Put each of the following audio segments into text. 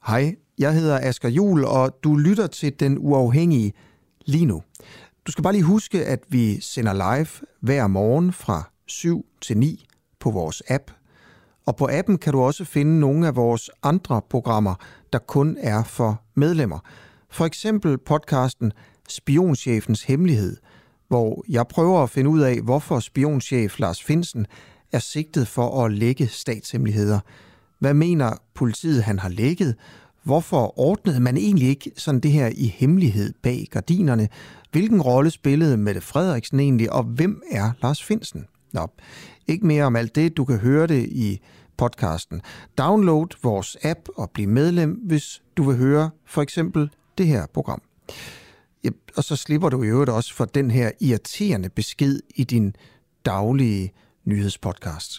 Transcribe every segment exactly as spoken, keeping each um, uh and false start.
Hej, jeg hedder Asger Juhl, og du lytter til Den Uafhængige lige nu. Du skal bare lige huske, at vi sender live hver morgen fra syv til ni på vores app. Og på appen kan du også finde nogle af vores andre programmer, der kun er for medlemmer. For eksempel podcasten Spionchefens Hemmelighed, hvor jeg prøver at finde ud af, hvorfor spionchef Lars Findsen er sigtet for at lække statshemmeligheder. Hvad mener politiet, han har lækket? Hvorfor ordnede man egentlig ikke sådan det her i hemmelighed bag gardinerne? Hvilken rolle spillede Mette Frederiksen egentlig, og hvem er Lars Findsen? Nå, ikke mere om alt det. Du kan høre det i podcasten. Download vores app og bliv medlem, hvis du vil høre for eksempel det her program. Ja, og så slipper du i øvrigt også for den her irriterende besked i din daglige nyhedspodcast.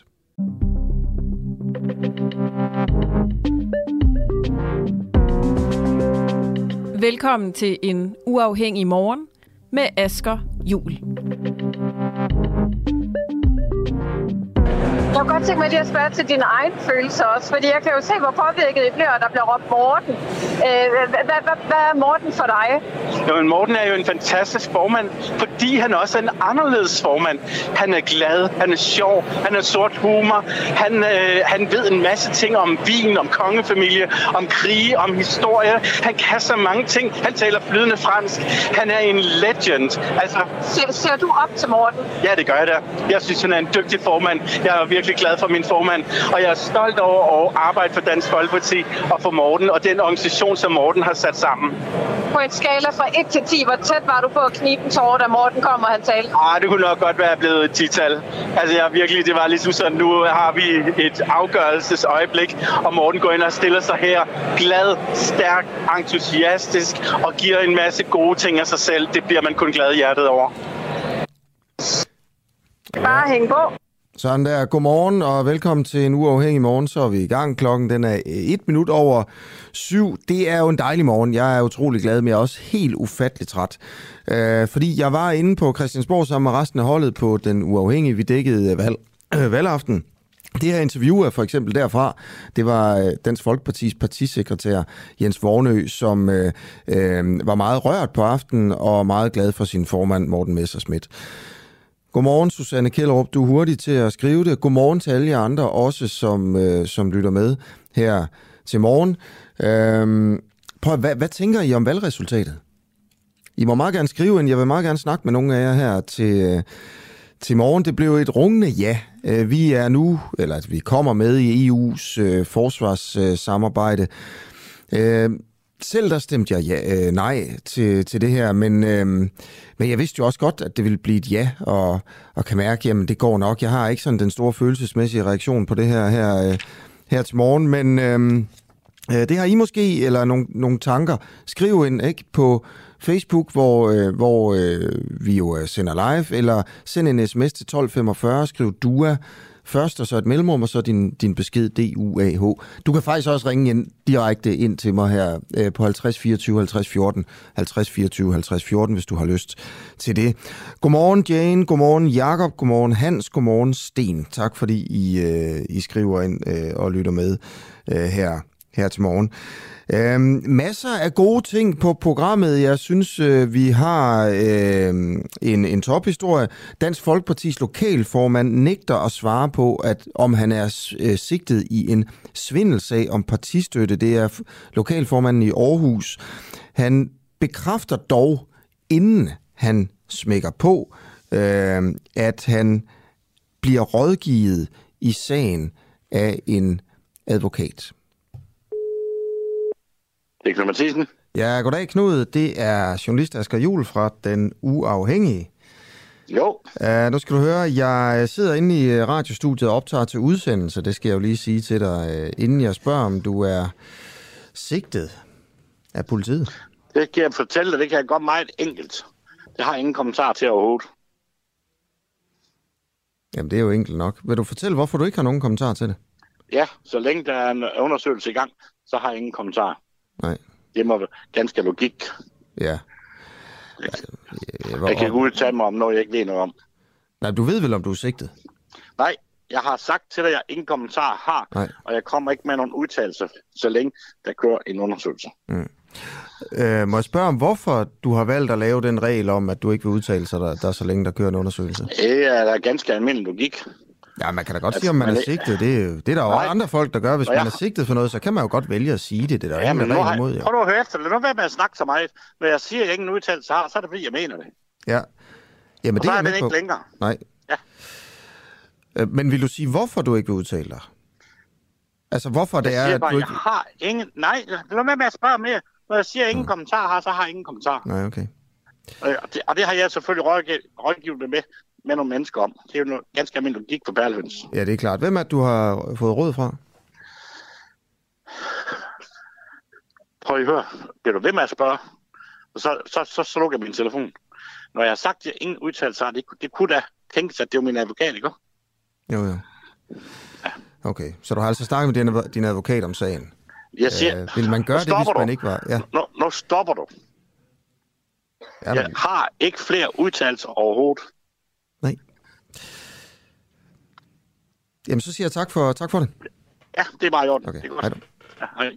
Velkommen til en uafhængig morgen med Asger Juhl. Jeg kunne godt tænke mig lige at spørge til dine egne følelser også, fordi jeg kan jo se, hvor påvirket I bliver, der bliver råbt Morten. Hvad er Morten for dig? Jo, men Morten er jo en fantastisk formand, fordi han også er en anderledes formand. Han er glad, han er sjov, han er sort humor, han, øh, han ved en masse ting om vin, om kongefamilie, om krige, om historie. Han kan så mange ting. Han taler flydende fransk. Han er en legend. Altså, ser, ser du op til Morten? Ja, det gør jeg da. Jeg synes, han er en dygtig formand. Jeg er virkelig glad for min formand, og jeg er stolt over at arbejde for Dansk Folkeparti og for Morten og den organisation, som Morten har sat sammen. På en skala fra et til ti, hvor tæt var du på at knibe en tåre, da Morten kom og han talte? Ah, det kunne nok godt være blevet et ti-tal. Altså, jeg virkelig, det var ligesom sådan, nu har vi et afgørelsesøjeblik, og Morten går ind og stiller sig her glad, stærk, entusiastisk og giver en masse gode ting af sig selv. Det bliver man kun glad i hjertet over. Bare hæng på. Sådan der. Godmorgen og velkommen til en uafhængig morgen. Så er vi i gang. Klokken den er et minut over syv. Det er jo en dejlig morgen. Jeg er utrolig glad, men jeg er også helt ufattelig træt. Øh, fordi jeg var inde på Christiansborg sammen med resten af holdet på Den Uafhængige. Vi dækkede valg, øh, valgaften. Det her interview er for eksempel derfra. Det var Dansk Folkepartis partisekretær Jens Vornø, som øh, øh, var meget rørt på aftenen og meget glad for sin formand Morten Messerschmidt. Godmorgen, Susanne Kjellerup. Du er hurtig til at skrive det. Godmorgen til alle jer andre også, som, øh, som lytter med her til morgen. Øhm, prøv, hvad, hvad tænker I om valgresultatet? I må meget gerne skrive ind. Jeg vil meget gerne snakke med nogle af jer her til, øh, til morgen. Det blev et rungende ja. Øh, vi er nu, eller vi kommer med i E U's øh, forsvarssamarbejde. Øh, Selv der stemte jeg ja, øh, nej til, til det her, men, øh, men jeg vidste jo også godt, at det ville blive et ja, og, og kan mærke, jamen det går nok. Jeg har ikke sådan den store følelsesmæssige reaktion på det her her, øh, her til morgen, men øh, øh, det har I måske, eller nogle, nogle tanker. Skriv ind ikke på Facebook, hvor, øh, hvor øh, vi jo sender live, eller send en sms til tolv femogfyrre, skriv D U A først, og så et mellemrum, og så din, din besked D U A H. Du kan faktisk også ringe ind, direkte ind til mig her øh, på halvtreds fireogtyve halvtreds fjorten, halvtreds fireogtyve halvtreds fjorten, hvis du har lyst til det. Godmorgen Jane, godmorgen Jakob, godmorgen Hans, godmorgen Sten. Tak fordi I, øh, I skriver ind øh, og lytter med øh, her, her til morgen. Øhm, masser af gode ting på programmet. Jeg synes, øh, vi har øh, en, en tophistorie. Dansk Folkepartis lokalformand nægter at svare på, at om han er øh, sigtet i en svindelsag om partistøtte. Det er lokalformanden i Aarhus. Han bekræfter dog, inden han smækker på, øh, at han bliver rådgivet i sagen af en advokat. Det er Knud Mathisen. Ja, goddag Knud. Det er journalist Asger Juhl fra Den Uafhængige. Jo. Uh, nu skal du høre, jeg sidder inde i radiostudiet og optager til udsendelse. Det skal jeg jo lige sige til dig, inden jeg spørger, om du er sigtet af politiet. Det kan jeg fortælle dig, det kan jeg godt meget enkelt. Det har jeg ingen kommentar til overhovedet. Jamen, det er jo enkelt nok. Vil du fortælle, hvorfor du ikke har nogen kommentar til det? Ja, så længe der er en undersøgelse i gang, så har jeg ingen kommentar. Nej. Det må være ganske logik. Ja. Jeg, jeg kan ikke udtale mig om noget, jeg ikke ved noget om. Nej, du ved vel, om du er sigtet? Nej, Jeg har sagt til dig, at jeg ingen kommentar har, Nej. og jeg kommer ikke med nogen udtalelse, så længe der kører en undersøgelse. Mm. Øh, må jeg spørge om, hvorfor du har valgt at lave den regel om, at du ikke vil udtale sig, der, der så længe der kører en undersøgelse? Det er da ganske almindelig logik. Ja, man kan da godt Altså, sige, om man man er er- sigtet. Det, er- det er der jo Nej. andre folk, der gør. Hvis Og jeg man er har- sigtet for noget, så kan man jo godt vælge at sige det. Det er der Ja, ingen men nu regel har imod. jeg, Jo. prøv nu at høre efter. Lad nu være med at snakke så meget. Når jeg siger, at jeg ingen udtalelse har, så er det fordi, jeg mener det. Ja. Jamen, Og det så er er jeg med det på. ikke længere. Nej. Ja. Øh, Men vil du sige, hvorfor du ikke vil udtale dig? Altså, hvorfor det Jeg er, siger at bare, du jeg ikke... har ingen... Nej, lad være med at spørge mere. Når jeg siger, at ingen mm. kommentar har, så har jeg ingen kommentar. Nej, okay. Og det, og det har jeg selvfølgelig rådgivet, rådgivet det med, med nogle mennesker om. Det er jo noget ganske almindelig logik for perlehøns. Ja, det er klart. Hvem er det, du har fået råd fra? Prøv at høre. Bliver du ved med at spørge? Og så, så, så, så lukker jeg min telefon. Når jeg har sagt, at jeg ingen udtalelse har, det, det kunne da tænkes, at det var min advokat, ikke? Jo, jo. Okay, så du har altså snakket med din, adv- din advokat om sagen. Jeg siger, Øh, vil man gøre det, hvis du. man ikke var... Ja, Nu, nu stopper du. ja Jeg men, har ikke flere udtalelser overhovedet. nej. Jamen, så siger jeg tak for, tak for det. Ja, det er bare i orden. Okay, Det er godt. hej då. Ja, hej.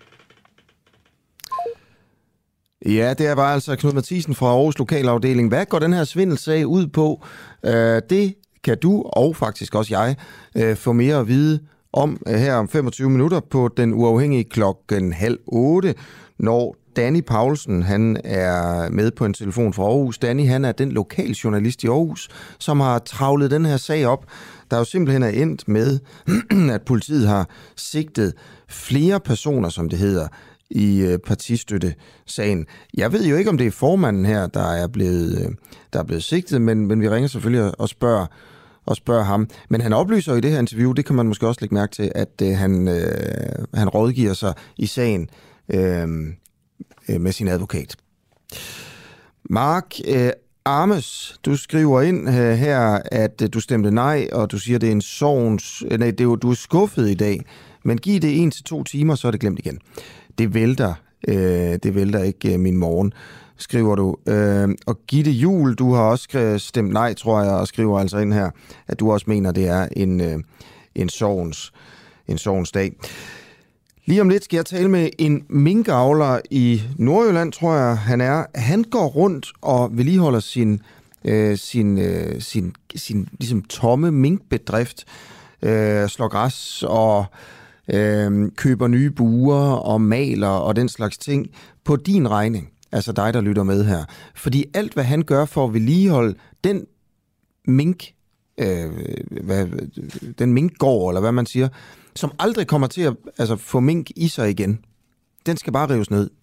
Ja, det er bare altså Knud Mathisen fra Aarhus Lokalafdeling. Hvad går den her svindelsag ud på? Øh, det kan du, og faktisk også jeg, øh, få mere at vide om øh, her om femogtyve minutter på Den Uafhængige klokken halv otte, når Danny Paulsen, han er med på en telefon fra Aarhus. Danny, han er den lokaljournalist i Aarhus, som har travlet den her sag op, der jo simpelthen er endt med, at politiet har sigtet flere personer, som det hedder, i øh, partistøttesagen. Jeg ved jo ikke, om det er formanden her, der er blevet, øh, der er blevet sigtet, men, men vi ringer selvfølgelig og spørger, og spørger ham. Men han oplyser i det her interview, det kan man måske også lægge mærke til, at øh, han, øh, han rådgiver sig i sagen øh, øh, med sin advokat. Mark øh, Armes, du skriver ind øh, her, at øh, du stemte nej, og du siger, det er en sorgens... Øh, nej, det er jo, du er skuffet i dag, men giv det en til to timer, så er det glemt igen. Det vælter, øh, det vælter ikke øh, min morgen, skriver du. Øh, og Gitte Juhl, du har også stemt nej, tror jeg, og skriver altså ind her, at du også mener, det er en, øh, en sorgens, en sorgens dag. Lige om lidt skal jeg tale med en minkavler i Nordjylland, tror jeg, han er. Han går rundt og vedligeholder sin, øh, sin, øh, sin, sin ligesom tomme minkbedrift, øh, slår græs og øh, køber nye buer og maler og den slags ting på din regning. Altså dig, der lytter med her. Fordi alt, hvad han gør for at vedligeholde den mink, øh, hvad, den minkgård, eller hvad man siger, som aldrig kommer til at altså, få mink i sig igen. Den skal bare rives ned.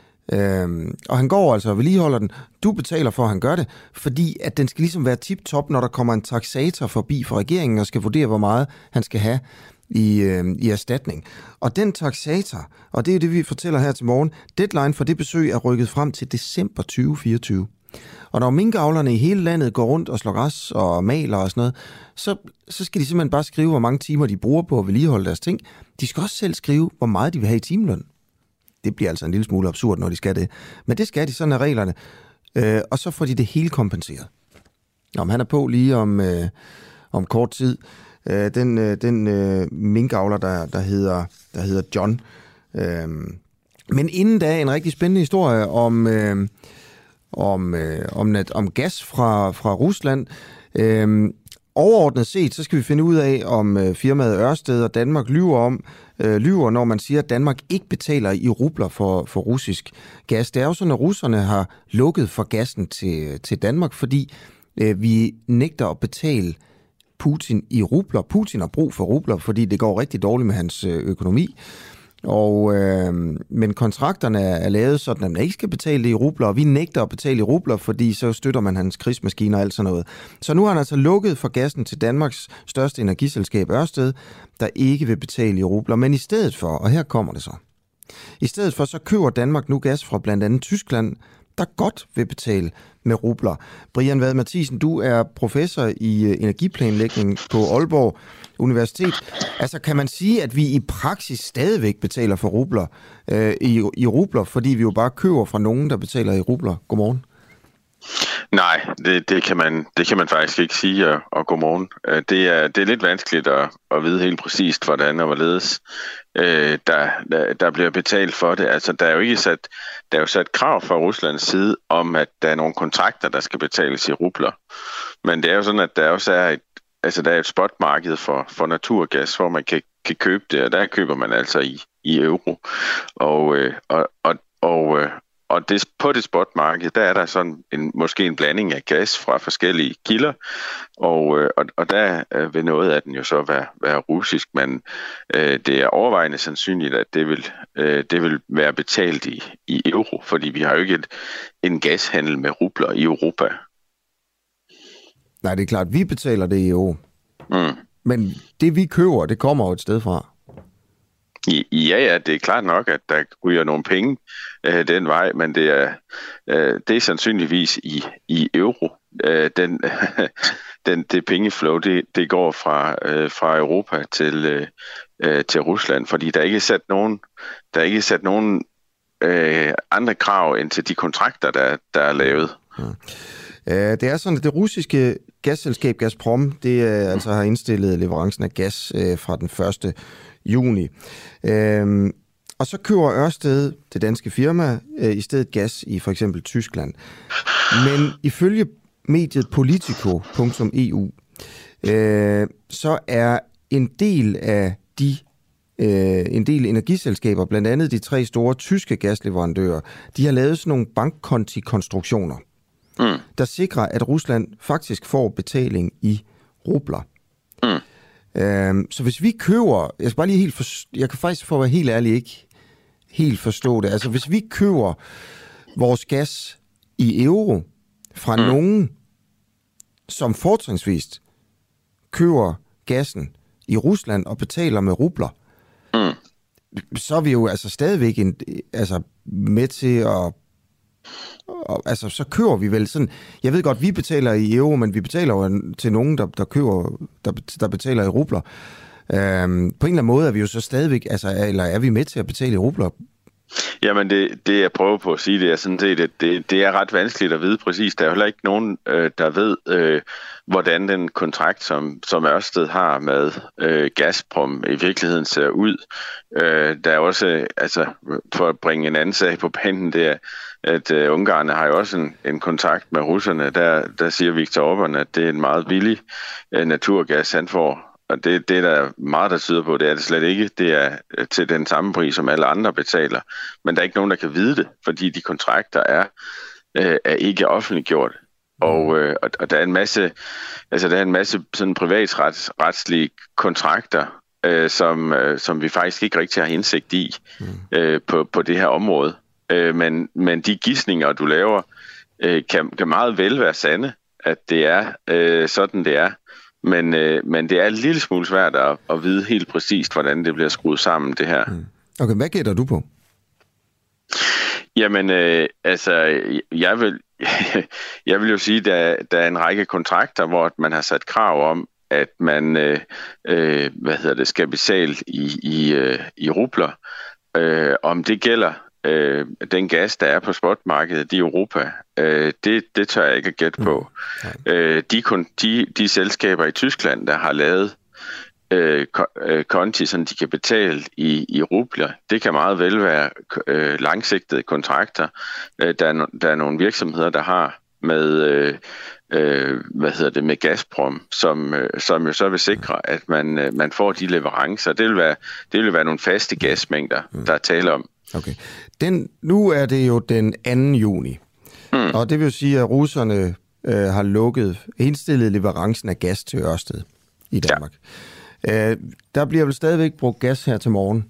Øhm, og han går altså og vedligeholder den. Du betaler for, at han gør det, fordi at den skal ligesom være tip-top, når der kommer en taksator forbi fra regeringen og skal vurdere, hvor meget han skal have i, øh, i erstatning. Og den taksator, og det er det, vi fortæller her til morgen, deadline for det besøg er rykket frem til december tyve fireogtyve. Og når minkavlerne i hele landet går rundt og slår græs og maler og sådan noget, så, så skal de simpelthen bare skrive, hvor mange timer de bruger på at vedligeholde deres ting. De skal også selv skrive, hvor meget de vil have i timeløn. Det bliver altså en lille smule absurd, når de skal det. Men det skal de, sådan er reglerne. Øh, og så får de det hele kompenseret. Nå, han er på lige om, øh, om kort tid. Øh, den øh, den øh, minkavler, der, der, hedder, der hedder John. Øh, men inden da en rigtig spændende historie om... Øh, Om, øh, om, net, om gas fra, fra Rusland. Øhm, overordnet set, så skal vi finde ud af, om øh, firmaet Ørsted og Danmark lyver om, øh, lyver, når man siger, at Danmark ikke betaler i rubler for, for russisk gas. Det er jo sådan, at russerne har lukket for gassen til, til Danmark, fordi øh, vi nægter at betale Putin i rubler. Putin har brug for rubler, fordi det går rigtig dårligt med hans øh, økonomi. Og, øh, men kontrakterne er lavet sådan, at man ikke skal betale det i rubler, og vi nægter at betale i rubler, fordi så støtter man hans krigsmaskiner og alt sådan noget. Så nu har han altså lukket for gassen til Danmarks største energiselskab Ørsted, der ikke vil betale i rubler. Men i stedet for, og her kommer det så, i stedet for så køber Danmark nu gas fra blandt andet Tyskland, der godt vil betale med rubler. Brian Vad Mathisen, du er professor i energiplanlægning på Aalborg Universitet. Altså kan man sige, at vi i praksis stadigvæk betaler for rubler, øh, i, i rubler, fordi vi jo bare køber fra nogen, der betaler i rubler? Godmorgen. Nej, det, det, kan man, det kan man faktisk ikke sige, og, og godmorgen. Det er, det er lidt vanskeligt at, at vide helt præcist, hvordan og hvorledes øh, der, der, der bliver betalt for det. Altså, der er jo ikke sat, der er jo sat krav fra Ruslands side om, at der er nogle kontrakter, der skal betales i rubler. Men det er jo sådan, at der også er et, altså, der er et spotmarked for, for naturgas, hvor man kan, kan købe det, og der køber man altså i, i euro. Og, øh, og, og, og øh, Og det, på det spotmarked, der er der sådan en, måske en blanding af gas fra forskellige kilder, og, øh, og, og der øh, vil noget af den jo så være, være russisk, men øh, det er overvejende sandsynligt, at det vil, øh, det vil være betalt i, i euro, fordi vi har jo ikke et, en gashandel med rubler i Europa. Nej, det er klart, vi betaler det i euro. Mm. Men det vi køber, det kommer jo et sted fra. Ja, ja, det er klart nok, at der ryger nogle penge øh, den vej, men det er, øh, det er sandsynligvis i, i euro. Øh, den, den, det pengeflow, det, det går fra, øh, fra Europa til, øh, til Rusland, fordi der er ikke sat nogen, der er ikke sat nogen øh, andre krav end til de kontrakter, der, der er lavet. Ja. Det er sådan, at det russiske gasselskab Gazprom, det øh, altså har indstillet leverancen af gas øh, fra den første juni. Øhm, og så køber Ørsted, det danske firma, øh, i stedet gas i for eksempel Tyskland. Men ifølge mediet politico punktum e u, øh, så er en del af de øh, en del energiselskaber, blandt andet de tre store tyske gasleverandører, de har lavet sådan nogle bankkonti-konstruktioner, mm. der sikrer, at Rusland faktisk får betaling i rubler. Mm. Øhm, så hvis vi køber, jeg skal bare lige helt forstå, jeg kan faktisk for at være helt ærlig ikke helt forstå det. Altså hvis vi køber vores gas i euro fra mm. nogen, som fortrinsvist køber gassen i Rusland og betaler med rubler, mm. så er vi jo altså stadigvæk en, altså med til at og, altså, så køber vi vel sådan... Jeg ved godt, vi betaler i euro, men vi betaler jo til nogen, der, der køber, der, der betaler i rubler. Øhm, på en eller anden måde er vi jo så stadigvæk... Altså, eller er vi med til at betale i rubler? Jamen, det, det jeg prøver på at sige, det er sådan set, at det, det er ret vanskeligt at vide præcis. Der er heller ikke nogen, øh, der ved, øh, hvordan den kontrakt, som, som Ørsted har med øh, Gazprom, i virkeligheden ser ud. Øh, der er også, altså, for at bringe en anden sag på banen, det er, at øh, ungarerne har jo også en, en kontakt med russerne. Der, der siger Viktor Orbán, at det er en meget billig øh, naturgas, han får. Og det, det der er meget, der tyder på, det er det slet ikke. Det er til den samme pris, som alle andre betaler. Men der er ikke nogen, der kan vide det, fordi de kontrakter er, øh, er ikke offentliggjort. Og, øh, og der er en masse, altså der er en masse sådan privatretslige kontrakter, øh, som, øh, som vi faktisk ikke rigtig har indsigt i øh, på, på det her område. Øh, men, men de gidsninger, du laver, øh, kan, kan meget vel være sande, at det er øh, sådan, det er. Men, øh, men det er en lille smule svært at, at vide helt præcist, hvordan det bliver skruet sammen, det her. Okay, hvad gætter du på? Jamen, øh, altså, jeg vil, jeg vil jo sige, at der, der er en række kontrakter, hvor man har sat krav om, at man øh, øh, hvad hedder det, skal betale i, i, øh, i rubler. Øh, om det gælder øh, den gas, der er på spotmarkedet i Europa, øh, det, det tør jeg ikke at gætte på. Mm. Øh, de, de, de selskaber i Tyskland, der har lavet øh, konti, så de kan betale i, i rubler, det kan meget vel være øh, langsigtede kontrakter. Øh, der, er, der er nogle virksomheder, der har med... Øh, Øh, hvad hedder det, med Gazprom, som, øh, som jo så vil sikre, at man, øh, man får de leverancer. Det vil være, det vil være nogle faste gasmængder, mm. der er tale om. Okay. Den, nu er det jo den anden juni, mm. og det vil sige, at russerne øh, har lukket, indstillet leverancen af gas til Ørsted i Danmark. Ja. Øh, der bliver vel stadigvæk brugt gas her til morgen.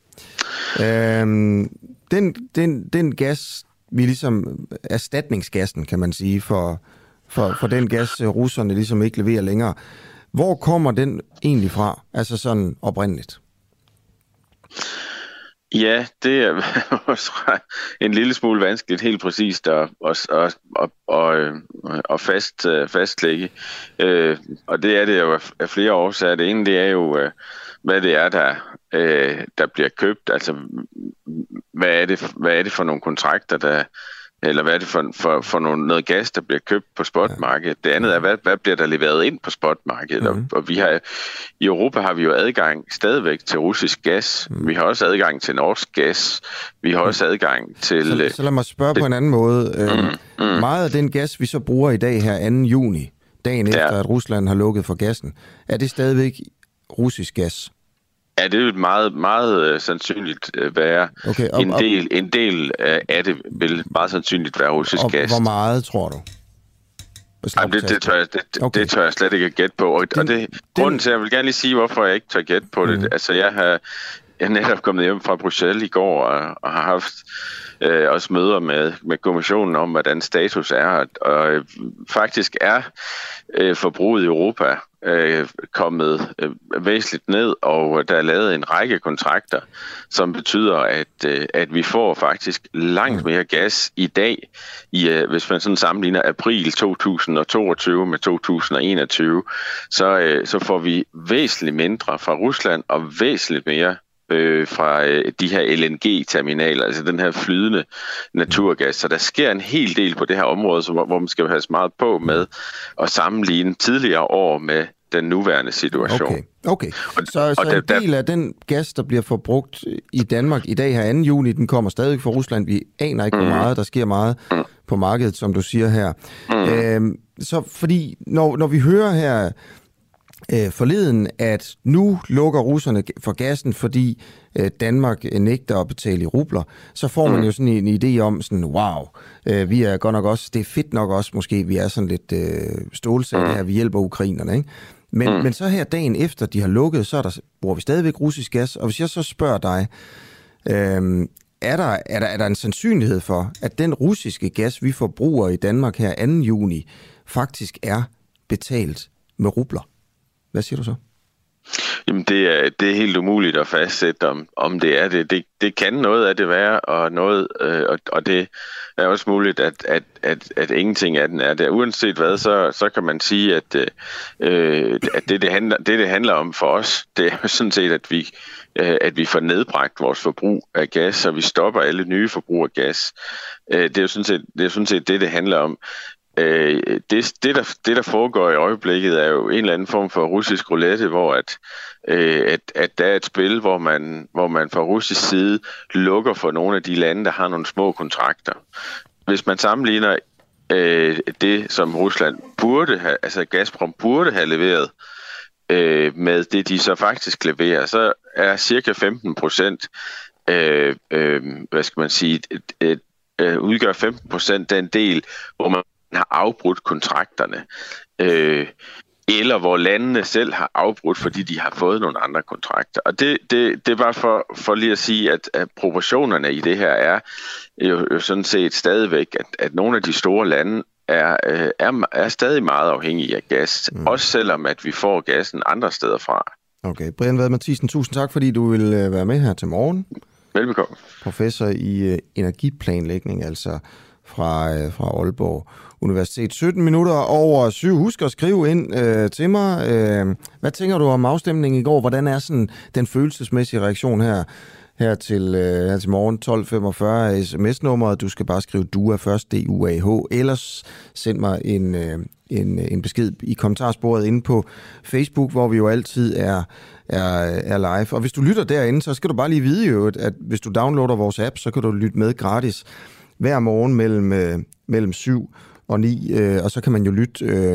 Øh, den, den, den gas, vi ligesom, erstatningsgassen, kan man sige, for For, for den gas, russerne ligesom ikke leverer længere. Hvor kommer den egentlig fra? Altså sådan oprindeligt? Ja, det er også en lille smule vanskeligt helt præcist at, at, at, at, at fast, fastlægge. Og det er det jo af flere årsager. Det ene, det er jo, hvad det er, der, der bliver købt. Altså, hvad er det, hvad er det for nogle kontrakter, der eller hvad er det for, for, for noget, noget gas, der bliver købt på spotmarkedet. Det andet er, hvad, hvad bliver der leveret ind på spotmarkedet? Mm-hmm. Og, og vi har, i Europa har vi jo adgang stadigvæk til russisk gas. Mm. Vi har også adgang til norsk gas. Vi har også adgang til... Så, så lad mig spørge det, på en anden måde. Mm, mm. Meget af den gas, vi så bruger i dag her anden juni, dagen efter, ja. at Rusland har lukket for gassen, er det stadigvæk russisk gas? Ja, det vil meget, meget uh, sandsynligt uh, være. Okay, og, en, del, en del uh, af det vil meget sandsynligt være russisk og, gas. Hvor meget, tror du? Jamen, det, det, tør jeg, det, okay. det tør jeg slet ikke gætte på. Og, den, og det, grunden til, jeg vil gerne lige sige, hvorfor jeg ikke tør gætte på det. Mm. Altså, jeg har jeg er netop kommet hjem fra Bruxelles i går, og, og har haft øh, også møder med, med kommissionen om, hvordan status er. Og, og øh, faktisk er øh, forbruget i Europa øh, kommet øh, væsentligt ned, og der er lavet en række kontrakter, som betyder, at, øh, at vi får faktisk langt mere gas i dag, i, øh, hvis man sådan sammenligner april to tusind og toogtyve med to tusind og enogtyve, så, øh, så får vi væsentligt mindre fra Rusland og væsentligt mere øh, fra øh, de her L N G-terminaler, altså den her flydende naturgas. Så der sker en hel del på det her område, så, hvor, hvor man skal have meget på med at sammenligne tidligere år med den nuværende situation. Okay, okay. Så, så og en der, del af den gas, der bliver forbrugt i Danmark i dag her anden juni, den kommer stadig fra Rusland. Vi aner ikke, hvor mm. meget. Der sker meget mm. på markedet, som du siger her. Mm. Øhm, så fordi, når, når vi hører her øh, forleden, at nu lukker russerne for gassen, fordi øh, Danmark nægter at betale i rubler, så får man mm. jo sådan en, en idé om, sådan, wow, øh, vi er godt nok også, det er fedt nok også måske, vi er sådan lidt øh, stålsatte mm. her, vi hjælper ukrainerne, ikke? Men, mm. men så her dagen efter, de har lukket, så er der, bruger vi stadigvæk russisk gas. Og hvis jeg så spørger dig, øhm, er, der, er, der, er der en sandsynlighed for, at den russiske gas, vi forbruger i Danmark her anden juni, faktisk er betalt med rubler? Hvad siger du så? Jamen, det er, det er helt umuligt at fastsætte, om, om det er det. det. Det kan noget af det være, og, noget, øh, og, og det er også muligt, at, at, at, at ingenting af den er det. Uanset hvad, så, så kan man sige, at, øh, at det, det, handler, det, det handler om for os, det er sådan set, at vi, øh, at vi får nedbragt vores forbrug af gas, og vi stopper alle nye forbrug af gas. Øh, det er jo sådan set det, er sådan set det, det handler om. Øh, det, det, der, det, der foregår i øjeblikket, er jo en eller anden form for russisk roulette, hvor at, øh, at, at der er et spil, hvor man, hvor man fra russisk side lukker for nogle af de lande, der har nogle små kontrakter. Hvis man sammenligner øh, det, som Rusland burde have, altså Gazprom burde have leveret, øh, med det, de så faktisk leverer, så er cirka femten procent, øh, øh, hvad skal man sige, et, et, øh, udgør femten procent den del, hvor man har afbrudt kontrakterne, øh, eller hvor landene selv har afbrudt, fordi de har fået nogle andre kontrakter. Og det, det, det er bare for, for lige at sige, at, at proportionerne i det her er jo, jo sådan set stadigvæk, at, at nogle af de store lande er, er, er stadig meget afhængige af gas, mm. også selvom at vi får gassen andre steder fra. Okay, Brian Vad Mathisen, tusind tak, fordi du vil være med her til morgen. Velbekomme. Professor i uh, energiplanlægning, altså fra, uh, fra Aalborg Universitet. sytten minutter over syv. Husk at skrive ind øh, til mig. Øh, hvad tænker du om afstemningen i går? Hvordan er sådan den følelsesmæssige reaktion her, her, til, øh, her til morgen? tolv femogfyrre sms-nummeret. Du skal bare skrive D U A først, D U A H. Ellers send mig en, øh, en, en besked i kommentarsporet inde på Facebook, hvor vi jo altid er, er, er live. Og hvis du lytter derinde, så skal du bare lige vide jo, at hvis du downloader vores app, så kan du lytte med gratis hver morgen mellem, øh, mellem syv og ni, øh, og så kan man jo lytte øh,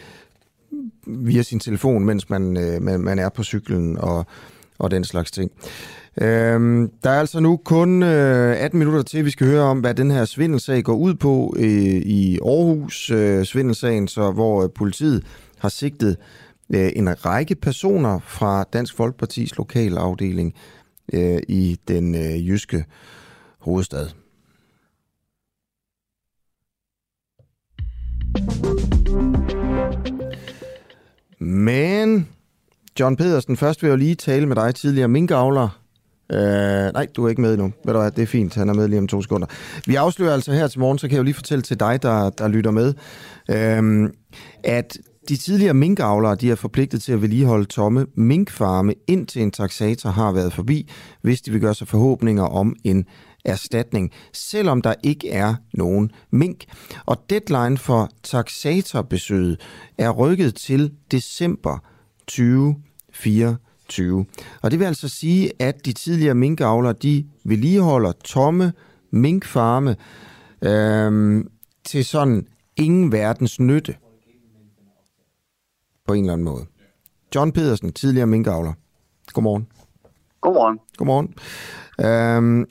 via sin telefon, mens man, øh, man, man er på cyklen og, og den slags ting. Øh, der er altså nu kun øh, atten minutter til, vi skal høre om, hvad den her svindelsag går ud på øh, i Aarhus. Øh, svindelsagen, så, hvor øh, politiet har sigtet øh, en række personer fra Dansk Folkepartis lokalafdeling øh, i den øh, jyske hovedstad. Men, John Pedersen, først vil jeg jo lige tale med dig, tidligere minkavler. Uh, nej, du er ikke med endnu. Ved du hvad, det er fint, han er med lige om to sekunder. Vi afslører altså her til morgen, så kan jeg jo lige fortælle til dig, der, der lytter med, uh, at de tidligere minkavlere, de er forpligtet til at vedligeholde tomme minkfarme, indtil en taksator har været forbi, hvis de vil gøre sig forhåbninger om en erstatning, selvom der ikke er nogen mink. Og deadline for taksatorbesøget er rykket til december tyve fireogtyve. Og det vil altså sige, at de tidligere minkavlere, de vedligeholder tomme minkfarme øhm, til sådan ingen verdens nytte på en eller anden måde. John Pedersen, tidligere minkavler. Godmorgen. Godmorgen. Godmorgen. Øhm,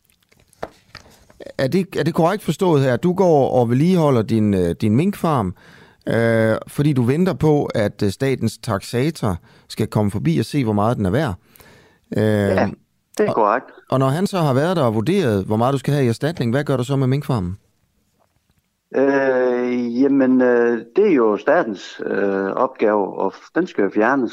er, det, er det korrekt forstået her, at du går og vedligeholder din, din minkfarm, øh, fordi du venter på, at statens taksator skal komme forbi og se, hvor meget den er værd? Øh, ja, det er korrekt. Og, og når han så har været der og vurderet, hvor meget du skal have i erstatning, hvad gør du så med minkfarmen? Øh, jamen, øh, det er jo statens øh, opgave, og den skal jo fjernes.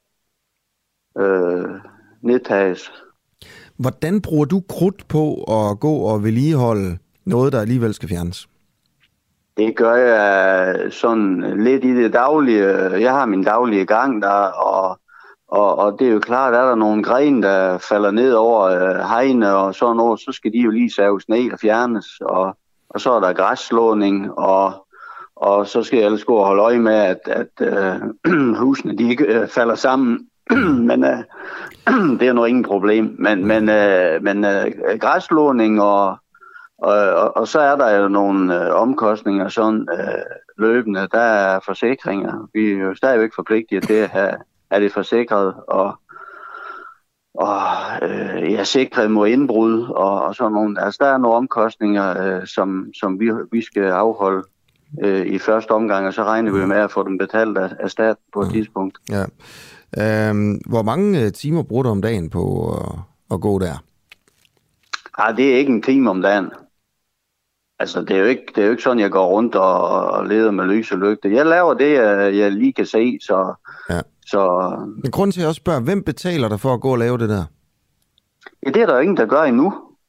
Øh, nedtages. Hvordan bruger du krudt på at gå og vedligeholde noget, der alligevel skal fjernes? Det gør jeg sådan lidt i det daglige. Jeg har min daglige gang der, og, og, og det er jo klart, at er der nogle grene, der falder ned over øh, hegne og sådan noget, så skal de jo lige saves ned og fjernes, og, og så er der græsslåning, og, og så skal jeg ellers gå og holde øje med, at, at øh, husene de ikke øh, falder sammen. men øh, det er nu ingen problem. Men, men, øh, men øh, græsslåning og, og, og, og så er der jo nogle øh, omkostninger sådan øh, løbende. Der er forsikringer. Vi er jo stadigvæk forpligtet til at have, have det forsikret og, og øh, ja, sikret mod indbrud og, og sådan nogle. Altså der er nogle omkostninger, øh, som, som vi, vi skal afholde øh, i første omgang, og så regner vi med at få dem betalt af, af staten på et tidspunkt. Ja. Øhm, hvor mange timer bruger du om dagen på at, at gå der? Ah, det er ikke en time om dagen. Altså, det er jo ikke, det er jo ikke sådan, jeg går rundt og, og leder med lys og lygte. Jeg laver det, jeg, jeg lige kan se, så... Ja. så Men grunden til at også spørge, hvem betaler dig for at gå og lave det der? Ja, det er der jo ingen, der gør endnu.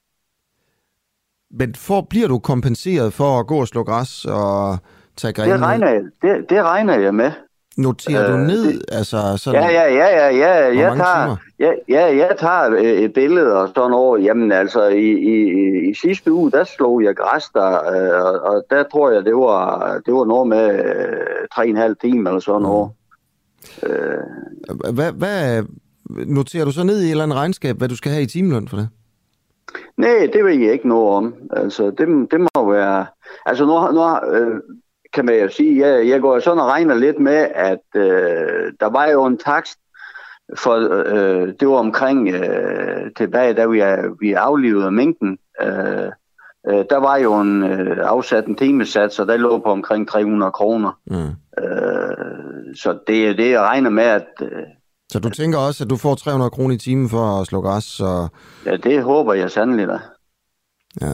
Men for, bliver du kompenseret for at gå og slå græs og tage grene? Det regner jeg, det, det regner jeg med. Noterer du Øh, ned? det- Altså sådan, Ja, ja, ja, ja, ja. Hvor Jeg mange tager, timer? ja, ja, jeg tager øh, et billede og sådan over. Jamen altså, i, i, i, i sidste uge, der slog jeg græs der, øh, og, og der tror jeg, det var, det var noget med øh, tre og en halv time eller sådan noget. Øh, Hvad, hvad noterer du så ned i et eller andet regnskab, hvad du skal have i timeløn for det? nej, det ved jeg ikke noget om. Altså, det, det må være... Altså, nu, nu øh, kan man jo sige, jeg, jeg går sådan og regner lidt med, at øh, der var jo en takst for, øh, det var omkring øh, tilbage, da vi, vi aflivede mængden. Øh, øh, der var jo en øh, afsat en timesats, og der lå på omkring tre hundrede kroner. Mm. Øh, så det er det, jeg regner med, at... Øh, Så du tænker også, at du får tre hundrede kroner i timen for at slå græs? Og... ja, det håber jeg sandelig da. Ja.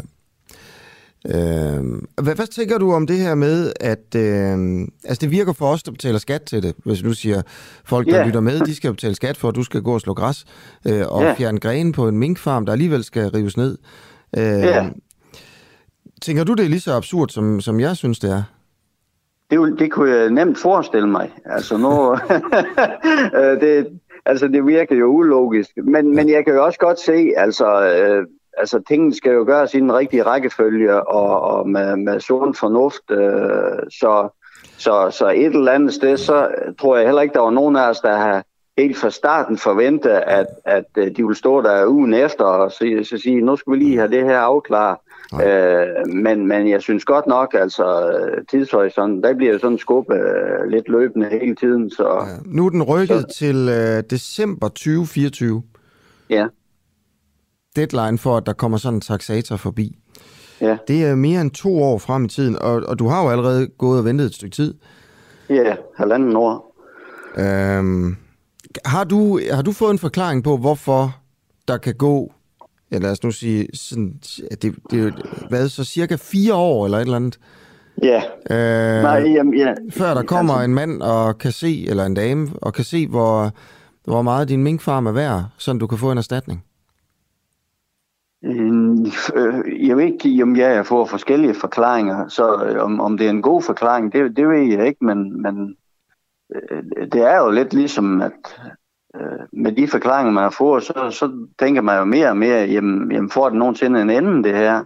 Øh, hvad, hvad tænker du om det her med, at øh, altså det virker for os, der betaler skat til det, hvis du siger, folk der Ja. lytter med, de skal betale skat for, at du skal gå og slå græs øh, og Ja. fjerne grene på en minkfarm, der alligevel skal rives ned. Øh, Ja. Tænker du, det er lige så absurd, som, som jeg synes, det er? Det, vil- det kunne jeg nemt forestille mig. Altså, nu, øh, det, altså det virker jo ulogisk. Men, men jeg kan jo også godt se, altså, øh, altså tingene skal jo gøres i den rigtige rækkefølge og, og med, med sund fornuft. Øh, så, så, så et eller andet sted, så tror jeg heller ikke, der var nogen af os, der har helt fra starten forventet, at, at øh, de ville stå der ugen efter og så, så sige, nu skal vi lige have det her afklaret. Øh, men, men jeg synes godt nok, altså tidshorisonten, der bliver sådan skub øh, lidt løbende hele tiden. Så Ja. Nu er den rykket så... til øh, december tyve fireogtyve. ja, Deadline for, at der kommer sådan en taksator forbi. ja, Det er mere end to år frem i tiden, og, og du har jo allerede gået og ventet et stykke tid. ja, halvanden år. Øhm, har, du, har du fået en forklaring på, hvorfor der kan gå, ja, lad os nu sige, sådan, det, det er jo, hvad, så cirka fire år eller et eller andet, Ja, øh, nej, jamen, ja. før der kommer altså, en mand og kan se, eller en dame, og kan se, hvor, hvor meget din minkfarm er værd, sådan du kan få en erstatning? øh, jeg ved ikke, om jeg får forskellige forklaringer, så øh, om, om det er en god forklaring, det, det ved jeg ikke, men, men øh, det er jo lidt ligesom, at med de forklaringer, man har fået, så, så tænker man jo mere og mere, jamen, jamen får det nogensinde en ende, det her?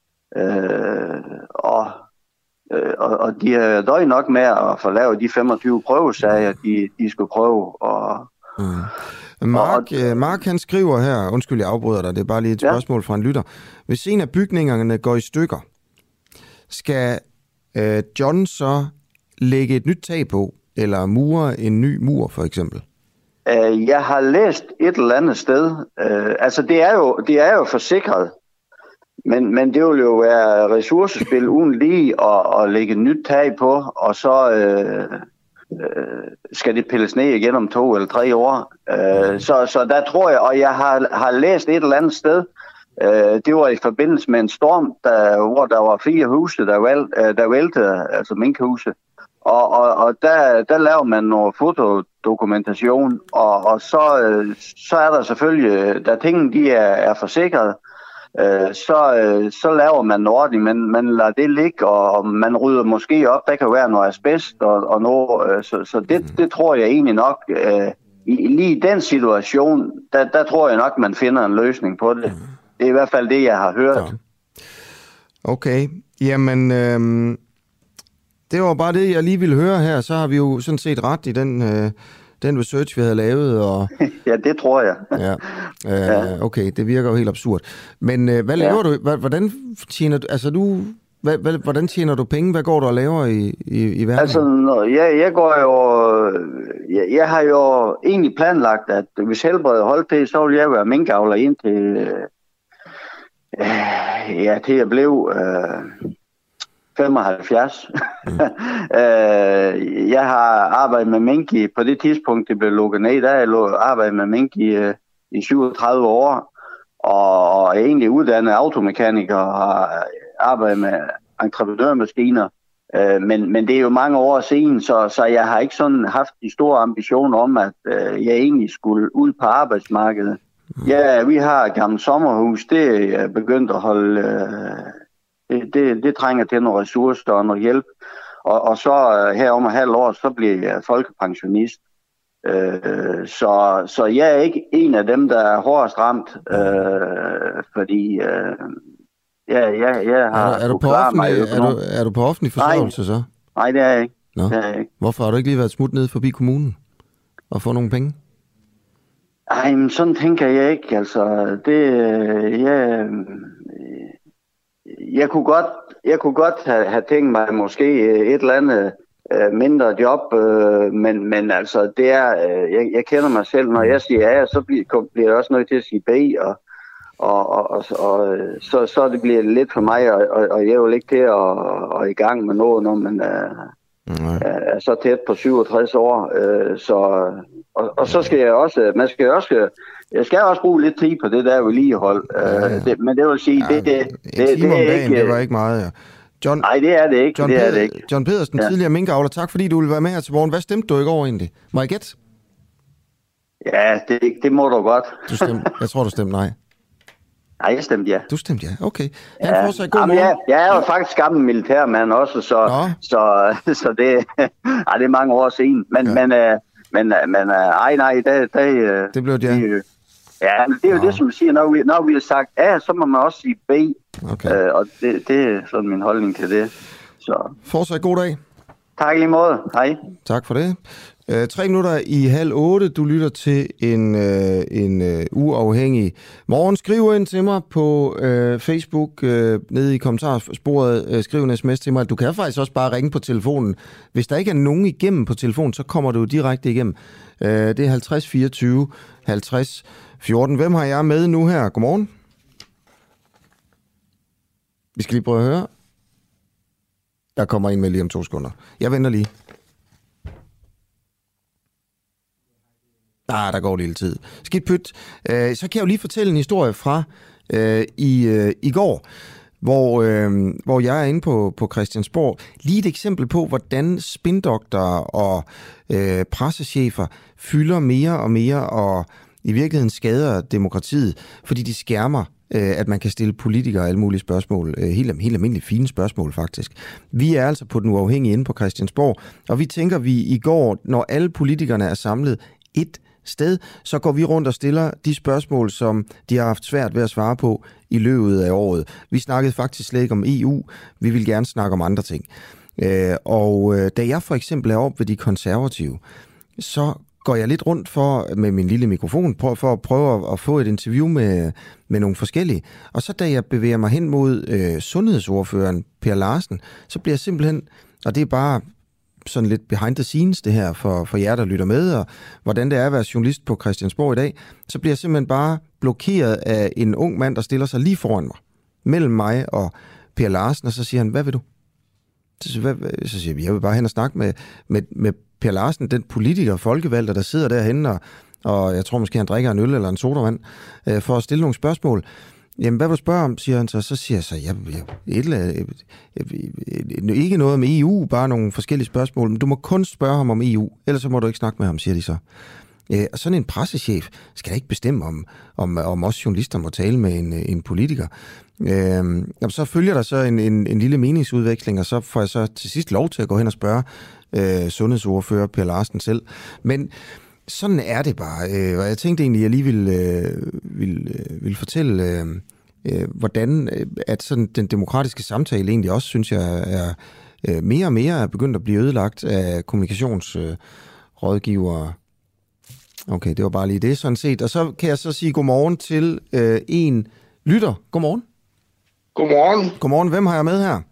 Øh, og, øh, og, og de har døj nok med at få lavet de femogtyve prøvesager, de, de skulle prøve. Og, mm. Mark, og, Mark han skriver her, undskyld jeg afbryder dig, det er bare lige et ja. spørgsmål fra en lytter. Hvis en af bygningerne går i stykker, skal øh, John så lægge et nyt tag på, eller mure en ny mur for eksempel? Øh, jeg har læst et eller andet sted, øh, altså det er jo, det er jo forsikret, men, men det vil jo være ressourcespil uden lige at, at lægge et nyt tag på, og så øh, øh, skal det pilles ned igen om to eller tre år. Øh, så, så der tror jeg, og jeg har, har læst et eller andet sted, øh, det var i forbindelse med en storm, der, hvor der var fire huse, der, valg, der væltede, altså minkhuse. Og, og, og der, der laver man noget fotodokumentation, og, og så, så er der selvfølgelig, da tingene de er, er forsikret, øh, så, øh, så laver man noget ordentligt, men man lader det ligge, og, og man rydder måske op, der kan være noget asbest, og, og noget, øh, så, så det, det tror jeg egentlig nok, øh, i, lige i den situation, der, der tror jeg nok, man finder en løsning på det. Det er i hvert fald det, jeg har hørt. Ja. Okay, jamen... Øh... Det var bare det, jeg lige ville høre her. Så har vi jo sådan set ret i den, øh, den research, vi havde lavet. Og... ja, det tror jeg. ja. Øh, ja. Okay, det virker jo helt absurd. Men øh, hvad laver ja. du? Hvordan tjener du... Altså, du... Hvad, hvad, hvordan tjener du penge? Hvad går du og laver i, i, i verden? Altså, jeg, jeg går jo... Jeg, jeg har jo egentlig planlagt, at hvis helbredet holdt til, så vil jeg være minkavler ind til... Øh, ja, til jeg blev... Øh, femoghalvfjerds. Mm. øh, jeg har arbejdet med mink i, på det tidspunkt, det blev lukket ned, der har jeg arbejdet med mink i, i syvogtredive år, og, og er egentlig uddannet automekaniker og har arbejdet med entreprenørmaskiner, øh, men, men det er jo mange år siden, så, så jeg har ikke sådan haft de store ambitioner om, at øh, jeg egentlig skulle ud på arbejdsmarkedet. Mm. Ja, vi har et gammelt sommerhus, det er begyndt at holde... Øh, Det, det, det trænger til nogle ressourcer og noget hjælp. Og, og så uh, her om et halvt år, så bliver jeg folkepensionist. Uh, så, så jeg er ikke en af dem, der er hårdest ramt, uh, fordi uh, ja, ja, jeg har... Er, er, du på offentlig, er, du, er du på offentlig forsørgelse så? Nej, det er jeg ikke. Nå. Det er jeg ikke. Hvorfor har du ikke lige været smut ned forbi kommunen og få nogle penge? Ej, men sådan tænker jeg ikke. Altså, det... Jeg, Jeg kunne godt, jeg kunne godt have, have tænkt mig måske et eller andet øh, mindre job, øh, men, men altså det er, øh, jeg, jeg kender mig selv, når jeg siger A, så bliver, bliver jeg også nødt til at sige B, og, og, og, og, og så, så det bliver lidt for mig, og, og, og jeg vil ikke til at, at i gang med noget, når man er, er så tæt på syvogtres år, øh, så, og, og så skal jeg også, man skal også, jeg skal også bruge lidt tid på det der vedligehold, ja, ja. øh, det, men det vil sige, ja, det, det, det, det, det er dagen, ikke... Det var ikke meget, ja. John, nej, det er det ikke. John, det Peder, er det ikke. John Pedersen, ja. Tidligere minkavler, tak fordi du ville være med her til morgen. Hvad stemte du ikke over egentlig? Må jeg gætte? Ja, det, det må du godt. Du stemte, jeg tror, du stemte nej. Nej, jeg stemte ja. Du stemte ja, okay. Han ja. får sig god Jamen, morgen. jeg, jeg er jo faktisk gammel militærmand også, så, så, så det, ej, det er mange år siden. Men, ja. men, øh, men, men øh, ej, nej, det, det, det blev det ja. Det, ja, men det er jo ja. det, som man siger, når vi, når vi har sagt A, så må man også sige B. Okay. Øh, og det, det er sådan min holdning til det. Så. Fortsat god dag. Tak lige måde. Hej. Tak for det. Uh, tre minutter i halv otte. Du lytter til en, uh, en uh, uafhængig morgen. Skriv ind til mig på uh, Facebook, uh, nede i kommentarsporet. Uh, skriv en sms til mig. Du kan faktisk også bare ringe på telefonen. Hvis der ikke er nogen igennem på telefonen, så kommer du direkte igennem. Uh, det er halvtreds fireogtyve halvtreds fjorten. Hvem har jeg med nu her? Godmorgen. Vi skal lige prøve at høre. Der kommer en med lige om to sekunder. Jeg venter lige. Ah, der går lidt tid. Skidt pyt. Øh, så kan jeg jo lige fortælle en historie fra øh, i, øh, i går, hvor, øh, hvor jeg er inde på, på Christiansborg. Lige et eksempel på, hvordan spindoktorer og øh, pressechefer fylder mere og mere og i virkeligheden skader demokratiet, fordi de skærmer, at man kan stille politikere alle mulige spørgsmål. Helt, helt almindeligt fine spørgsmål, faktisk. Vi er altså på Den Uafhængige inde på Christiansborg, og vi tænker, vi i går, når alle politikerne er samlet, et sted, så går vi rundt og stiller de spørgsmål, som de har haft svært ved at svare på i løbet af året. Vi snakkede faktisk slet ikke om E U, vi vil gerne snakke om andre ting. Øh, og øh, da jeg for eksempel er oppe ved de konservative, så går jeg lidt rundt for med min lille mikrofon for, for at prøve at, at få et interview med, med nogle forskellige. Og så da jeg bevæger mig hen mod øh, sundhedsordføreren Per Larsen, så bliver jeg simpelthen, og det er bare sådan lidt behind the scenes det her for, for jer, der lytter med, og hvordan det er at være journalist på Christiansborg i dag, så bliver jeg simpelthen bare blokeret af en ung mand, der stiller sig lige foran mig, mellem mig og Per Larsen, og så siger han, hvad vil du? Så, hvad, så siger jeg, jeg vil bare hen og snakke med, med, med Per Larsen, den politiker og folkevalgte, der sidder derhenne, og, og jeg tror måske, han drikker en øl eller en sodavand, øh, for at stille nogle spørgsmål. Jamen, hvad vil du spørge om, siger han så. Så siger jeg så, jeg, jeg, et, jeg, jeg, ikke noget om E U, bare nogle forskellige spørgsmål, men du må kun spørge ham om E U, ellers så må du ikke snakke med ham, siger de så. Øh, og sådan en pressechef skal da ikke bestemme, om, om, om os journalister må tale med en, en politiker. Øh, så følger der så en, en, en lille meningsudveksling, og så får jeg så til sidst lov til at gå hen og spørge øh, sundhedsordfører Per Larsen selv. Men sådan er det bare, øh, og jeg tænkte egentlig, at jeg lige ville, øh, ville, øh, ville fortælle, øh, øh, hvordan øh, at sådan den demokratiske samtale egentlig også, synes jeg, er øh, mere og mere er begyndt at blive ødelagt af kommunikationsrådgivere. Øh, okay, det var bare lige det, sådan set. Og så kan jeg så sige godmorgen til øh, en lytter. Godmorgen. Godmorgen. Godmorgen. Hvem har jeg med her?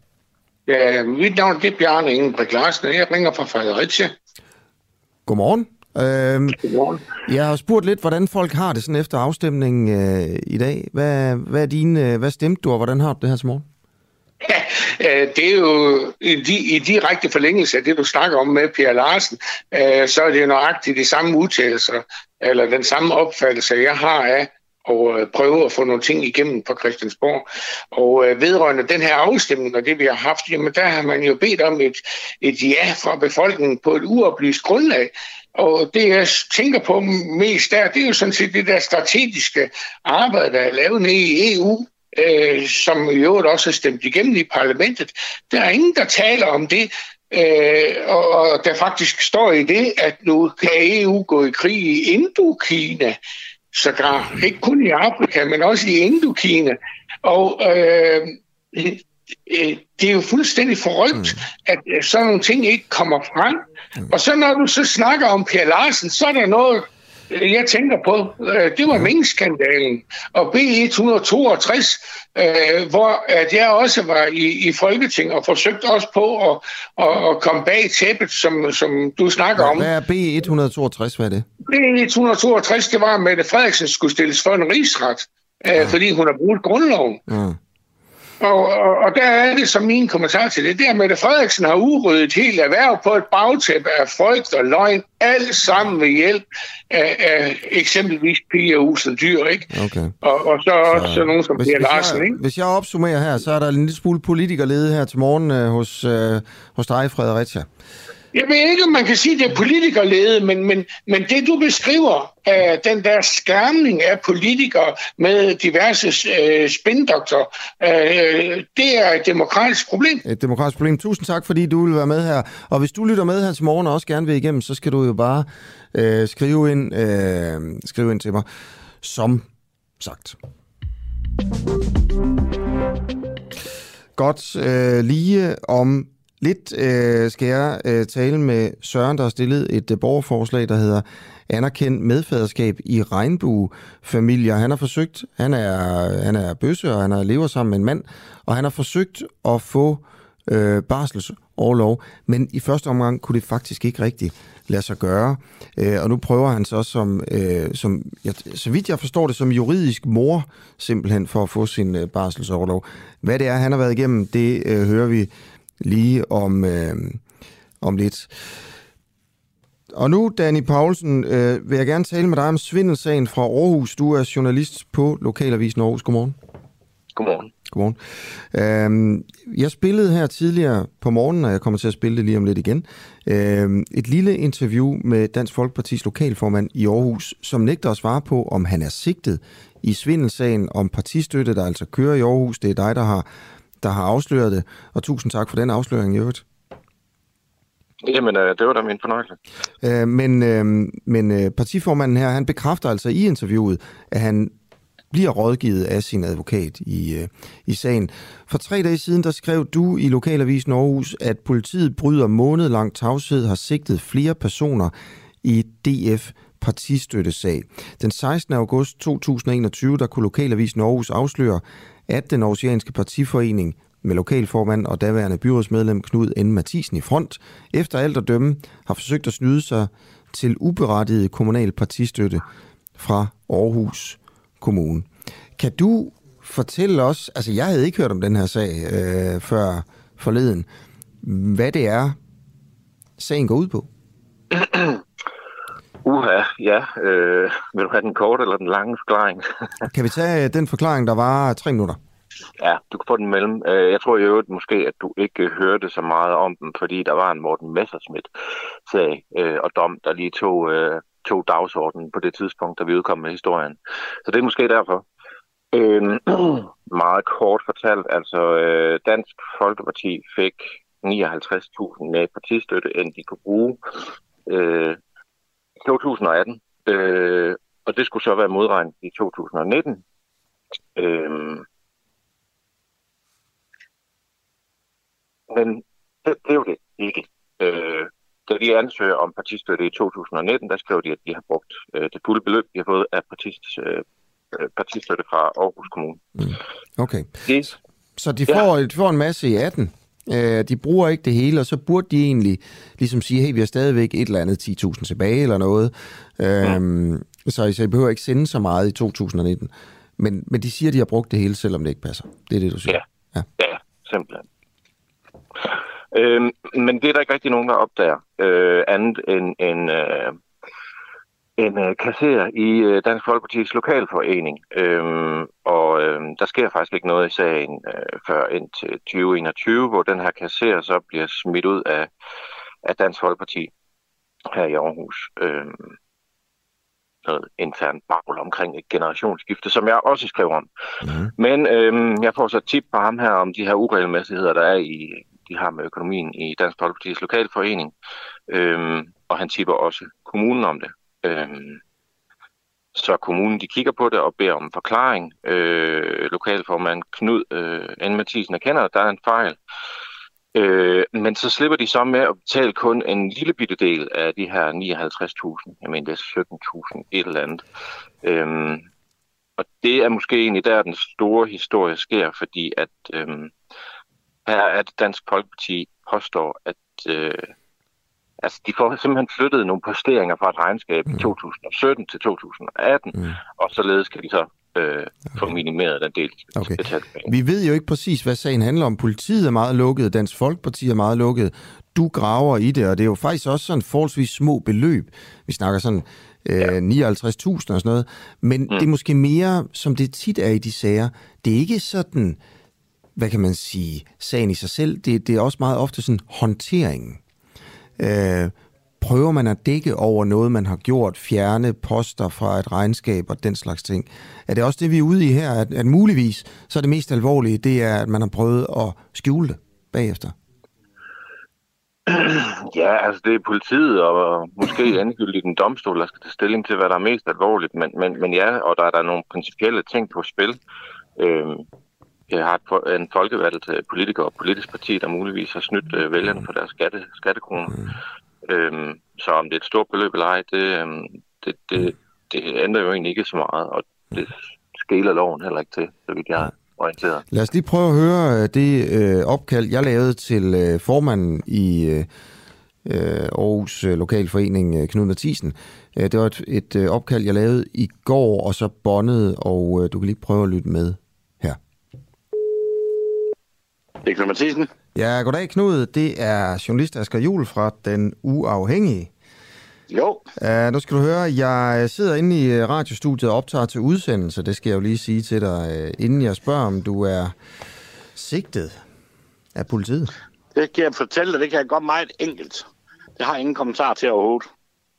Ja, mit navn det er Bjarne Ingebrigt Larsen, og jeg ringer fra Fredericia. Godmorgen. Øhm, Godmorgen. Jeg har spurgt lidt, hvordan folk har det sådan efter afstemningen øh, i dag. Hvad, hvad, er din, øh, hvad stemte du, og hvordan har du det her til morgen? Ja, øh, det er jo i, i direkte forlængelse af det, du snakker om med Per Larsen, øh, så er det jo nøjagtigt de samme udtalelser, eller den samme opfattelse, jeg har af og prøve at få nogle ting igennem på Christiansborg. Og øh, vedrørende den her afstemning og det, vi har haft, jamen der har man jo bedt om et, et ja fra befolkningen på et uoplyst grundlag. Og det, jeg tænker på mest der, det er jo sådan set det der strategiske arbejde, der er lavet nede i E U, øh, som i øvrigt også er stemt igennem i parlamentet. Der er ingen, der taler om det. Øh, og, og der faktisk står i det, at nu kan E U gå i krig i Indokina, sågar ikke kun i Afrika, men også i Indokina. Og øh, øh, det er jo fuldstændig forrygt, mm. at sådan nogle ting ikke kommer frem. Mm. Og så når du så snakker om Per Larsen, så er der noget, jeg tænker på. Det var minkskandalen og B et hundrede og toogtres, øh, hvor at jeg også var i, i Folketinget og forsøgte også på at, at, at komme bag tæppet, som, som du snakker om. Hvad er B et hundrede og toogtres? Hvad er det? B et hundrede og toogtres, det var, at Mette Frederiksen skulle stilles for en rigsret, øh, ja. fordi hun har brugt grundloven. Ja. Og, og, og der er det som min kommentar til det, det er, at Mette Frederiksen har udryddet helt erhverv på et bagtæppe af frygt og løgn, alt sammen ved hjælp af, af eksempelvis Pia Olsen Dyhr, ikke? Okay. Og, og så også så, nogen som hvis, Per hvis Larsen, jeg, ikke? Hvis jeg opsummerer her, så er der en lille smule politikerlede her til morgen øh, hos, øh, hos dig i Fredericia. Jeg ved ikke, om man kan sige, at det er politikerlede, men, men, men det, du beskriver, af den der skærmning af politikere med diverse øh, spindokter, øh, det er et demokratisk problem. Et demokratisk problem. Tusind tak, fordi du vil være med her. Og hvis du lytter med her til morgen og også gerne vil igennem, så skal du jo bare øh, skrive, ind, øh, skrive ind til mig, som sagt. Godt. Øh, lige om lidt øh, skal jeg øh, tale med Søren, der har stillet et øh, borgerforslag, der hedder Anerkendt medfaderskab i regnbuefamilier. Han har forsøgt, han er, han er bøsse, og han har lever sammen med en mand, og han har forsøgt at få øh, barselsorlov, men i første omgang kunne det faktisk ikke rigtigt lade sig gøre. Øh, og nu prøver han så som, øh, som jeg, så vidt jeg forstår det, som juridisk mor, simpelthen for at få sin øh, barselsorlov. Hvad det er, han har været igennem, det øh, hører vi lige om, øh, om lidt. Og nu, Danny Paulsen, øh, vil jeg gerne tale med dig om svindelsagen fra Aarhus. Du er journalist på Lokalavisen Aarhus. Godmorgen. Godmorgen. Godmorgen. Øh, jeg spillede her tidligere på morgenen, og jeg kommer til at spille det lige om lidt igen, øh, et lille interview med Dansk Folkepartis lokalformand i Aarhus, som nægter at svare på, om han er sigtet i svindelsagen om partistøtte, der altså kører i Aarhus. Det er dig, der har der har afsløret det, og tusind tak for den afsløring i øvrigt. Jamen, det var da min fornøjelse. Øh, men øh, men partiformanden her, han bekræfter altså i interviewet, at han bliver rådgivet af sin advokat i, øh, i sagen. For tre dage siden, der skrev du i Lokalavisen Aarhus, at politiet bryder månedlang tavshed, har sigtet flere personer i D F partistøttesag. Den sekstende august to tusind og enogtyve, der kunne Lokalavisen Aarhus afsløre, at den aarhusianske partiforening med lokalformand og daværende byrådsmedlem Knud N. Mathisen i front, efter alt at dømme, har forsøgt at snyde sig til uberettiget kommunal partistøtte fra Aarhus Kommune. Kan du fortælle os, altså jeg havde ikke hørt om den her sag øh, før forleden, hvad det er, sagen går ud på? Uha, ja. Øh, vil du have den korte eller den lange forklaring? Kan vi tage den forklaring, der var tre minutter? Ja, du kan få den mellem. Jeg tror i øvrigt måske, at du ikke hørte så meget om den, fordi der var en Morten Messerschmidt-sag øh, og dom, der lige tog, øh, tog dagsordenen på det tidspunkt, da vi udkom med historien. Så det er måske derfor. Øh, meget kort fortalt, altså øh, Dansk Folkeparti fik nioghalvtreds tusind mere partistøtte, end de kunne bruge øh, i to tusind og atten. Øh, og det skulle så være modregnet i to tusind og nitten. Øh, Men det, det er jo det ikke. Øh, da de ansøger om partistøtte i to tusind og nitten, der skrev de, at de har brugt øh, det fulde beløb, de har fået af partist, øh, partistøtte fra Aarhus Kommune. Mm. Okay. Det, så de får, ja. de får en masse i atten. Øh, de bruger ikke det hele, og så burde de egentlig ligesom sige, hey, vi har stadigvæk et eller andet ti tusind tilbage eller noget. Øh, mm. så, så I behøver ikke sende så meget i to tusind og nitten. Men, men de siger, at de har brugt det hele, selvom det ikke passer. Det er det, du siger. Ja, ja. ja simpelthen. Øh, men det er der ikke rigtig nogen, der opdager øh, andet end en, øh, en øh, kasserer i øh, Dansk Folkepartis lokalforening. Øh, og øh, der sker faktisk ikke noget i sagen øh, før indtil tyve enogtyve, hvor den her kasserer så bliver smidt ud af, af Dansk Folkeparti her i Aarhus. Øh, noget internt bagl omkring et generationsskifte, som jeg også skrev om. Mm-hmm. Men øh, jeg får så et tip på ham her om de her uregelmæssigheder, der er i de har med økonomien i Dansk Folkepartis lokalforening, øhm, og han tipper også kommunen om det. Øhm, så kommunen de kigger på det og beder om forklaring. Øh, lokalformand Knud øh, N. Mathisen erkender, at der er en fejl. Øh, men så slipper de så med at betale kun en lille bitte del af de her nioghalvtreds tusind. Jeg mener, det er sytten tusind et eller andet. Øhm, og det er måske egentlig der, den store historie sker, fordi at øhm, her er det Dansk Folkeparti påstår, at øh, altså, de får simpelthen flyttet nogle posteringer fra et regnskab mm. i to tusind og sytten til to tusind og atten, mm. og således kan de så øh, okay. få minimeret den del. Okay. Vi ved jo ikke præcis, hvad sagen handler om. Politiet er meget lukket, Dansk Folkeparti er meget lukket. Du graver i det, og det er jo faktisk også sådan forholdsvis små beløb. Vi snakker sådan øh, ja. nioghalvtreds tusind og sådan noget. Men mm. det er måske mere, som det tit er i de sager. Det er ikke sådan, hvad kan man sige, sagen i sig selv. Det, det er også meget ofte sådan håndteringen. Øh, prøver man at dække over noget, man har gjort, fjerne poster fra et regnskab og den slags ting. Er det også det, vi er ude i her, at, at muligvis, så er det mest alvorlige, det er, at man har prøvet at skjule det bagefter? Ja, altså det er politiet og måske endegyldigt en domstol, der skal tage stilling til, hvad der er mest alvorligt, men, men, men ja, og der er der nogle principielle ting på spil. Øhm, jeg har en folkevalgt politiker og politisk parti, der muligvis har snydt øh, vælgerne for deres skatte, skattekroner. Mm. Øhm, så om det er et stort beløb eller ej, det, øhm, det, det, det ændrer jo egentlig ikke så meget, og det skæler loven heller ikke til, så vidt jeg er orienteret. Lad os lige prøve at høre det øh, opkald, jeg lavede til øh, formanden i øh, Aarhus øh, Lokalforening, øh, Knud Mathisen. Øh, det var et, et øh, opkald, jeg lavede i går, og så båndede, og øh, du kan lige prøve at lytte med her. Det er Knud Mathisen. Ja, goddag Knud. Det er journalist Asger Juhl fra Den Uafhængige. Jo. Uh, nu skal du høre, jeg sidder inde i radiostudiet og optager til udsendelse. Det skal jeg jo lige sige til dig, inden jeg spørger, om du er sigtet af politiet. Det kan jeg fortælle dig, det kan jeg godt meget enkelt. Det har jeg ingen kommentar til overhovedet.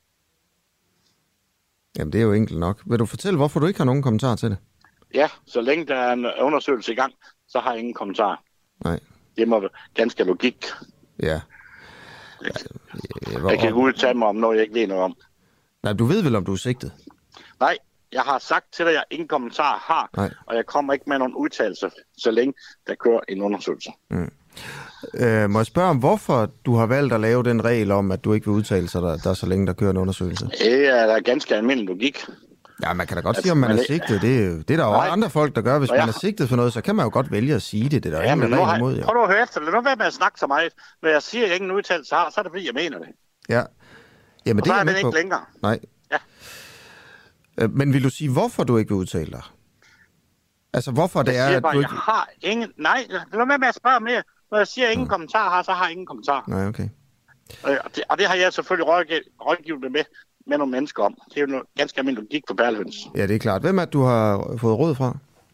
Jamen, det er jo enkelt nok. Vil du fortælle, hvorfor du ikke har nogen kommentar til det? Ja, så længe der er en undersøgelse i gang, så har jeg ingen kommentar. Nej. Det må være ganske logik. Ja. Jeg kan ikke udtale mig om noget, jeg ikke ved noget om. Nej, du ved vel, om du er sigtet? Nej, jeg har sagt til dig, at jeg ingen kommentar har, Nej. og jeg kommer ikke med nogen udtalelser, så længe der kører en undersøgelse. Mm. Øh, må jeg spørge om, hvorfor du har valgt at lave den regel om, at du ikke vil udtale sig, der, der så længe der kører en undersøgelse? Det er da ganske almindelig logik. Ja, man kan da godt altså, sige, om man, man er sigtet. Det er, det er der jo også andre folk, der gør. Hvis man er sigtet for noget, så kan man jo godt vælge at sige det. Det er der ja, ingen regel imod. Ja. Prøv du at høre efter. Lad nu være med at snakke så meget. Når jeg siger, at jeg ingen udtalelse har, så er det fordi, jeg mener det. Ja. Jamen, og det så er er det ikke ikke længere. Nej. Ja. Men vil du sige, hvorfor du ikke vil udtale dig? Altså, hvorfor det jeg er, at bare, du ikke... Jeg har ingen... Nej, lad mig med at spørge mere. Når jeg siger, at ingen mm. kommentar har, så har jeg ingen kommentar. Nej, okay. Og det, og det har jeg selvfølgelig rådgivet, rådgivet med, med nogle mennesker om. Det er jo noget ganske almindelig logik for Berlhøns. Ja, det er klart. Hvem er det, du har fået råd fra?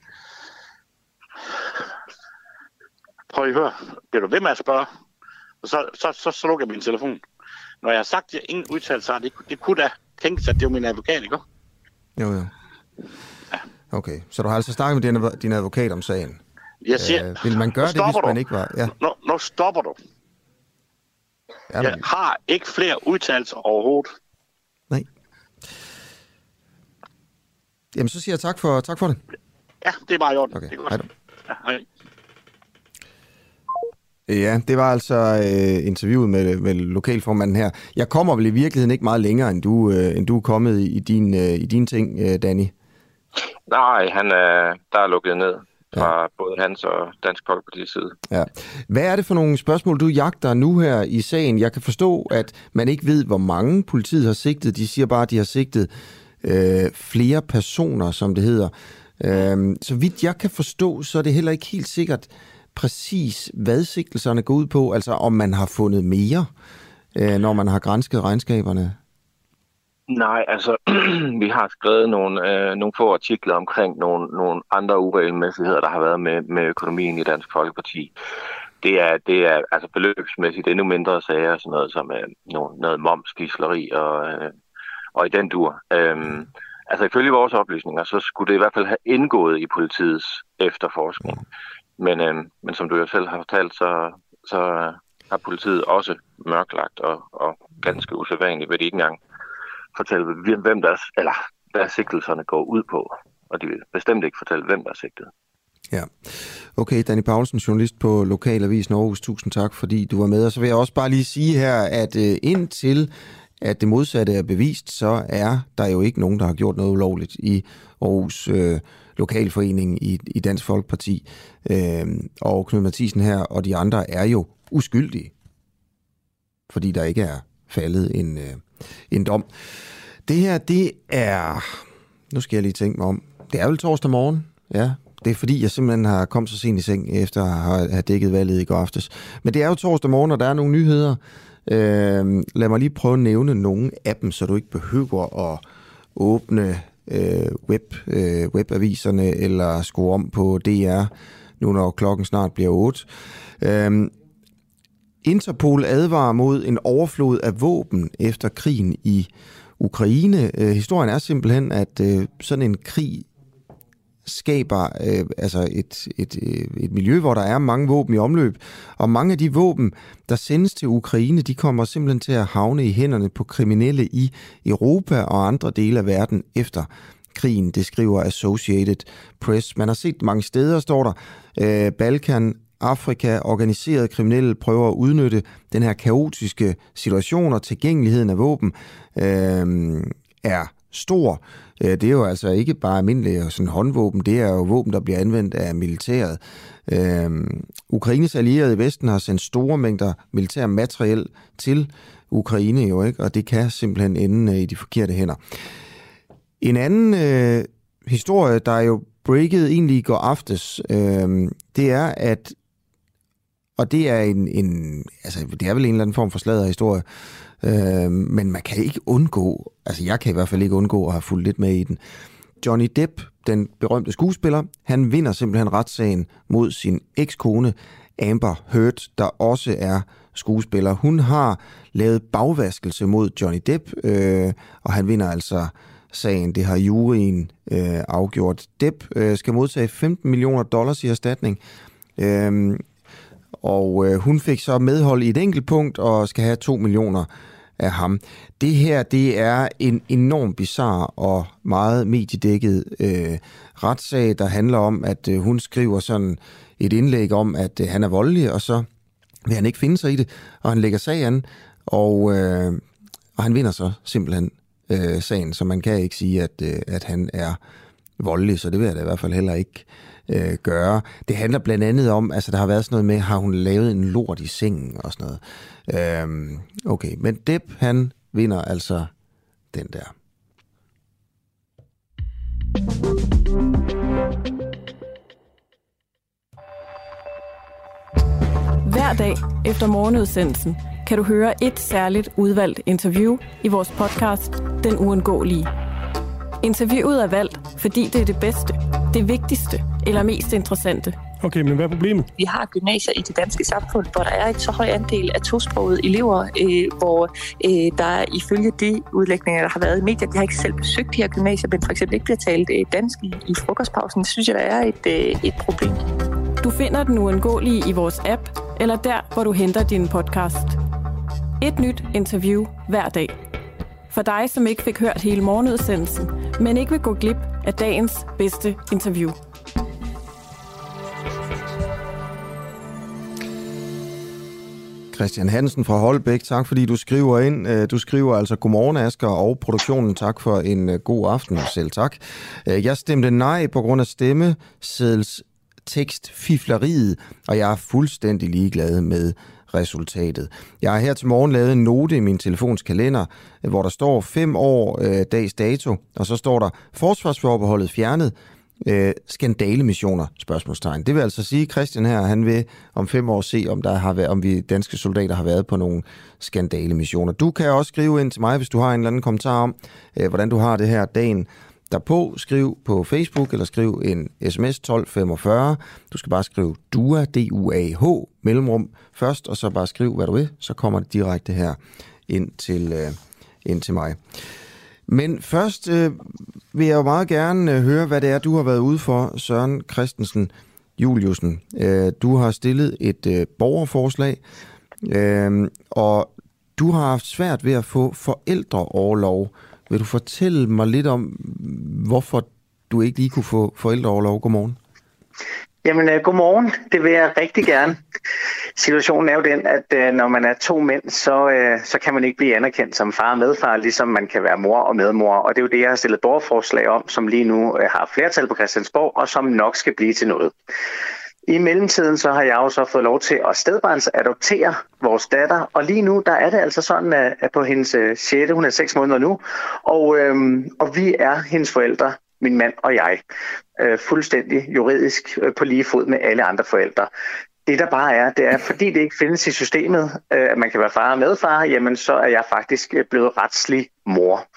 Prøv at høre. Bliver du ved med at spørge, så, så, så, så lukker jeg min telefon. Når jeg har sagt, at jeg ingen udtalelse har, det, det kunne da tænke sig, at det var min advokat, ikke? Jo, jo. Ja. Okay, så du har altså snakket med din, din advokat om sagen? Jeg siger, øh, vil man gøre det, hvis du. man ikke var... Ja. Nu, nu stopper du. Jamen. Jeg har ikke flere udtalelser overhovedet. Nej. Jamen, så siger jeg tak for, tak for det. Ja, det er bare i orden. Okay, det er godt. Hej då. Ja, hej. Ja, det var altså øh, interviewet med, med lokalformanden her. Jeg kommer vel i virkeligheden ikke meget længere, end du, øh, end du er kommet i, i, din, øh, i dine ting, øh, Danny. Nej, han er, der er lukket ned fra ja. både hans og Dansk Folkepartis side. Ja. Hvad er det for nogle spørgsmål, du jagter nu her i sagen? Jeg kan forstå, at man ikke ved, hvor mange politiet har sigtet. De siger bare, at de har sigtet øh, flere personer, som det hedder. Øh, så vidt jeg kan forstå, så er det heller ikke helt sikkert præcis, hvad sigtelserne går ud på. Altså om man har fundet mere, øh, når man har gransket regnskaberne. Nej, altså, vi har skrevet nogle, øh, nogle få artikler omkring nogle, nogle andre uregelmæssigheder, der har været med, med økonomien i Dansk Folkeparti. Det er, det er altså beløbsmæssigt endnu mindre sager, sådan noget som øh, noget, noget momsgisleri og, øh, og i den dur. Øhm, altså ifølge vores oplysninger, så skulle det i hvert fald have indgået i politiets efterforskning. Men, øh, men som du jo selv har fortalt, så, så har politiet også mørklagt og, og ganske usædvanligt, ved de ikke engang fortælle, hvem der, eller hvad sigtelserne går ud på. Og de vil bestemt ikke fortælle, hvem der er sigtet. Ja. Okay, Danny Paulsen, journalist på Lokalavisen Aarhus. Tusind tak, fordi du var med. Og så vil jeg også bare lige sige her, at øh, indtil at det modsatte er bevist, så er der jo ikke nogen, der har gjort noget ulovligt i Aarhus øh, Lokalforening i, i Dansk Folkeparti. Øh, og Knud Mathisen her og de andre er jo uskyldige, fordi der ikke er faldet en, øh, en dom. Det her, det er... Nu skal jeg lige tænke mig om. Det er vel torsdag morgen, ja. Det er fordi, jeg simpelthen har kommet så sent i seng, efter at have dækket valget i går aftes. Men det er jo torsdag morgen, og der er nogle nyheder. Øh, lad mig lige prøve at nævne nogle af dem, så du ikke behøver at åbne øh, web, øh, webaviserne eller skrue om på D R, nu når klokken snart bliver otte. Øh, Interpol advarer mod en overflod af våben efter krigen i Ukraine. Øh, historien er simpelthen, at øh, sådan en krig skaber øh, altså et, et, et miljø, hvor der er mange våben i omløb, og mange af de våben, der sendes til Ukraine, de kommer simpelthen til at havne i hænderne på kriminelle i Europa og andre dele af verden efter krigen, det skriver Associated Press. Man har set mange steder, står der, øh, Balkan, Afrika, organiserede kriminelle prøver at udnytte den her kaotiske situation, og tilgængeligheden af våben øh, er stor. Det er jo altså ikke bare almindelige sådan håndvåben, det er jo våben, der bliver anvendt af militæret. Øhm, Ukraines allierede i Vesten har sendt store mængder militær materiel til Ukraine, jo ikke, og det kan simpelthen ende i de forkerte hænder. En anden øh, historie, der er jo breaket egentlig i går aftes, øh, det er, at og det er en, en altså det er vel en eller anden form for sladderhistorie, øh, men man kan ikke undgå, altså jeg kan i hvert fald ikke undgå at have fulgt lidt med i den. Johnny Depp, den berømte skuespiller, han vinder simpelthen retssagen mod sin ekskone Amber Heard, der også er skuespiller. Hun har lavet bagvaskelse mod Johnny Depp, øh, og han vinder altså sagen. Det har juryen øh, afgjort. Depp øh, skal modtage femten millioner dollars i erstatning. Øh, og øh, hun fik så medhold i et enkelt punkt og skal have to millioner af ham. Det her, det er en enorm bizarre og meget mediedækket øh, retssag, der handler om, at øh, hun skriver sådan et indlæg om, at øh, han er voldelig, og så vil han ikke finde sig i det, og han lægger sag an, og, øh, og han vinder så simpelthen øh, sagen, så man kan ikke sige, at, øh, at han er voldelig, så det vil jeg da i hvert fald heller ikke øh, gøre. Det handler blandt andet om, altså der har været sådan noget med, har hun lavet en lort i sengen og sådan noget. Øhm, okay, men Depp, han vinder altså den der. Hver dag efter morgenudsendelsen kan du høre et særligt udvalgt interview i vores podcast Den Uundgåelige. Interviewet er valgt, fordi det er det bedste, det vigtigste eller mest interessante. Okay, men hvad er problemet? Vi har gymnasier i det danske samfund, hvor der er et så høj andel af tosprogede elever, øh, hvor øh, der ifølge de udlægninger, der har været i medier, de har ikke selv besøgt de her gymnasier, men for eksempel ikke bliver talt øh, dansk i, i frokostpausen. Det synes jeg, der er et, øh, et problem. Du finder Den Uundgåelige i vores app, eller der, hvor du henter din podcast. Et nyt interview hver dag. For dig, som ikke fik hørt hele morgenudsendelsen, men ikke vil gå glip af dagens bedste interview. Christian Hansen fra Holbæk, tak fordi du skriver ind. Du skriver altså godmorgen, Asger, og produktionen, tak for en god aften, selv tak. Jeg stemte nej på grund af stemmeseddels tekstfifleriet, og jeg er fuldstændig ligeglad med resultatet. Jeg har her til morgen lavet en note i min telefons kalender, hvor der står fem år øh, dags dato, og så står der forsvarsforbeholdet fjernet, øh, skandalemissioner, spørgsmålstegn. Det vil altså sige, Christian her, han vil om fem år se, om, der har været, om vi danske soldater har været på nogle skandalemissioner. Du kan også skrive ind til mig, hvis du har en eller anden kommentar om, øh, hvordan du har det her dagen derpå. Skriv på Facebook, eller skriv en sms tolv femogfyrre. Du skal bare skrive D U A, D U A H, mellemrum først, og så bare skriv, hvad du vil. Så kommer det direkte her ind til, øh, ind til mig. Men først øh, vil jeg jo meget gerne øh, høre, hvad det er, du har været ude for, Søren Christensen Juliusen. Øh, du har stillet et øh, borgerforslag, øh, og du har haft svært ved at få forældreorlov. Vil du fortælle mig lidt om, hvorfor du ikke lige kunne få forældreorlov? Godmorgen. Jamen, uh, godmorgen. Det vil jeg rigtig gerne. Situationen er jo den, at uh, når man er to mænd, så, uh, så kan man ikke blive anerkendt som far og medfar, ligesom man kan være mor og medmor. Og det er jo det, jeg har stillet borgerforslag om, som lige nu uh, har flertal på Christiansborg, og som nok skal blive til noget. I mellemtiden så har jeg jo så fået lov til at stedbarnsadoptere vores datter, og lige nu der er det altså sådan, at på hendes sjette, hun er seks måneder nu, og, øhm, og vi er hendes forældre, min mand og jeg, øh, fuldstændig juridisk øh, på lige fod med alle andre forældre. Det der bare er, det er, fordi det ikke findes i systemet, øh, at man kan være far og medfar, jamen så er jeg faktisk blevet retslig mor.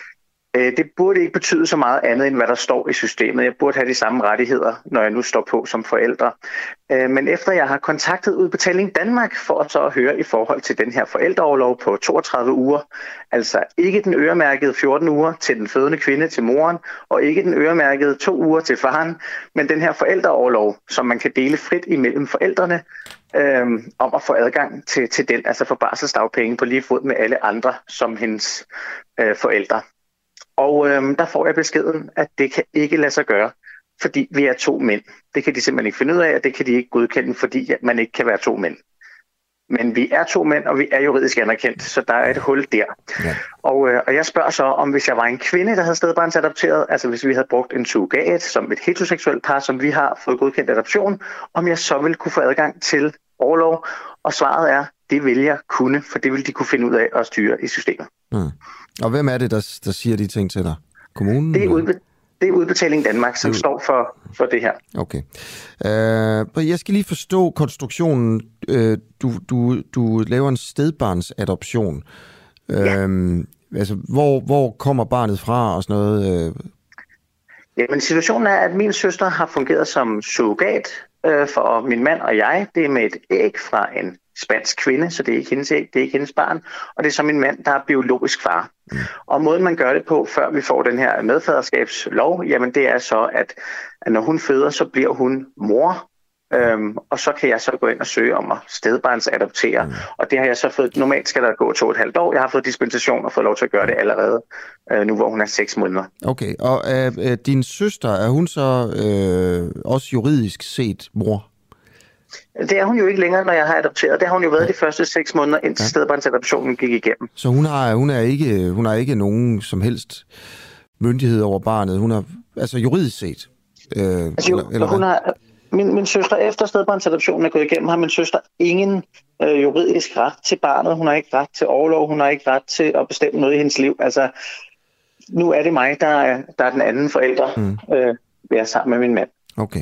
Det burde ikke betyde så meget andet, end hvad der står i systemet. Jeg burde have de samme rettigheder, når jeg nu står på som forældre. Men efter jeg har kontaktet Udbetaling Danmark for at så høre i forhold til den her forældreorlov på toogtredive uger, altså ikke den øremærkede fjorten uger til den fødende kvinde, til moren, og ikke den øremærkede to uger til faren, men den her forældreorlov, som man kan dele frit imellem forældrene, øhm, om at få adgang til, til den, altså for barselsdagpenge på lige fod med alle andre som hendes øh, forældre. Og øhm, der får jeg beskeden, at det kan ikke lade sig gøre, fordi vi er to mænd. Det kan de simpelthen ikke finde ud af, og det kan de ikke godkende, fordi man ikke kan være to mænd. Men vi er to mænd, og vi er juridisk anerkendt, så der er et hul der. Ja. Og, øh, og jeg spørger så, om hvis jeg var en kvinde, der havde stedbarnsadopteret, altså hvis vi havde brugt en surrogat som et heteroseksuelt par, som vi har fået godkendt adoption, om jeg så ville kunne få adgang til orlov. Og svaret er, det vil jeg kunne, for det vil de kunne finde ud af at styre i systemet. Mm. Og hvem er det, der, der siger de ting til dig? Kommunen? Det er, udbe- det er Udbetaling Danmark, som det... står for, for det her. Okay. Uh, jeg skal lige forstå konstruktionen. Uh, du, du, du laver en stedbarnsadoption. Ja. Uh, altså, hvor, hvor kommer barnet fra og sådan noget? Uh... Jamen, situationen er, at min søster har fungeret som surrogat uh, for min mand og jeg. Det er med et æg fra en spansk kvinde, så det er ikke hendes æg, det er ikke hendes barn, og det er så min mand, der er biologisk far. Mm. Og måden man gør det på, før vi får den her medfaderskabslov, jamen det er så, at, at når hun føder, så bliver hun mor Øhm, og så kan jeg så gå ind og søge om at stedbarnsadoptere. Mm. Og det har jeg så fået, normalt skal der gå to og et halvt år. Jeg har fået dispensation og fået lov til at gøre det allerede, øh, nu hvor hun er seks måneder. Okay, og øh, din søster, er hun så øh, også juridisk set mor? Det er hun jo ikke længere, når jeg har adopteret. Det har hun jo været ja. de første seks måneder, indtil ja. stedbarnsadoptionen gik igennem. Så hun har, hun er ikke, hun har ikke nogen som helst myndighed over barnet? Hun har, altså juridisk set? Øh, altså jo, eller, eller hun har, min, min søster, efter stedbarnsadoptionen er gået igennem, har min søster ingen øh, juridisk ret til barnet. Hun har ikke ret til orlov, hun har ikke ret til at bestemme noget i hendes liv. Altså, nu er det mig, der er, der er den anden forælder, mm. øh, ved at sammen med min mand. Okay.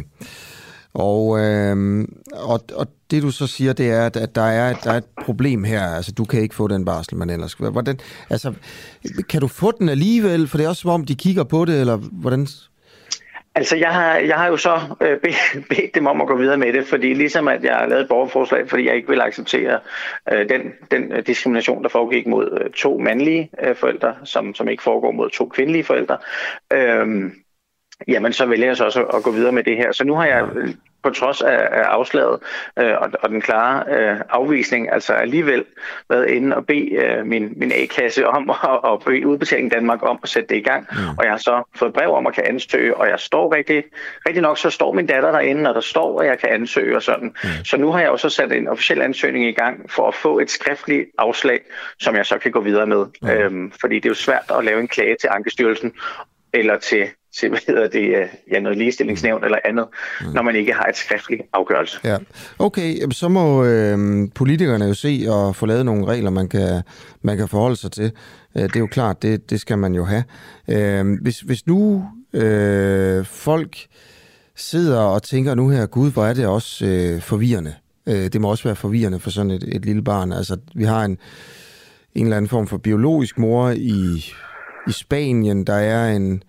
Og, øh, og, og det du så siger, det er, at der er, der er et problem her. Altså, du kan ikke få den barsel, man ellers skal. Hvordan, altså, kan du få den alligevel? For det er også som om, de kigger på det, eller hvordan? Altså, jeg har, jeg har jo så øh, bedt, bedt dem om at gå videre med det, fordi ligesom at jeg har lavet et borgerforslag, fordi jeg ikke vil acceptere øh, den, den øh, diskrimination, der foregik mod øh, to mandlige øh, forældre, som, som ikke foregår mod to kvindelige forældre, øh, jamen så vælger jeg så også at gå videre med det her. Så nu har jeg på trods af, af afslaget øh, og, og den klare øh, afvisning, altså alligevel været inde og bede øh, min, min A-kasse om at og bede Udbetaling Danmark om at sætte det i gang. Mm. Og jeg har så fået brev om at kan ansøge, og jeg står rigtig, rigtig nok, så står min datter derinde, og der står, at jeg kan ansøge og sådan. Mm. Så nu har jeg jo så sat en officiel ansøgning i gang for at få et skriftligt afslag, som jeg så kan gå videre med. Mm. Øhm, fordi det er jo svært at lave en klage til Ankestyrelsen eller til til, hvad hedder det, ja, noget ligestillingsnævn eller andet, mm. når man ikke har et skriftligt afgørelse. Ja. Okay, så må øh, politikerne jo se og få lavet nogle regler, man kan, man kan forholde sig til. Det er jo klart, det, det skal man jo have. Øh, hvis, hvis nu øh, folk sidder og tænker nu her, gud, hvor er det også øh, forvirrende. Øh, det må også være forvirrende for sådan et, et lille barn. Altså, vi har en, en eller anden form for biologisk mor i, i Spanien, der er en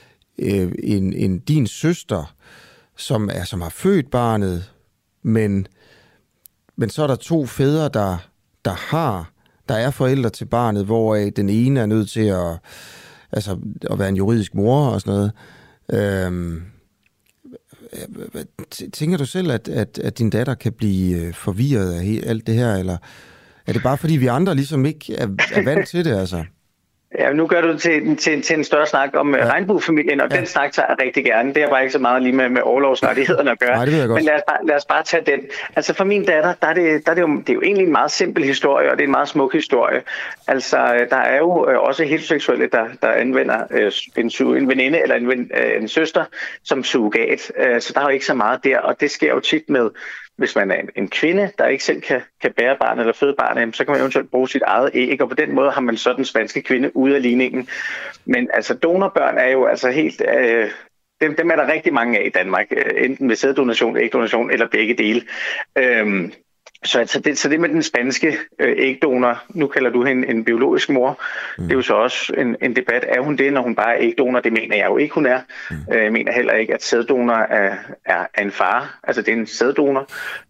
En, en din søster, som er som har født barnet, men, men så er der to fædre, der, der har, der er forældre til barnet, hvoraf den ene er nødt til at, altså, at være en juridisk mor og sådan noget. Øhm, tænker du selv, at, at, at din datter kan blive forvirret af alt det her, eller er det bare fordi vi andre ligesom ikke er, er vant til det, altså? Ja, nu gør du det til, til, til en større snak om ja. regnbuefamilien, og ja. den snak tager jeg rigtig gerne. Det er bare ikke så meget lige med, med overlovsrettighederne at gøre. Nej, det ved jeg godt. Men lad os, bare, lad os bare tage den. Altså for min datter, der er, det, der er det, jo, det er jo egentlig en meget simpel historie, og det er en meget smuk historie. Altså, der er jo også heteroseksuelle, der, der anvender øh, en, en veninde eller en, ven, øh, en søster som surrogat. Så der er jo ikke så meget der, og det sker jo tit med, hvis man er en, en kvinde, der ikke selv kan, kan bære barn eller føde barn, så kan man eventuelt bruge sit eget æg, og på den måde har man så den spanske kvinde ude af ligningen. Men altså donorbørn er jo altså helt... Øh, dem, dem er der rigtig mange af i Danmark, øh, enten ved sæddonation, ægdonation eller begge dele. Øhm, så, altså det, så det med den spanske øh, ægdonor, nu kalder du hende en biologisk mor, mm. det er jo så også en, en debat. Er hun det, når hun bare er ægdonor? Det mener jeg jo ikke, hun er. Mm. Øh, jeg mener heller ikke, at sæddonor er, er, er en far. Altså det er en sæddonor.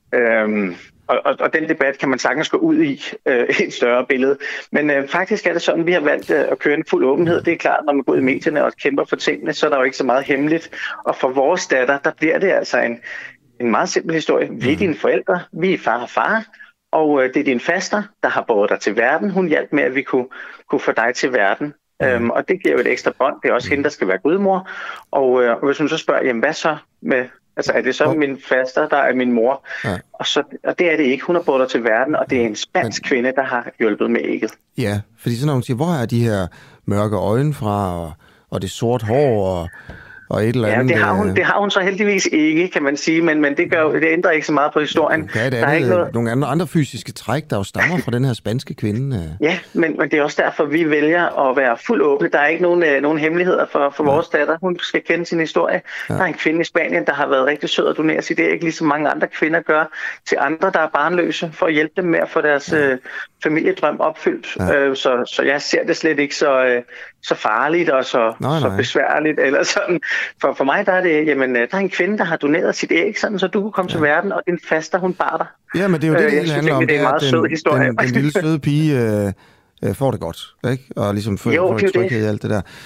Øhm, og, og, og den debat kan man sagtens gå ud i øh, et større billede. Men øh, faktisk er det sådan, at vi har valgt øh, at køre en fuld åbenhed. Det er klart, når man går ud i medierne og kæmper for tingene, så er der jo ikke så meget hemmeligt. Og for vores datter, der bliver det altså en En meget simpel historie. Vi er dine forældre, vi er far og far, og øh, det er din faster, der har båret dig til verden. Hun hjalp med, at vi kunne, kunne få dig til verden. Mm. Øhm, og det giver jo et ekstra bånd. Det er også mm. hende, der skal være gudmor. Og, øh, og hvis hun så spørger, jamen hvad så med... Altså er det så oh. min faster, der er min mor? Ja. Og, så, og det er det ikke. Hun har båret dig til verden, og det er en spansk Men... kvinde, der har hjulpet med ægget. Ja, fordi så når hun siger, hvor er de her mørke øjne fra, og, og det sort hår, og... Og et eller andet, ja, det har, hun, det har hun så heldigvis ikke, kan man sige, men, men det, gør, det ændrer ikke så meget på historien. Okay, det er, der er ikke noget... nogle andre, andre fysiske træk, der jo stammer fra den her spanske kvinde. Ja, men, men det er også derfor, vi vælger at være fuldt åbne. Der er ikke nogen, nogen hemmeligheder for, for ja. vores datter. Hun skal kende sin historie. Ja. Der er en kvinde i Spanien, der har været rigtig sød at donere sit æg, ligesom mange andre kvinder gør, til andre, der er barnløse, for at hjælpe dem med at få deres ja. øh, familiedrøm opfyldt. Ja. Øh, så, så jeg ser det slet ikke så, øh, så farligt og så, nej, så nej. besværligt eller sådan. For, for mig der er det, jamen, der er en kvinde, der har doneret sit æg, sådan, så du kunne komme ja. til verden, og din faster, hun bar dig. Ja, men det er jo det, det hele handler om. Det er en meget sød historie. Den, den lille søde pige øh, øh, får det godt, ikke? Og ligesom får tryghed i alt det der.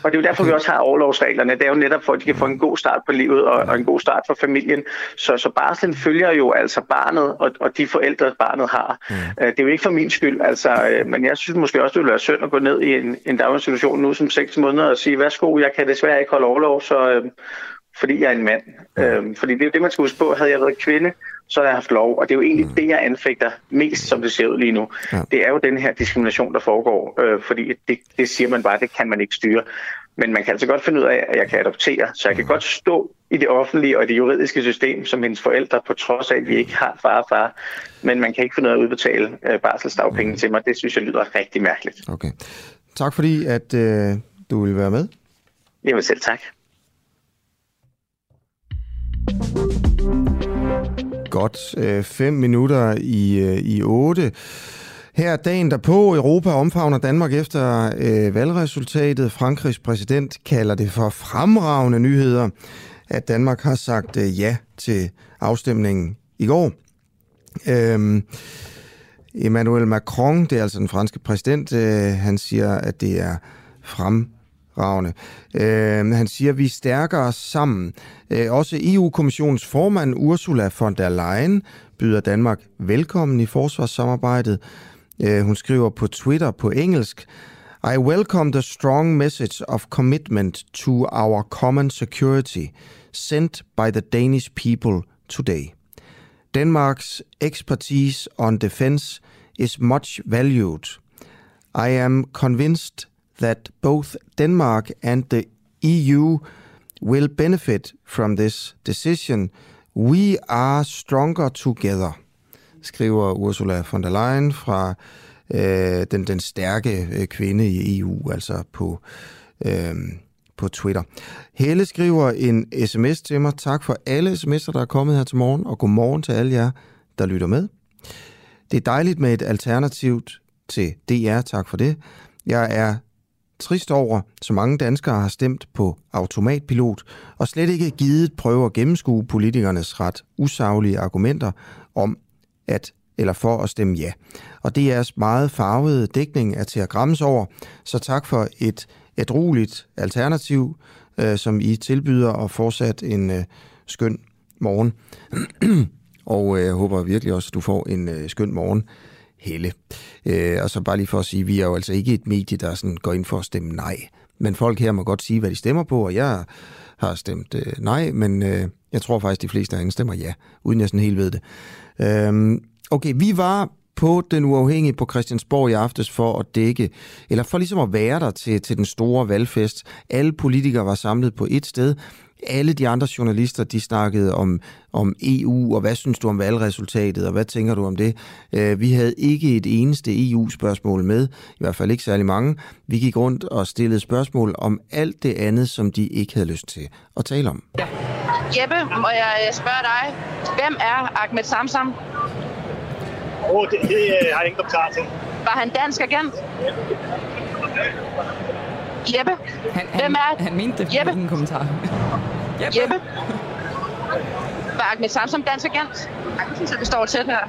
Og det er jo derfor, okay. vi også har overlovsreglerne. Det er jo netop for, at de kan få en god start på livet og, og en god start for familien. Så, så barslen følger jo altså barnet og, og de forældre, barnet har. Mm. Det er jo ikke for min skyld, altså, men jeg synes måske også, det ville være synd at gå ned i en, en daginstitution nu som seks måneder og sige, værsgo, jeg kan desværre ikke holde overlov, så, øh, fordi jeg er en mand. Mm. Øh, fordi det er jo det, man skal huske på. Havde jeg været kvinde, så havde jeg haft lov, og det er jo egentlig mm. det, jeg anfægter mest, som det ser ud lige nu. Ja. Det er jo den her diskrimination, der foregår, øh, fordi det, det siger man bare, det kan man ikke styre. Men man kan altså godt finde ud af, at jeg kan adoptere, så jeg kan godt stå i det offentlige og det juridiske system som hendes forældre, på trods af, at vi ikke har far og far. Men man kan ikke finde ud af at udbetale øh, barselsdagpenge mm. til mig. Det synes jeg lyder rigtig mærkeligt. Okay. Tak fordi, at øh, du vil være med. Jamen selv tak. Godt øh, fem minutter i, øh, i otte. Her dagen derpå, Europa omfavner Danmark efter øh, valgresultatet. Frankrigs præsident kalder det for fremragende nyheder, at Danmark har sagt øh, ja til afstemningen i går. Øhm, Emmanuel Macron, det er altså den franske præsident, øh, han siger, at det er fremragende. Øh, han siger, at vi stærker os sammen. Øh, også E U-kommissionens formand Ursula von der Leyen byder Danmark velkommen i forsvarssamarbejdet. Hun skriver på Twitter på engelsk: I welcome the strong message of commitment to our common security sent by the Danish people today. Denmark's expertise on defense is much valued. I am convinced that both Denmark and the E U will benefit from this decision. We are stronger together, skriver Ursula von der Leyen fra øh, den, den stærke øh, kvinde i E U, altså på, øh, på Twitter. Helle skriver en sms til mig. Tak for alle sms'er, der er kommet her til morgen, og godmorgen til alle jer, der lytter med. Det er dejligt med et alternativ til D R, tak for det. Jeg er trist over, så mange danskere har stemt på automatpilot, og slet ikke givet prøve at gennemskue politikernes ret usaglige argumenter om, at eller for at stemme ja. Og det er meget farvede dækning er til at græmmes over, så tak for et ædrueligt alternativ, øh, som I tilbyder, og fortsat en øh, skøn morgen. og øh, jeg håber virkelig også, at du får en øh, skøn morgen, Helle. Øh, og så bare lige for at sige, vi er jo altså ikke et medie, der sådan går ind for at stemme nej. Men folk her må godt sige, hvad de stemmer på, og jeg har stemt øh, nej, men øh, jeg tror faktisk, de fleste herinde stemmer ja, uden jeg sådan helt ved det. Okay, vi var på Den Uafhængige på Christiansborg i aftes for at dække, eller for ligesom at være der til, til den store valgfest. Alle politikere var samlet på et sted. Alle de andre journalister, de snakkede om, om E U, og hvad synes du om valgresultatet, og hvad tænker du om det? Vi havde ikke et eneste E U-spørgsmål med, i hvert fald ikke særlig mange. Vi gik rundt og stillede spørgsmål om alt det andet, som de ikke havde lyst til at tale om. Ja. Jeppe, må jeg spørge dig, hvem er Ahmed Samsam? Åh, oh, det, det har jeg ikke kommentar til. Var han dansk agent? Jeppe, han, hvem er... Han, han mente det, Jeppe. Ingen kommentar. Jeppe. Jeppe. Var Ahmed Samsam dansk agent? Jeg synes, at det står tæt her.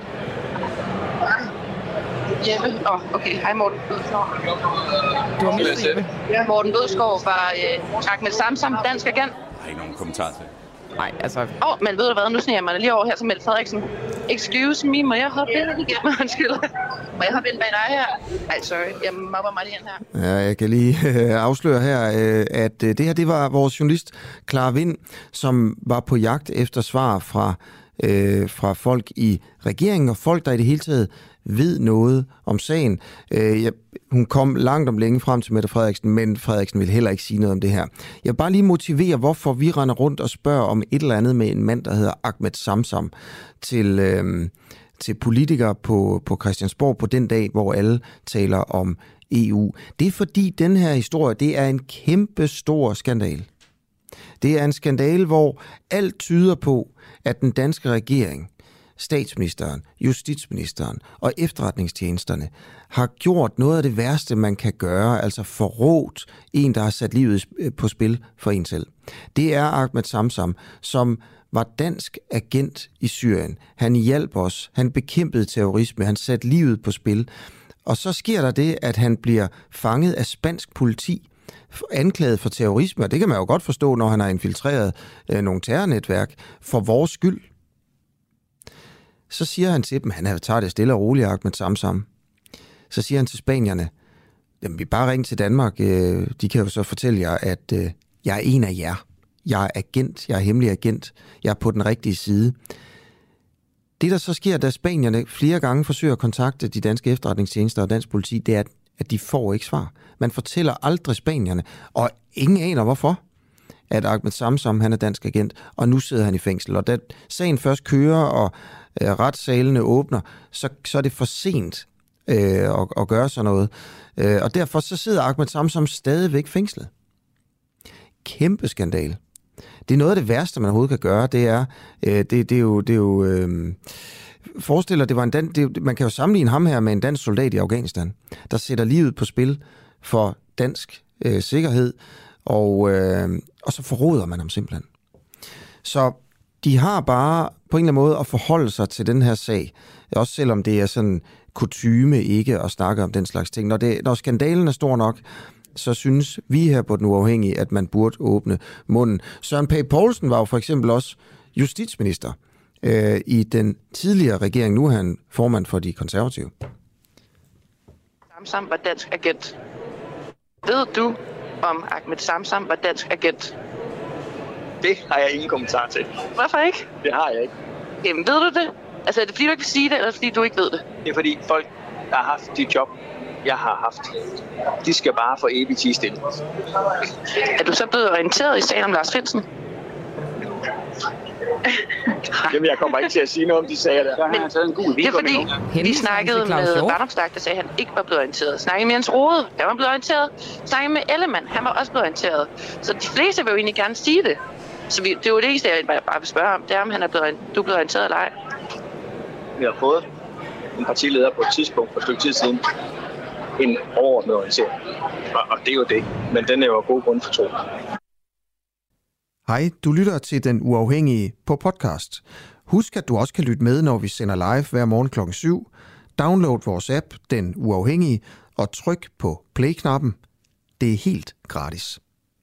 Jeppe. Åh, oh, okay. Hej, Morten Bødskov. Du har mistet Jeppe. Ja. Morten Bødskov var øh, Ahmed Samsam dansk agent. Jeg har ikke nogen kommentar til. Nej, altså... Åh, oh, men ved du hvad, nu sniger jeg mig lige over her til Mette Frederiksen. Excuse me, må jeg hoppe ind igen? Undskyld. Må jeg hoppe ind bag dig her? Ej, sorry, jeg mobber mig lige ind her. Ja, jeg kan lige øh, afsløre her, øh, at øh, det her, det var vores journalist, Clara Vind, som var på jagt efter svar fra, øh, fra folk i regeringen, og folk, der i det hele taget ved noget om sagen. Øh, jeg, hun kom langt om længe frem til Mette Frederiksen, men Frederiksen vil heller ikke sige noget om det her. Jeg vil bare lige motivere, hvorfor vi render rundt og spørger om et eller andet med en mand, der hedder Ahmed Samsam, til, øh, til politikere på, på Christiansborg på den dag, hvor alle taler om E U. Det er fordi, den her historie, det er en kæmpe stor skandal. Det er en skandal, hvor alt tyder på, at den danske regering, statsministeren, justitsministeren og efterretningstjenesterne har gjort noget af det værste, man kan gøre, altså forrådt en, der har sat livet på spil for en selv. Det er Ahmed Samsam, som var dansk agent i Syrien. Han hjalp os, han bekæmpede terrorisme, han satte livet på spil. Og så sker der det, at han bliver fanget af spansk politi anklaget for terrorisme, og det kan man jo godt forstå, når han har infiltreret øh, nogle terrornetværk, for vores skyld. Så siger han til dem, han tager det stille og roligt, Ahmed Samsam. Så siger han til spanierne, jamen vi bare ring til Danmark, øh, de kan jo så fortælle jer, at øh, jeg er en af jer. Jeg er agent, jeg er hemmelig agent, jeg er på den rigtige side. Det, der så sker, da spanierne flere gange forsøger at kontakte de danske efterretningstjenester og dansk politi, det er, at de får ikke svar. Man fortæller aldrig spanierne, og ingen aner hvorfor, at Ahmed Samsam, han er dansk agent, og nu sidder han i fængsel. Og da sagen først kører, og øh, retssalene åbner, så, så er det for sent øh, at, at gøre sådan noget. Øh, og derfor så sidder Ahmed Samsam stadigvæk fængslet. Kæmpe skandal. Det er noget af det værste, man overhovedet kan gøre. Det er, øh, det, det er jo... Det er jo øh, forestil dig, det var en dan- det, man kan jo sammenligne ham her med en dansk soldat i Afghanistan, der sætter livet på spil for dansk øh, sikkerhed, og, øh, og så forråder man ham simpelthen. Så de har bare på en eller anden måde at forholde sig til den her sag, også selvom det er sådan kutyme ikke at snakke om den slags ting. Når, det, når skandalen er stor nok, så synes vi her på Den Uafhængige, at man burde åbne munden. Søren Pape Poulsen var jo for eksempel også justitsminister øh, i den tidligere regering. Nu er han formand for de konservative. Samsam var dansk agent. Ved du, om Ahmed Samsam var dansk agent? Det har jeg ingen kommentar til. Hvorfor ikke? Det har jeg ikke. Jamen, ved du det? Altså, er det fordi, du ikke vil sige det, eller fordi du ikke ved det? Det er fordi folk, der har haft de job, jeg har haft, de skal bare få evigt tid stille. Er du så blevet orienteret i sagen om Lars Findsen? Jamen, jeg kommer ikke til at sige noget om de sager der. Men det er fordi, vi snakkede med Vanopslagh, der sagde, at han ikke var blevet orienteret. Snakkede med Jens Rode, han var blevet orienteret. Snakkede med Ellemann, han var også blevet orienteret. Så de fleste vil jo egentlig gerne sige det. Så vi, det er jo det eneste, jeg bare vil spørge om, det er, om han er blevet, du er blevet orienteret eller ej. Vi har fået en partileder på et tidspunkt for et stykke tid siden en overordnet orientering. Og, og det er jo det. Men den er jo af god grund for tro. Hej, du lytter til Den Uafhængige på podcast. Husk, at du også kan lytte med, når vi sender live hver morgen klokken syv. Download vores app, Den Uafhængige, og tryk på play-knappen. Det er helt gratis.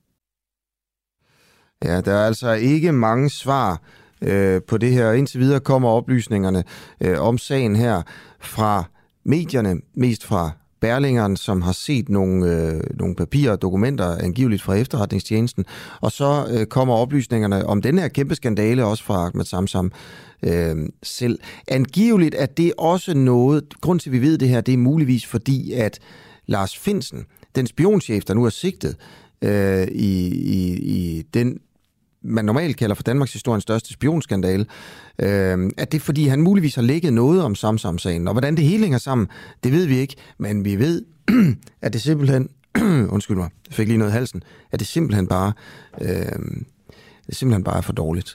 Ja, der er altså ikke mange svar øh, på det her. Indtil videre kommer oplysningerne øh, om sagen her fra medierne, mest fra Berlingeren, som har set nogle, øh, nogle papirer og dokumenter, angiveligt fra efterretningstjenesten, og så øh, kommer oplysningerne om den her kæmpe skandale også fra Ahmed Samsam øh, selv. Angiveligt er det også noget, grund til at vi ved det her, det er muligvis fordi, at Lars Findsen, den spionchef, der nu er sigtet øh, i, i, i den man normalt kalder for Danmarks historiens største spionskandale, øh, at det er fordi, han muligvis har lækket noget om Samsam-sagen. Og hvordan det hele hænger sammen, det ved vi ikke, men vi ved, at det simpelthen, undskyld mig, jeg fik lige noget i halsen, at det simpelthen bare, øh, det simpelthen bare er for dårligt.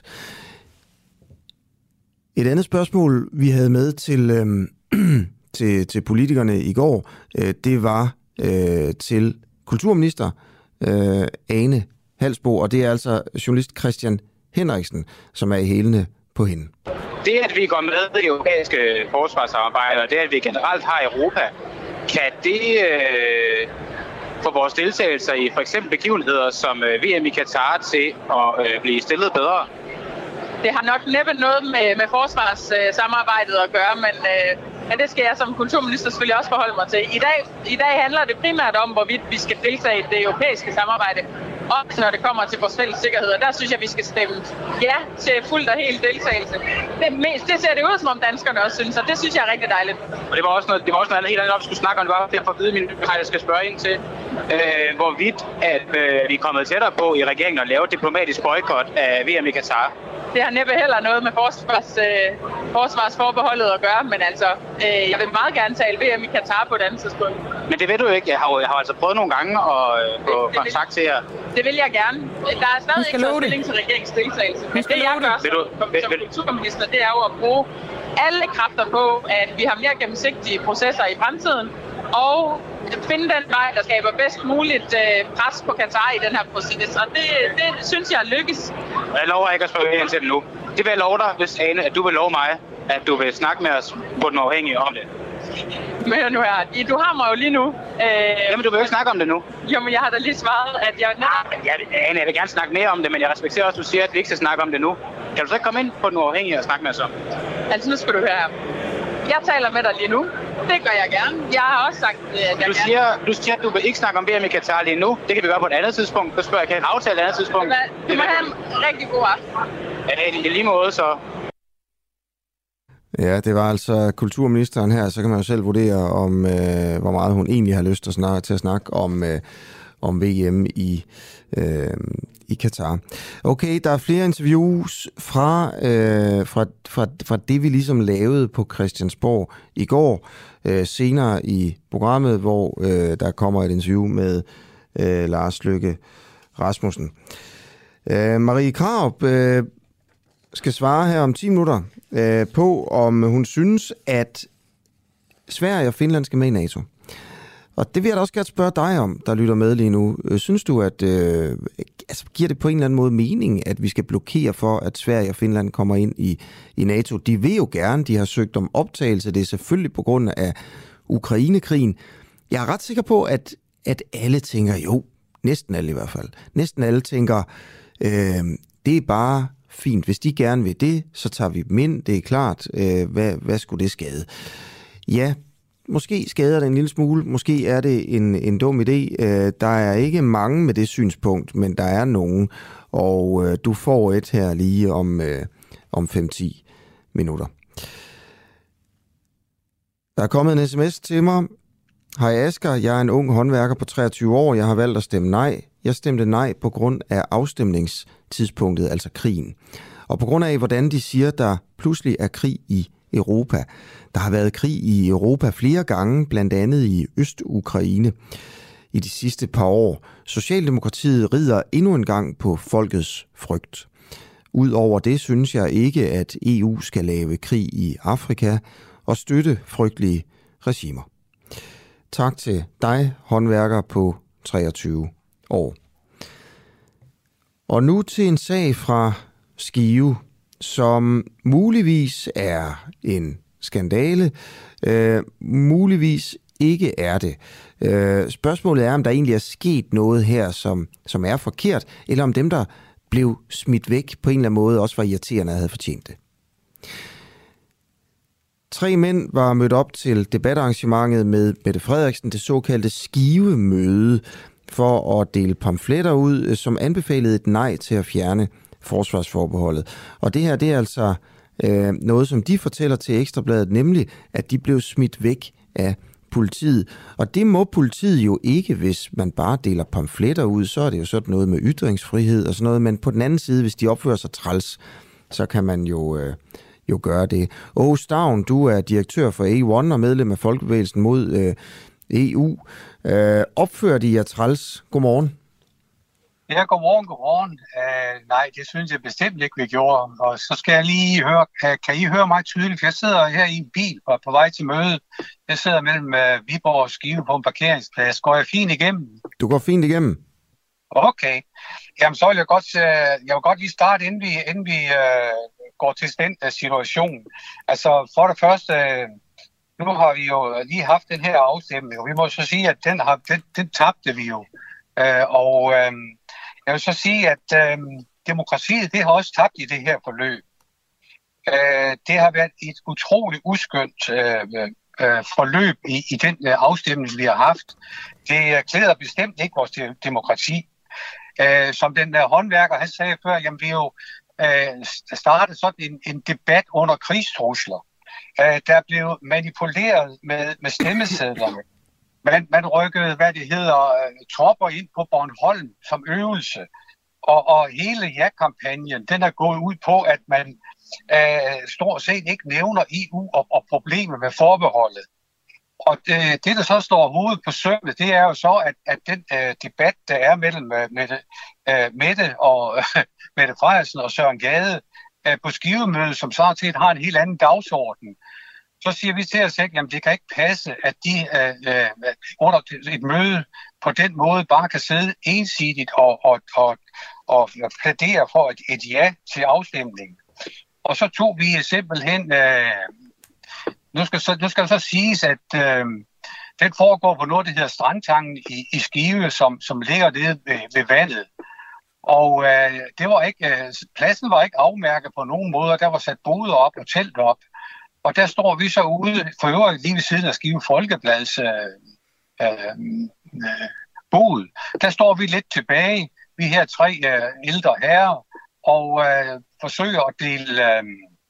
Et andet spørgsmål, vi havde med til, øh, til, til politikerne i går, øh, det var øh, til kulturminister øh, Ane Halsbo, og det er altså journalist Christian Henriksen, som er i hælene på hende. Det, at vi går med i det europæiske forsvarssamarbejde, og det, at vi generelt har Europa, kan det øh, få vores deltagelser i for eksempel begivenheder som øh, V M i Katar til at øh, blive stillet bedre? Det har nok næppe noget med, med forsvarssamarbejdet at gøre, men, øh, men det skal jeg som kulturminister selvfølgelig også forholde mig til. I dag, i dag handler det primært om, hvorvidt vi skal deltage i det europæiske samarbejde, også når det kommer til vores fælles sikkerhed. Og der synes jeg, vi skal stemme ja til fuldt og helt deltagelse. Det, mest, det ser det ud, som om danskerne også synes, og det synes jeg er rigtig dejligt. Og det var også noget, det var også noget helt andet, når vi skulle snakke om. Det var derfor at vide, min jeg skal spørge ind til, øh, hvorvidt at, øh, vi er kommet tættere på i regeringen at lave et diplomatisk boykot af V M i Katar. Det har næppe heller noget med forsvars, øh, forsvarsforbeholdet at gøre, men altså, øh, jeg vil meget gerne tale V M i Katar på et andet tidspunkt. Men det ved du ikke. Jeg har, jeg har altså prøvet nogle gange at øh, få kontakt til jer. Det vil jeg gerne. Der er stadig ikke taget stilling til regeringens deltagelse. Men det jeg gør som, som, som kulturminister, det er jo at bruge alle kræfter på, at vi har mere gennemsigtige processer i fremtiden, og finde den vej, der skaber bedst muligt øh, pres på Katar i den her proces. Og det, det synes jeg lykkes. Jeg lover ikke at spørge ind til det nu. Det vil jeg love dig, hvis Ane, at du vil love mig, at du vil snakke med os på Den Uafhængige om det. Men nu her, du har mig jo lige nu. Øh, Jamen, du vil jo ikke snakke om det nu. Jo, men jeg har da lige svaret, at jeg... Ah, jeg, Ane, jeg vil gerne snakke mere om det, men jeg respekterer også, at du siger, at vi ikke skal snakke om det nu. Kan du så ikke komme ind på den uafhængige og snakke med os om? Altså, nu skal du høre her. Jeg taler med dig lige nu. Det gør jeg gerne. Jeg har også sagt, at jeg du siger, gerne... Du siger, at du vil ikke snakke om V M i Katar lige nu. Det kan vi gøre på et andet tidspunkt. Så spørger jeg, kan jeg aftale et andet tidspunkt? Du må have en rigtig god aften. Ja, i lige måde, så... Ja, det var altså kulturministeren her, så kan man jo selv vurdere, om øh, hvor meget hun egentlig har lyst til at snakke, til at snakke om, øh, om V M i, øh, i Katar. Okay, der er flere interviews fra, øh, fra, fra, fra det, vi ligesom lavede på Christiansborg i går, øh, senere i programmet, hvor øh, der kommer et interview med øh, Lars Løkke Rasmussen. Øh, Marie Krarup øh, skal svare her om ti minutter øh, på, om hun synes, at Sverige og Finland skal med i NATO. Og det vil jeg da også gerne spørge dig om, der lytter med lige nu. Synes du, at øh, altså, giver det på en eller anden måde mening, at vi skal blokere for, at Sverige og Finland kommer ind i, i NATO? De vil jo gerne, de har søgt om optagelse, det er selvfølgelig på grund af Ukrainekrigen. Jeg er ret sikker på, at, at alle tænker, jo, næsten alle i hvert fald, næsten alle tænker, øh, det er bare fint. Hvis de gerne vil det, så tager vi dem ind. Det er klart. Øh, hvad, hvad skulle det skade? Ja, måske skader det en lille smule. Måske er det en, en dum idé. Øh, der er ikke mange med det synspunkt, men der er nogen. Og øh, du får et her lige om, øh, om fem til ti minutter. Der er kommet en sms til mig. Hej Asger, jeg er en ung håndværker på treogtyve år. Jeg har valgt at stemme nej. Jeg stemte nej på grund af afstemningstidspunktet, altså krigen. Og på grund af, hvordan de siger, der pludselig er krig i Europa. Der har været krig i Europa flere gange, blandt andet i Øst-Ukraine i de sidste par år. Socialdemokratiet rider endnu en gang på folkets frygt. Udover det synes jeg ikke, at E U skal lave krig i Afrika og støtte frygtelige regimer. Tak til dig, håndværker på treogtyve år. Og nu til en sag fra Skive, som muligvis er en skandale, øh, muligvis ikke er det. Øh, spørgsmålet er, om der egentlig er sket noget her, som, som er forkert, eller om dem, der blev smidt væk på en eller anden måde, også var irriterende og havde fortjent det. Tre mænd var mødt op til debatarrangementet med Mette Frederiksen, det såkaldte Skive-møde, for at dele pamfletter ud, som anbefalede et nej til at fjerne forsvarsforbeholdet. Og det her, det er altså øh, noget, som de fortæller til Ekstrabladet, nemlig, at de blev smidt væk af politiet. Og det må politiet jo ikke, hvis man bare deler pamfletter ud, så er det jo sådan noget med ytringsfrihed og sådan noget, men på den anden side, hvis de opfører sig træls, så kan man jo... Øh, jo gøre det. Åge Stavn, du er direktør for A et og medlem af Folkebevægelsen mod øh, E U. Øh, opfører de jer træls? Godmorgen. Ja, godmorgen, godmorgen. Uh, nej, det synes jeg bestemt ikke, vi gjorde. Og så skal jeg lige høre, kan, kan I høre mig tydeligt? For jeg sidder her i en bil på, på vej til mødet. Jeg sidder mellem uh, Viborg og Skive på en parkeringsplads. Går jeg fint igennem? Du går fint igennem. Okay. Jamen, så vil jeg godt, uh, jeg vil godt lige starte, inden vi, inden vi uh, går til den uh, situation. Altså, for det første, uh, nu har vi jo lige haft den her afstemning, og vi må så sige, at den, har, den, den tabte vi jo. Uh, og uh, jeg vil så sige, at uh, demokratiet, det har også tabt i det her forløb. Uh, det har været et utroligt uskyndt uh, uh, forløb i, i den uh, afstemning, vi har haft. Det uh, klæder bestemt ikke vores de- demokrati. Uh, som den uh, håndværker, han sagde før, jamen vi jo uh, startede sådan en, en debat under krigstrusler. Uh, der blev manipuleret med, med stemmesedlerne. Man, man rykkede, hvad det hedder, uh, tropper ind på Bornholm som øvelse. Og, og hele ja-kampagnen, den er gået ud på, at man uh, stort set ikke nævner E U og, og problemer med forbeholdet. Og det, det, der så står hovedet på sømmet, det er jo så, at, at den uh, debat, der er mellem uh, Mette, uh, Mette og uh, Mette Frederiksen og Søren Gade uh, på Skivemødet, som sådan set har en helt anden dagsorden, så siger vi til os selv, jamen det kan ikke passe, at de uh, uh, under et møde på den måde bare kan sidde ensidigt og, og, og, og plædere for et, et ja til afstemningen. Og så tog vi simpelthen uh, nu skal, så, nu skal det så siges, at øh, den foregår på noget, der hedder Strandtangen i, i Skive, som, som ligger nede ved, ved vandet. Og øh, det var ikke, øh, pladsen var ikke afmærket på nogen måde, der var sat boder op og telt op. Og der står vi så ude, for øvrigt lige ved siden af Skive Folkeblads øh, øh, øh, bod. Der står vi lidt tilbage, vi her tre øh, ældre herrer, og øh, forsøger at dele, øh,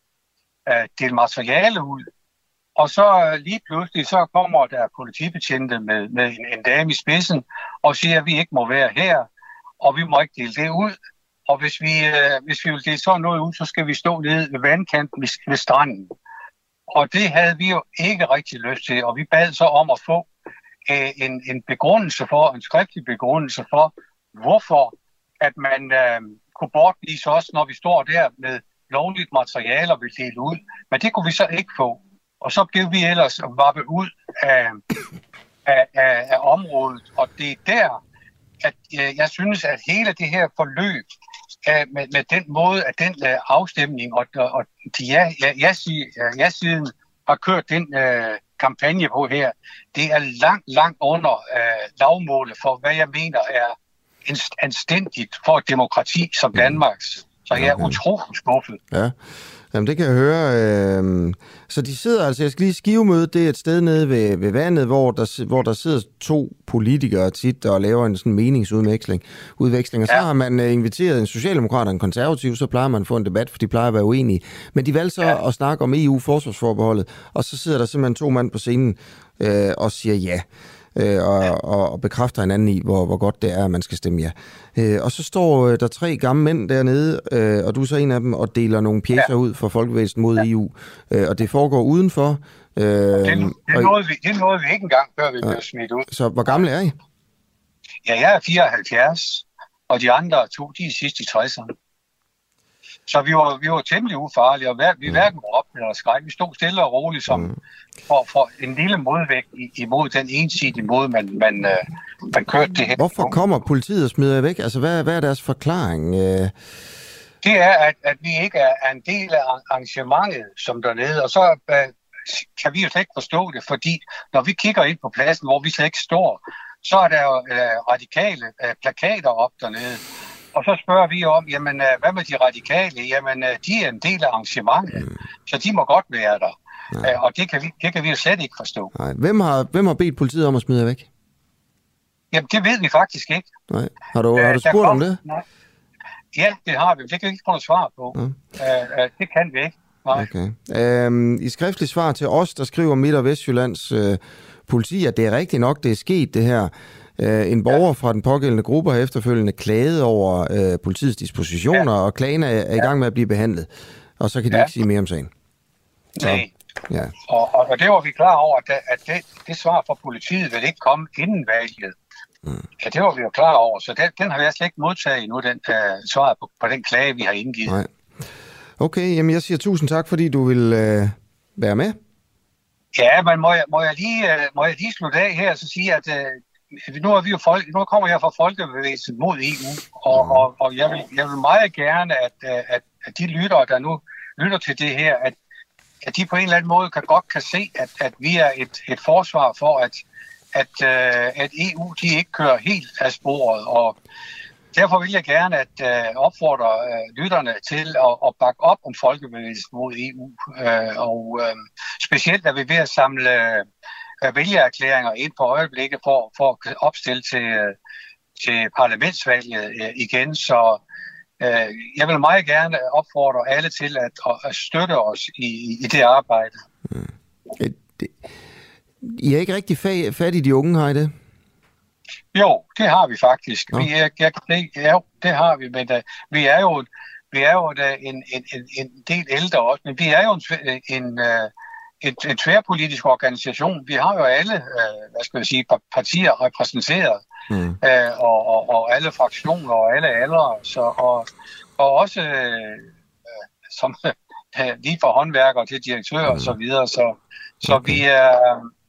øh, dele materiale ud. Og så øh, lige pludselig, så kommer der politibetjente med, med en, en dame i spidsen, og siger, at vi ikke må være her, og vi må ikke dele det ud. Og hvis vi, øh, hvis vi vil dele sådan noget ud, så skal vi stå nede ved vandkanten ved, ved stranden. Og det havde vi jo ikke rigtig lyst til, og vi bad så om at få øh, en, en begrundelse for, en skriftlig begrundelse for, hvorfor at man øh, kunne bortvise os, når vi står der med lovligt materiale og vil dele ud. Men det kunne vi så ikke få. Og så blev vi ellers vappet ud af, af, af, af området, og det er der, at øh, jeg synes, at hele det her forløb øh, med, med den måde, at den øh, afstemning og, og de ja, ja, ja, ja siden har kørt den øh, kampagne på her, det er langt, langt under øh, lavmålet for, hvad jeg mener er anstændigt for et demokrati som Danmarks. Så jeg er okay. utroligt skuffet. Ja. Jamen, det kan jeg høre. Øh, så de sidder altså, jeg skal lige Skivemøde, det er et sted nede ved, ved vandet, hvor der, hvor der sidder to politikere tit og laver en sådan meningsudveksling. Udveksling. Og så ja. har man uh, inviteret en socialdemokrat og en konservativ, så plejer man at få en debat, for de plejer at være uenige. Men de valgte så ja. at snakke om E U-forsvarsforbeholdet, og så sidder der simpelthen to mand på scenen øh, og siger ja. Og, og, og bekræfter hinanden i, hvor, hvor godt det er, at man skal stemme ja. Øh, og så står øh, der tre gamle mænd dernede, øh, og du er så en af dem, og deler nogle pjecer ja. ud for Folkebevægelsen mod ja. E U. Øh, og det foregår udenfor. Øh, det, det, er noget, vi, det er noget, vi ikke engang før vi ja. bliver smidt ud. Så hvor gamle er I? Ja, jeg er fireoghalvfjerds, og de andre to, de er sidst i tresserne. Så vi var, vi var temmelig ufarlige, og vi hverken råbte eller skræk. Vi stod stille og roligt som mm. for, for en lille modvægt imod den ensidige måde, man, man, uh, man kørte det her. Hvorfor kommer politiet og smider væk? Altså, hvad, hvad er deres forklaring? Det er, at, at vi ikke er, er en del af arrangementet som dernede, og så uh, kan vi jo slet ikke forstå det, fordi når vi kigger ind på pladsen, hvor vi slet ikke står, så er der jo uh, radikale uh, plakater op dernede. Og så spørger vi om, jamen, hvad med de radikale? Jamen, de er en del af arrangementet, mm. så de må godt være der. Nej. Og det kan, vi, det kan vi jo slet ikke forstå. Nej. Hvem har, hvem har bedt politiet om at smide væk? Jamen, det ved vi faktisk ikke. Nej. Har du, har du spurgt kom, om det? Nej. Ja, det har vi. Det kan vi ikke få noget svar på. Ja. Uh, uh, det kan vi ikke. Nej. Okay. Øhm, I skriftligt svar til os, der skriver Midt- og Vestjyllands øh, politi, at det er rigtigt nok, det er sket det her. Øh, en borger ja. fra den pågældende gruppe har efterfølgende klaget over øh, politiets dispositioner, ja. og klagen er, er i gang med at blive behandlet. Og så kan de ja. ikke sige mere om sagen. Så, Nej. Ja. Og, og, og det var vi klar over, at, at det, det svar fra politiet vil ikke komme inden valget. Mm. Ja, det var vi jo klar over, så den, den har jeg slet ikke modtaget endnu, den uh, svar på, på den klage, vi har indgivet. Nej. Okay, jamen jeg siger tusind tak, fordi du vil øh, være med. Ja, men må jeg, må jeg, lige, øh, må jeg lige slutte af her og så sige, at øh, nu, er vi jo folk, nu kommer jeg fra Folkebevægelsen mod E U, og, mm. og, og jeg, vil, jeg vil meget gerne, at, at, at de lyttere, der nu lytter til det her, at, at de på en eller anden måde kan, godt kan se, at, at vi er et, et forsvar for, at, at, øh, at E U de ikke kører helt af sporet, og derfor vil jeg gerne at øh, opfordre øh, lytterne til at, at bakke op om Folkebevægelsen mod E U. Øh, og øh, specielt er vi ved at samle øh, vælgererklæringer ind på øjeblikket for, for at opstille til, øh, til parlamentsvalget øh, igen. Så øh, jeg vil meget gerne opfordre alle til at, at støtte os i, i det arbejde. Mm. Det, I er ikke rigtig fat i de unge, har I det? Jo, det har vi faktisk. Ja. Vi er, jeg, det, ja, det har vi, men uh, vi er jo, vi er jo uh, en, en, en del ældre også, men vi er jo en, en, uh, en, en tværpolitisk organisation. Vi har jo alle, uh, hvad skal jeg sige, partier repræsenteret, mm. uh, og, og, og alle fraktioner og alle aldre, så og, og også uh, som uh, lige fra håndværkere til direktører mm. og så videre. Så, så okay. vi er uh,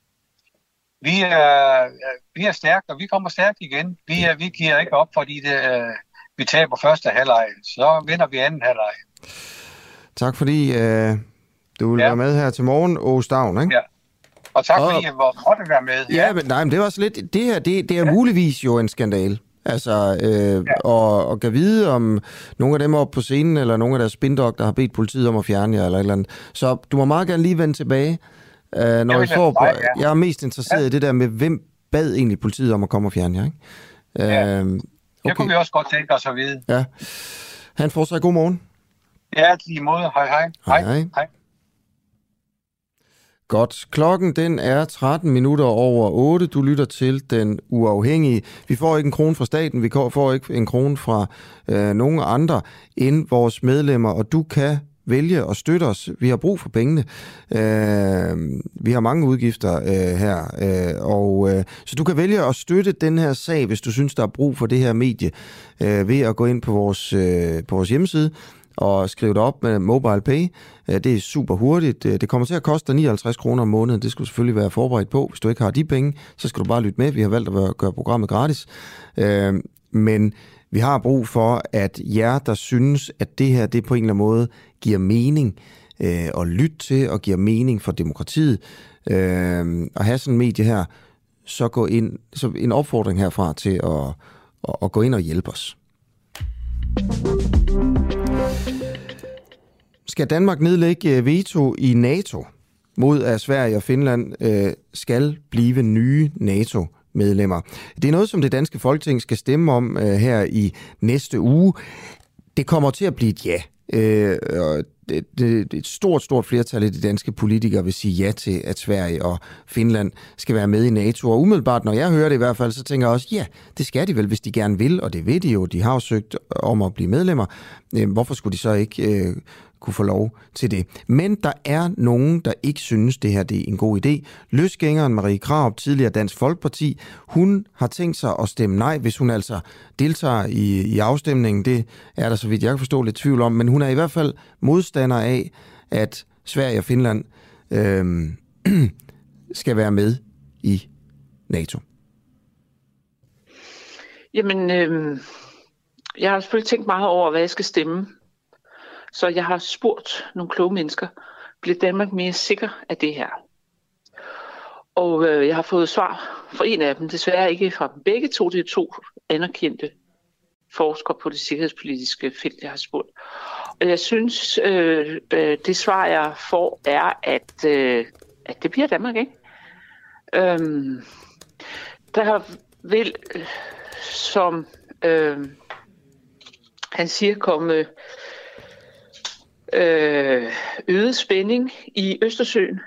Vi er, vi er stærkt, og vi kommer stærkt igen. Vi, er, vi giver ikke op, fordi det, uh, vi taber første halvleg. Så vinder vi anden halvleg. Tak fordi uh, Du vil ja. være med her til morgen, Åge Stavn, ikke? Ja. Og tak og, fordi jeg måtte være med. Ja, ja men, nej, men det var også lidt... Det her, det, det er ja. muligvis jo en skandale. Altså, øh, ja. og, og kan vide, om nogle af dem oppe på scenen, eller nogle af deres spindokter har bedt politiet om at fjerne jer, eller et eller andet. Så du må meget gerne lige vende tilbage, øh, når jeg får... Ja. Jeg er mest interesseret ja. i det der med, hvem bad egentlig politiet om at komme og fjerne jer, ikke? Ja. Øh, okay. Det kunne vi også godt tænke os at vide. Ja. Han får sig god morgen. Ja, lige måde. Hej, hej. Hej, hej. hej. Godt. Klokken den er tretten minutter over otte. Du lytter til Den Uafhængige. Vi får ikke en krone fra staten, vi får ikke en krone fra øh, nogen andre end vores medlemmer, og du kan vælge at støtte os. Vi har brug for pengene. Øh, vi har mange udgifter øh, her, øh, og øh, så du kan vælge at støtte den her sag, hvis du synes, der er brug for det her medie, øh, ved at gå ind på vores, øh, på vores hjemmeside og skrive det op med MobilePay. Det er super hurtigt. Det kommer til at koste nioghalvtreds kroner om måneden. Det skal du selvfølgelig være forberedt på. Hvis du ikke har de penge, så skal du bare lytte med. Vi har valgt at gøre programmet gratis. Men vi har brug for, at jer, der synes, at det her det på en eller anden måde giver mening at lytte til og giver mening for demokratiet, at have sådan en medie her, så gå ind. Så en opfordring herfra til at, at gå ind og hjælpe os. Skal Danmark nedlægge veto i NATO mod, at Sverige og Finland øh, skal blive nye NATO-medlemmer? Det er noget, som det danske Folketing skal stemme om øh, her i næste uge. Det kommer til at blive et ja. Øh, det, det, et stort, stort flertal af de danske politikere vil sige ja til, at Sverige og Finland skal være med i NATO. Og umiddelbart, når jeg hører det i hvert fald, så tænker jeg også, ja, det skal de vel, hvis de gerne vil, og det ved de jo. De har jo søgt om at blive medlemmer. Øh, hvorfor skulle de så ikke øh, kunne få lov til det? Men der er nogen, der ikke synes, det her det er en god idé. Løsgængeren Marie Krarup, tidligere Dansk Folkeparti, hun har tænkt sig at stemme nej, hvis hun altså deltager i, i afstemningen. Det er der, så vidt jeg kan forstå, lidt tvivl om, men hun er i hvert fald modstander af, at Sverige og Finland øh, skal være med i NATO. Jamen, øh, jeg har selvfølgelig tænkt meget over, hvad jeg skal stemme. Så jeg har spurgt nogle kloge mennesker, bliver Danmark mere sikker af det her? Og øh, jeg har fået svar fra en af dem, desværre ikke fra dem begge to. Det er to anerkendte forskere på det sikkerhedspolitiske felt, jeg har spurgt. Og jeg synes, øh, det svar, jeg får, er, at, øh, at det bliver Danmark, ikke? Øhm, der vil, som øh, han siger, komme øh, øget spænding i Østersøen.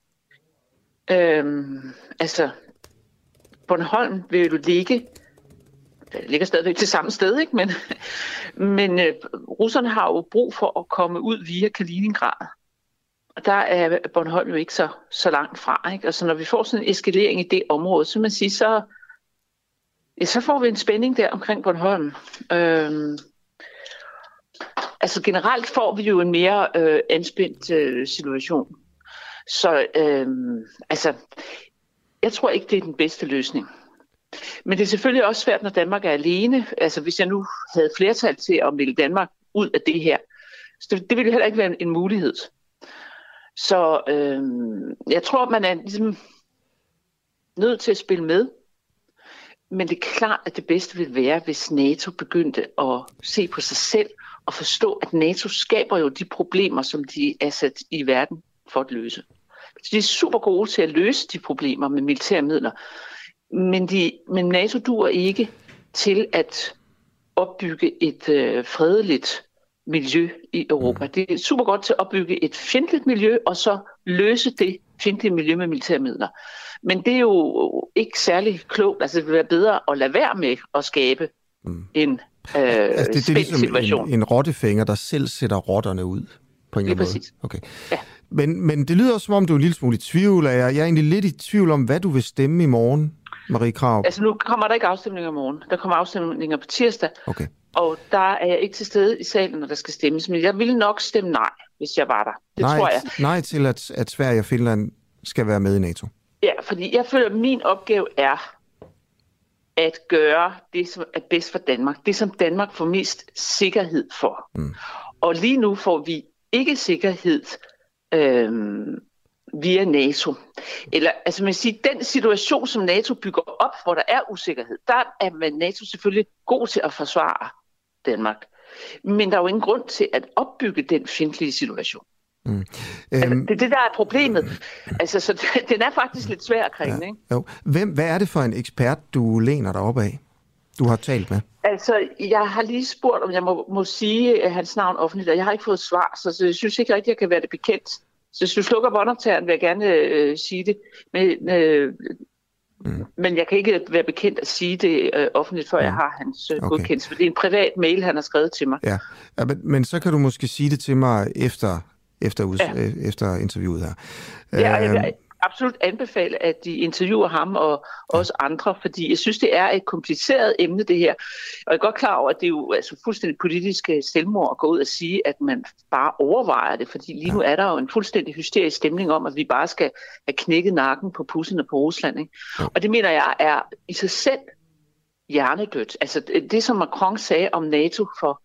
Øhm, altså, Bornholm vil jo ligge, det ligger stadigvæk til samme sted, ikke? Men, men øh, russerne har jo brug for at komme ud via Kaliningrad. Og der er Bornholm jo ikke så, så langt fra, ikke? Altså, når vi får sådan en eskalering i det område, så man sige, så, ja, så får vi en spænding der omkring Bornholm. Øhm, altså, generelt får vi jo en mere øh, anspændt øh, situation. Så øh, altså, jeg tror ikke, det er den bedste løsning. Men det er selvfølgelig også svært, når Danmark er alene. Altså, hvis jeg nu havde flertal til at melde Danmark ud af det her, så det, det ville heller ikke være en, en mulighed. Så øh, jeg tror, man er ligesom nødt til at spille med. Men det er klart, at det bedste vil være, hvis NATO begyndte at se på sig selv og forstå, at NATO skaber jo de problemer, som de er sat i verden for at løse. Så de er super gode til at løse de problemer med militære midler. Men, de, men NATO duer ikke til at opbygge et øh, fredeligt miljø i Europa. Mm. Det er super godt til at opbygge et fjendtligt miljø, og så løse det fjendtlige miljø med militære midler. Men det er jo ikke særlig klogt. Altså, det vil være bedre at lade være med at skabe mm. en øh, altså, det, det er ligesom situation. En, en rottefænger, der selv sætter rotterne ud på en eller anden måde. Præcis. Okay. Ja. Men, men det lyder som om, du er en lille smule i tvivl. Jeg, jeg er egentlig lidt i tvivl om, hvad du vil stemme i morgen, Marie Krarup. Altså, nu kommer der ikke afstemninger i morgen. Der kommer afstemninger på tirsdag. Okay. Og der er jeg ikke til stede i salen, når der skal stemmes. Men jeg ville nok stemme nej, hvis jeg var der. Det nej, tror jeg. Nej til, at, at Sverige og Finland skal være med i NATO. Ja, fordi jeg føler, at min opgave er at gøre det, som er bedst for Danmark. Det, som Danmark får mest sikkerhed for. Mm. Og lige nu får vi ikke sikkerhed øh, via NATO. Eller, altså man siger, den situation, som NATO bygger op, hvor der er usikkerhed, der er man NATO selvfølgelig god til at forsvare Danmark. Men der er jo ingen grund til at opbygge den fjendtlige situation. Mm. Um, altså, det er det, der er problemet. Altså, så den er faktisk lidt svær at kræve, ja, ikke? Jo. Hvem, hvad er det for en ekspert, du læner dig op af, du har talt med? Altså, jeg har lige spurgt, om jeg må, må sige hans navn offentligt, og jeg har ikke fået svar, så, så jeg synes ikke rigtigt, jeg kan være det bekendt. Så hvis du slukker båndoptageren, vil jeg gerne øh, sige det. Men, øh, mm. men jeg kan ikke være bekendt at sige det øh, offentligt, før mm. jeg har hans øh, okay. godkendelse. For det er en privat mail, han har skrevet til mig. Ja, ja men, men så kan du måske sige det til mig efter, efter, ud, ja. øh, efter interviewet her. Ja, jeg vil absolut anbefale, at de interviewer ham og også andre, fordi jeg synes, det er et kompliceret emne, det her. Og jeg er godt klar over, at det er jo altså fuldstændig politisk selvmord at gå ud og sige, at man bare overvejer det, fordi lige nu er der jo en fuldstændig hysterisk stemning om, at vi bare skal have knækket nakken på Putin og på Rusland. Ikke? Og det mener jeg er i sig selv hjernedødt. Altså det, som Macron sagde om NATO for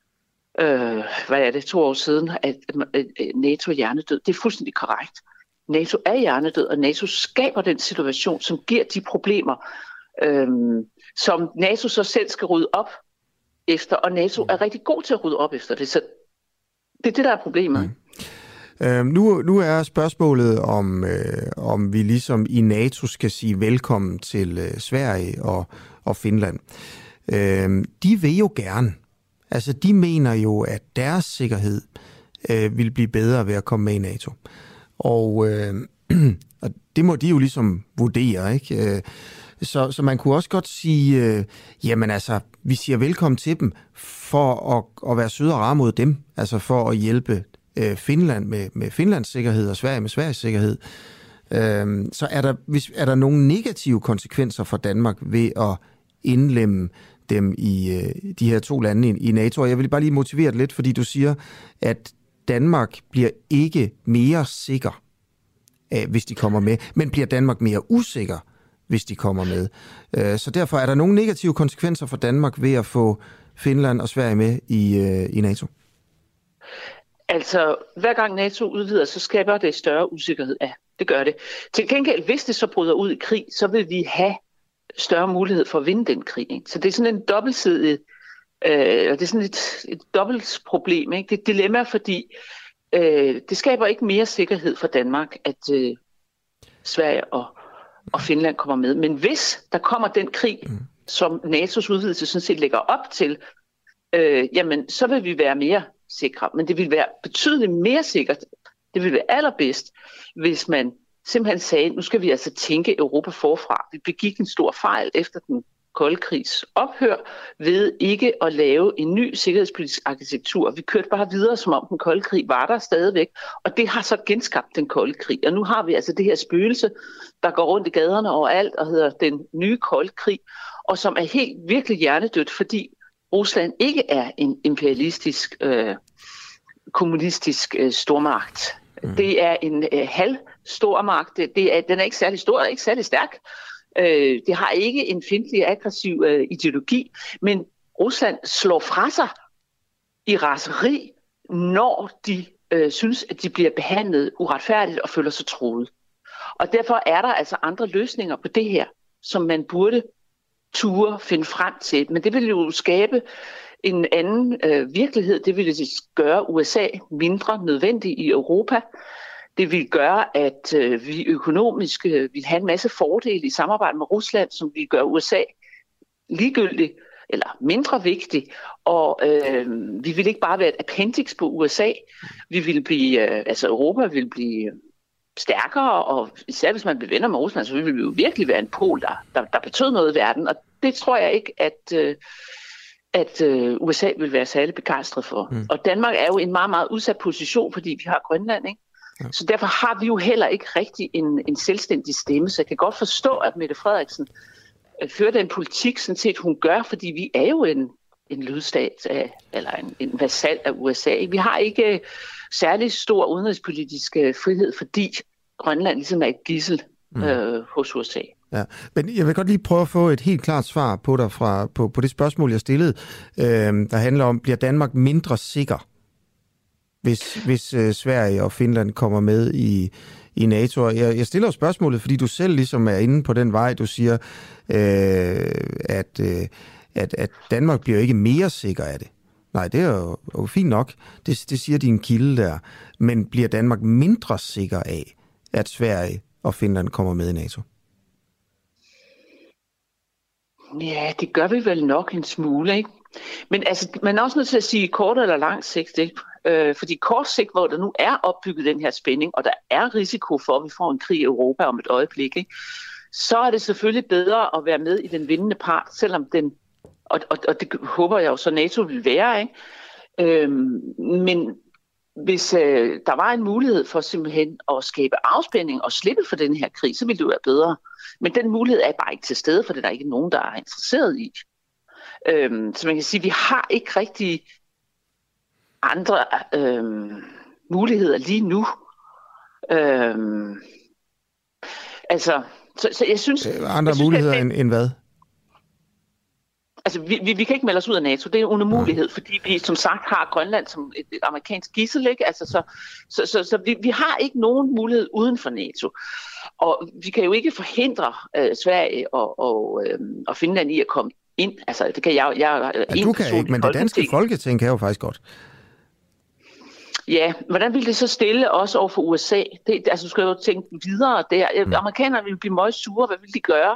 øh, hvad er det, to år siden, at NATO er hjernedød, det er fuldstændig korrekt. NATO er hjernedød, og NATO skaber den situation, som giver de problemer, øhm, som NATO så selv skal rydde op efter, og NATO er rigtig god til at rydde op efter det. Så det er det, der er problemet. Mm. Øhm, nu, nu er spørgsmålet, om, øh, om vi ligesom i NATO skal sige velkommen til øh, Sverige og, og Finland. Øhm, de vil jo gerne. Altså, de mener jo, at deres sikkerhed øh, vil blive bedre ved at komme med i NATO. Og, øh, og det må de jo ligesom vurdere, ikke? Så, så man kunne også godt sige, øh, jamen altså, vi siger velkommen til dem for at, at være søde og rare mod dem, altså for at hjælpe øh, Finland med, med Finlands sikkerhed og Sverige med Sveriges sikkerhed. Øh, så er der, hvis, er der nogle negative konsekvenser for Danmark ved at indlemme dem i øh, de her to lande i, i NATO? Og jeg vil bare lige motivere det lidt, fordi du siger, at Danmark bliver ikke mere sikker, hvis de kommer med, men bliver Danmark mere usikker, hvis de kommer med. Så derfor er der nogle negative konsekvenser for Danmark ved at få Finland og Sverige med i, i NATO? Altså, hver gang NATO udvider, så skaber det større usikkerhed. Ja, det gør det. Til gengæld, hvis det så bryder ud i krig, så vil vi have større mulighed for at vinde den krig. Ikke? Så det er sådan en dobbeltsidig Øh, det er sådan et, et dobbelt problem, ikke? Det er et dilemma, fordi øh, det skaber ikke mere sikkerhed for Danmark, at øh, Sverige og, og Finland kommer med. Men hvis der kommer den krig, som N A T O's udvidelse sådan set lægger op til, øh, jamen så vil vi være mere sikre. Men det vil være betydeligt mere sikkert, det vil være allerbedst, hvis man simpelthen sagde, nu skal vi altså tænke Europa forfra. Vi begik en stor fejl efter den kolde krigs ophør ved ikke at lave en ny sikkerhedspolitisk arkitektur. Vi kørte bare videre, som om den kolde krig var der stadigvæk, og det har så genskabt den kolde krig. Og nu har vi altså det her spøgelse, der går rundt i gaderne overalt og hedder den nye kolde krig, og som er helt virkelig hjernedødt, fordi Rusland ikke er en imperialistisk, øh, kommunistisk øh, stormagt. Mm. Det er en øh, halv stormagt. Det er, den er ikke særlig stor, og ikke særlig stærk. Øh, det har ikke en fjendtlig aggressiv øh, ideologi, men Rusland slår fra sig i raseri, når de øh, synes, at de bliver behandlet uretfærdigt og føler sig truet. Og derfor er der altså andre løsninger på det her, som man burde ture finde frem til. Men det vil jo skabe en anden øh, virkelighed. Det vil gøre U S A mindre nødvendigt i Europa. Det vil gøre, at øh, vi økonomisk øh, vil have en masse fordele i samarbejde med Rusland, som vil gøre U S A ligegyldigt eller mindre vigtigt. Og øh, vi vil ikke bare være et appendix på U S A. Vi vil blive, øh, altså Europa vil blive stærkere, og især hvis man bliver venner med Rusland, så vil vi jo virkelig være en pol, der, der, der betød noget i verden. Og det tror jeg ikke, at, øh, at øh, U S A vil være særlig begejstret for. Mm. Og Danmark er jo i en meget, meget udsat position, fordi vi har Grønland, ikke? Ja. Så derfor har vi jo heller ikke rigtig en, en selvstændig stemme, så jeg kan godt forstå, at Mette Frederiksen øh, fører den politik, sådan set hun gør, fordi vi er jo en, en lydstat af, eller en, en vasal af U S A. Vi har ikke særlig stor udenrigspolitisk øh, frihed, fordi Grønland ligesom er et gidsel øh, mm. hos U S A. Ja, men jeg vil godt lige prøve at få et helt klart svar på dig fra, på, på det spørgsmål, jeg stillede, øh, der handler om, bliver Danmark mindre sikker? hvis, hvis øh, Sverige og Finland kommer med i, i NATO. Jeg, jeg stiller jo spørgsmålet, fordi du selv ligesom er inde på den vej, du siger, øh, at, øh, at, at Danmark bliver ikke mere sikker af det. Nej, det er jo, jo fint nok. Det, det siger din kilde der. Men bliver Danmark mindre sikker af, at Sverige og Finland kommer med i NATO? Ja, det gør vi vel nok en smule, ikke? Men altså, man er også nødt til at sige kort eller lang sigt, ikke? Øh, fordi kort sigt, hvor der nu er opbygget den her spænding, og der er risiko for, at vi får en krig i Europa om et øjeblik, ikke? Så er det selvfølgelig bedre at være med i den vindende part, selvom den, og, og, og det håber jeg jo så NATO vil være, ikke? Øhm, men hvis øh, der var en mulighed for simpelthen at skabe afspænding og slippe for den her krig, så ville det jo være bedre. Men den mulighed er bare ikke til stede, for det er der ikke nogen, der er interesseret i. Øhm, så man kan sige, at vi har ikke rigtig andre øhm, muligheder lige nu. Øhm, altså, så, så jeg synes... Andre jeg synes, muligheder det, end, end hvad? Altså, vi, vi, vi kan ikke melde os ud af NATO. Det er en umulighed, fordi vi som sagt har Grønland som et, et amerikansk gidsel, ikke? Altså, så så, så, så vi, vi har ikke nogen mulighed uden for NATO. Og vi kan jo ikke forhindre øh, Sverige og, og, øh, og Finland i at komme ind. Altså, det kan jeg... jeg ja, du kan ikke, men det danske folketing kan jo faktisk godt. Ja, hvordan vil det så stille også over for U S A? Det, altså, du skal jo tænke videre der. Mm. Amerikanerne vil blive meget sure. Hvad vil de gøre?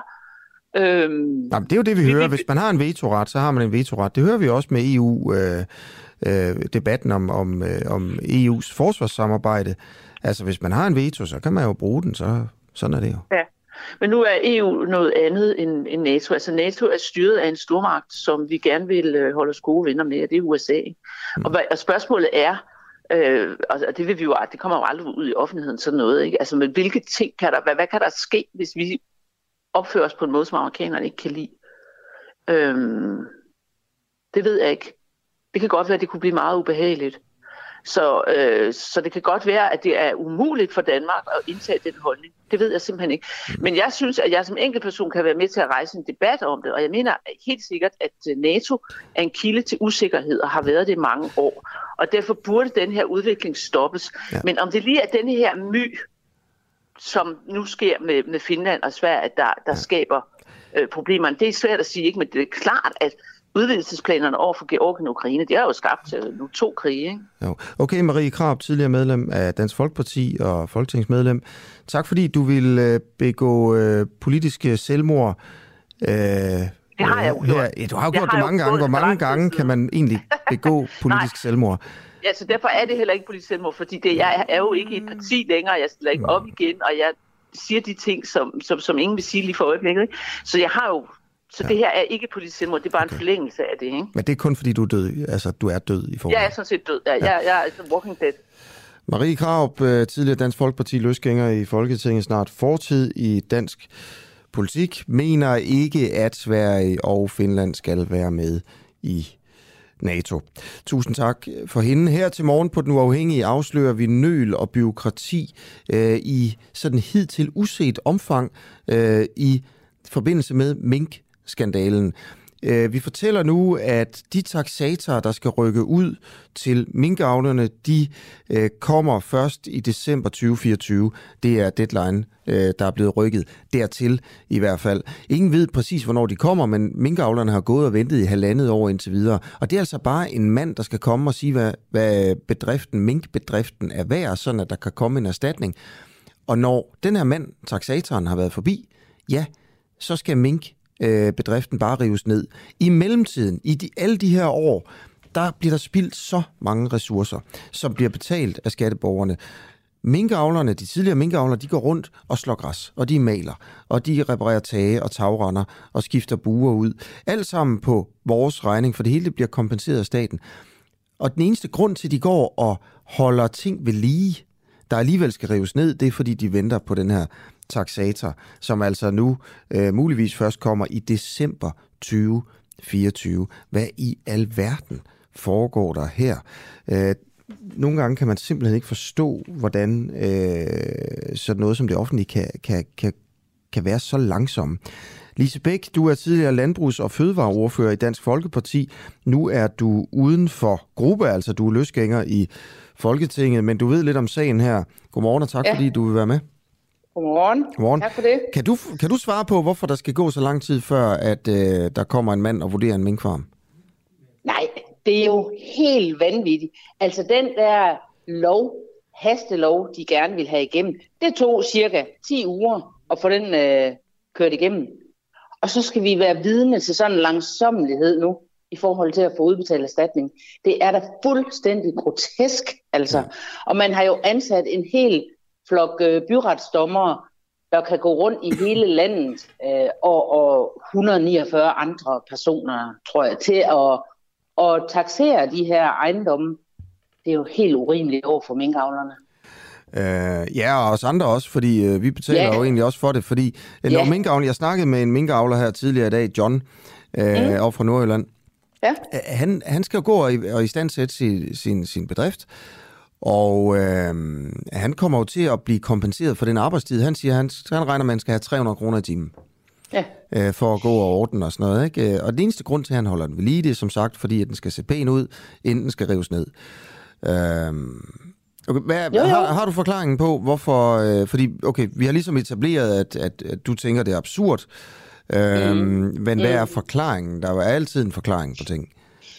Øhm, Jamen, det er jo det, vi, vi hører. Hvis man har en vetoret, så har man en vetoret. Det hører vi også med E U-debatten øh, øh, om, om, øh, om E U's forsvarssamarbejde. Altså, hvis man har en veto, så kan man jo bruge den, så sådan er det jo. Ja, men nu er E U noget andet end, end NATO. Altså, NATO er styret af en stormagt, som vi gerne vil øh, holde os gode venner med, og det er U S A. Mm. Og, og spørgsmålet er, øh, og det vil vi jo, det kommer jo aldrig ud i offentligheden, sådan noget, ikke? Altså, men hvilke ting kan der, hvad, hvad kan der ske, hvis vi opfører os på en måde, som amerikanerne ikke kan lide? Øhm, det ved jeg ikke. Det kan godt være, at det kunne blive meget ubehageligt. Så, øh, så det kan godt være, at det er umuligt for Danmark at indtage den holdning. Det ved jeg simpelthen ikke. Men jeg synes, at jeg som enkeltperson kan være med til at rejse en debat om det, og jeg mener helt sikkert, at NATO er en kilde til usikkerhed og har været det i mange år. Og derfor burde den her udvikling stoppes. Ja. Men om det lige er denne her my, som nu sker med, med Finland og Sverige, der, der ja. skaber øh, problemerne, det er svært at sige, ikke? Men det er klart, at udvidelsesplanerne over for Georgien og Ukraine, de har jo skabt øh, nu to krige, ikke? Jo. Okay, Marie Krarup, tidligere medlem af Dansk Folkeparti og folketingsmedlem. Tak fordi du ville begå øh, politiske selvmord. Øh, det har jeg jo gjort. Her. Ja, du har jo gjort det mange gange. Hvor mange gange kan man egentlig begå politisk selvmord? Ja, så derfor er det heller ikke politisk selvmord, fordi det, jeg er jo ikke i et parti længere, jeg stiller ikke op igen, og jeg siger de ting, som, som, som ingen vil sige lige for øjeblikket, ikke? Så jeg har jo Så ja. det her er ikke politisk selvmord, det er bare okay. en forlængelse af det, ikke? Men det er kun fordi, du er død, altså du er død i forvejen? Jeg er sådan set død, ja. ja. Jeg, jeg er altså walking dead. Marie Krarup, tidligere Dansk Folkeparti, løsgænger i Folketinget, snart fortid i dansk politik, mener ikke, at Sverige og Finland skal være med i NATO. Tusind tak for hende. Her til morgen på Den Uafhængige afslører vi nøl og byråkrati øh, i sådan hidtil uset omfang øh, i forbindelse med minkskandalen. Vi fortæller nu, at de taksatorer, der skal rykke ud til minkavlerne, de kommer først i december tyve fireogtyve. Det er deadline, der er blevet rykket dertil i hvert fald. Ingen ved præcis, hvornår de kommer, men minkavlerne har gået og ventet i halvandet år indtil videre. Og det er altså bare en mand, der skal komme og sige, hvad, hvad bedriften, minkbedriften er værd, sådan at der kan komme en erstatning. Og når den her mand, taksatoren, har været forbi, ja, så skal minkbedriften bare rives ned. I mellemtiden, i de, alle de her år, der bliver der spildt så mange ressourcer, som bliver betalt af skatteborgerne. Minkavlerne, de tidligere minkavlere, de går rundt og slår græs, og de maler, og de reparerer tage og tagrender og skifter buer ud. Alt sammen på vores regning, for det hele bliver kompenseret af staten. Og den eneste grund til, at de går og holder ting ved lige, der alligevel skal rives ned, det er, fordi de venter på den her taksator, som altså nu øh, muligvis først kommer i december tyve fireogtyve. Hvad i alverden foregår der her? Øh, nogle gange kan man simpelthen ikke forstå, hvordan øh, sådan noget som det offentlige kan, kan, kan, kan være så langsomt. Lise Bæk, du er tidligere landbrugs- og fødevareordfører i Dansk Folkeparti. Nu er du uden for gruppe, altså du er løsgænger i Folketinget, men du ved lidt om sagen her. Godmorgen og tak, ja. fordi du vil være med. Godmorgen. Godmorgen. Tak for det. Kan du, kan du svare på, hvorfor der skal gå så lang tid, før at øh, der kommer en mand og vurderer en minkfarm? Nej, det er jo helt vanvittigt. Altså den der lov, hastelov, de gerne vil have igennem, det tog cirka ti uger at få den øh, kørt igennem. Og så skal vi være vidne til sådan en langsommelighed nu, i forhold til at få udbetalt erstatning. Det er da fuldstændig grotesk, altså. Og man har jo ansat en hel flok øh, byretsdommere, der kan gå rundt i hele landet, øh, og, og et hundrede og niogfyrre andre personer, tror jeg, til at, at taksere de her ejendomme. Det er jo helt urimeligt over for minkavlerne. Uh, ja, og os andre også, fordi uh, vi betaler yeah. jo egentlig også for det, fordi uh, når yeah. minkavler, jeg snakkede med en minkavler her tidligere i dag, John, uh, mm. over fra Nordjylland. Ja. Uh, han, han skal gå og, og i stand sætte sin, sin, sin bedrift, og øh, han kommer jo til at blive kompenseret for den arbejdstid. Han siger, han, han regner med, at han skal have tre hundrede kroner i timen. Ja. Øh, for at gå og ordne og sådan noget. Ikke? Og den eneste grund til, at han holder den ved lige, det er som sagt, fordi at den skal se pæn ud, inden den skal rives ned. Øh, okay, hvad, jo, jo. Har, har du forklaringen på, hvorfor... Øh, fordi, okay, vi har ligesom etableret, at, at, at du tænker, det er absurd. Øh, mm. Men hvad er forklaringen? Der er altid en forklaring på ting.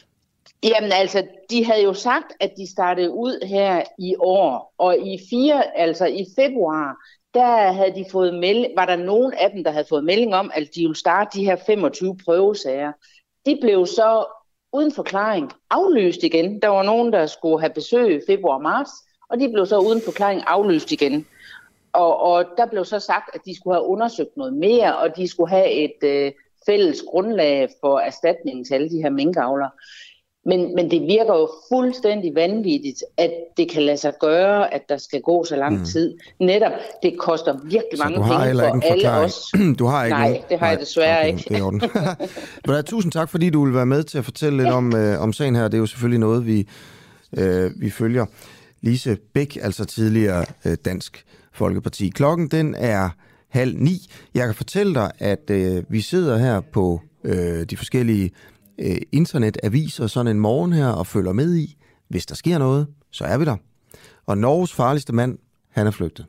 Jamen altså, de havde jo sagt, at de startede ud her i år, og i fire, altså i februar, der havde de fået melding, var der nogen af dem, der havde fået melding om, at de ville starte de her femogtyve prøvesager. De blev så uden forklaring aflyst igen. Der var nogen, der skulle have besøg i februar og marts, og de blev så uden forklaring aflyst igen. Og, og der blev så sagt, at de skulle have undersøgt noget mere, og de skulle have et øh, fælles grundlag for erstatningen til alle de her minkavlere. Men, men det virker jo fuldstændig vanvittigt, at det kan lade sig gøre, at der skal gå så lang tid. Mm. Netop, det koster virkelig mange penge for alle os. Du har ikke Nej, nogen? det har Nej, jeg desværre okay, ikke. Det er orden. Men, tusind tak, fordi du vil være med til at fortælle lidt om, øh, om sagen her. Det er jo selvfølgelig noget, vi, øh, vi følger. Lise Bech, altså tidligere øh, Dansk Folkeparti. Klokken den er halv ni. Jeg kan fortælle dig, at øh, vi sidder her på øh, de forskellige internetaviser sådan en morgen her og følger med i. Hvis der sker noget, så er vi der. Og Norges farligste mand, han er flygtet.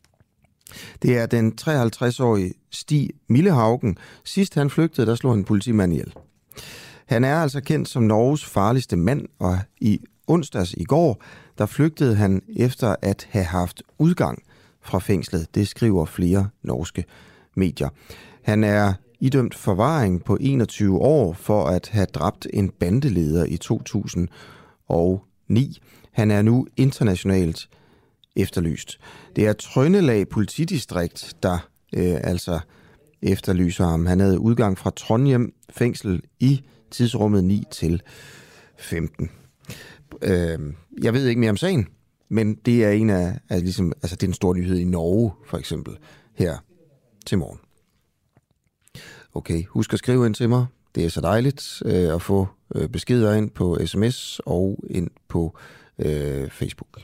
Det er den treoghalvtreds-årige Stig Millehaugen. Sidst han flygtede, der slog en politimand ihjel. Han er altså kendt som Norges farligste mand, og i onsdags i går, der flygtede han efter at have haft udgang fra fængslet. Det skriver flere norske medier. Han er idømt forvaring på enogtyve år for at have dræbt en bandeleder i to tusind og ni. Han er nu internationalt efterlyst. Det er Trøndelag politidistrikt, der øh, altså efterlyser ham. Han havde udgang fra Trondheim fængsel i tidsrummet ni til femten. Øh, jeg ved ikke mere om sagen, men det er en af, af ligesom, altså det er en stor nyhed i Norge, for eksempel, her til morgen. Okay, husk at skrive ind til mig. Det er så dejligt øh, at få øh, beskeder ind på sms og ind på øh, Facebook.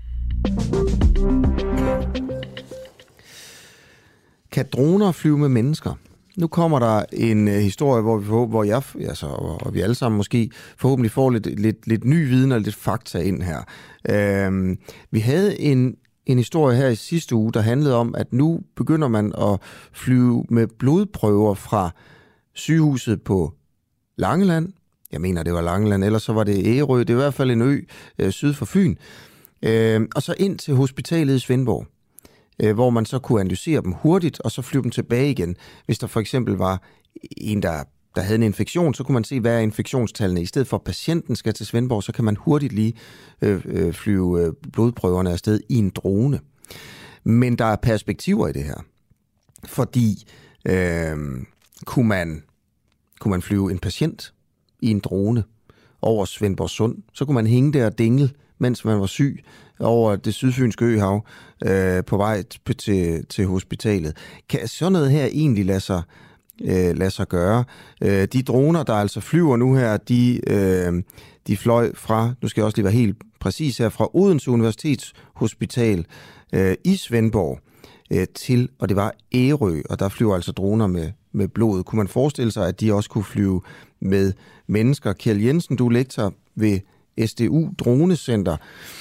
Kan droner flyve med mennesker? Nu kommer der en øh, historie, hvor vi, får, hvor jeg, altså, og, og vi alle sammen måske forhåbentlig får lidt, lidt, lidt ny viden og lidt fakta ind her. Øh, vi havde en En historie her i sidste uge, der handlede om, at nu begynder man at flyve med blodprøver fra sygehuset på Langeland. Jeg mener, det var Langeland, ellers så var det Ærø. Det er i hvert fald en ø øh, syd for Fyn. Øh, og så ind til hospitalet i Svendborg, øh, hvor man så kunne analysere dem hurtigt, og så flyve dem tilbage igen. Hvis der for eksempel var en, der, der havde en infektion, så kunne man se, hvad er infektionstallene. I stedet for at patienten skal til Svendborg, så kan man hurtigt lige øh, øh, flyve øh, blodprøverne afsted i en drone. Men der er perspektiver i det her. Fordi øh, kunne, man, kunne man flyve en patient i en drone over Svendborg Sund, så kunne man hænge der og dingle, mens man var syg, over det sydfynske øhav øh, på vej til, til hospitalet. Kan sådan noget her egentlig lade sig Øh, lade sig gøre. Øh, de droner, der altså flyver nu her, de, øh, de fløj fra, nu skal jeg også lige være helt præcis her, fra Odense Universitetshospital øh, i Svendborg øh, til, og det var Ærø, og der flyver altså droner med, med blod. Kunne man forestille sig, at de også kunne flyve med mennesker? Kjeld Jensen, du er lektor ved S D U Dronecenter.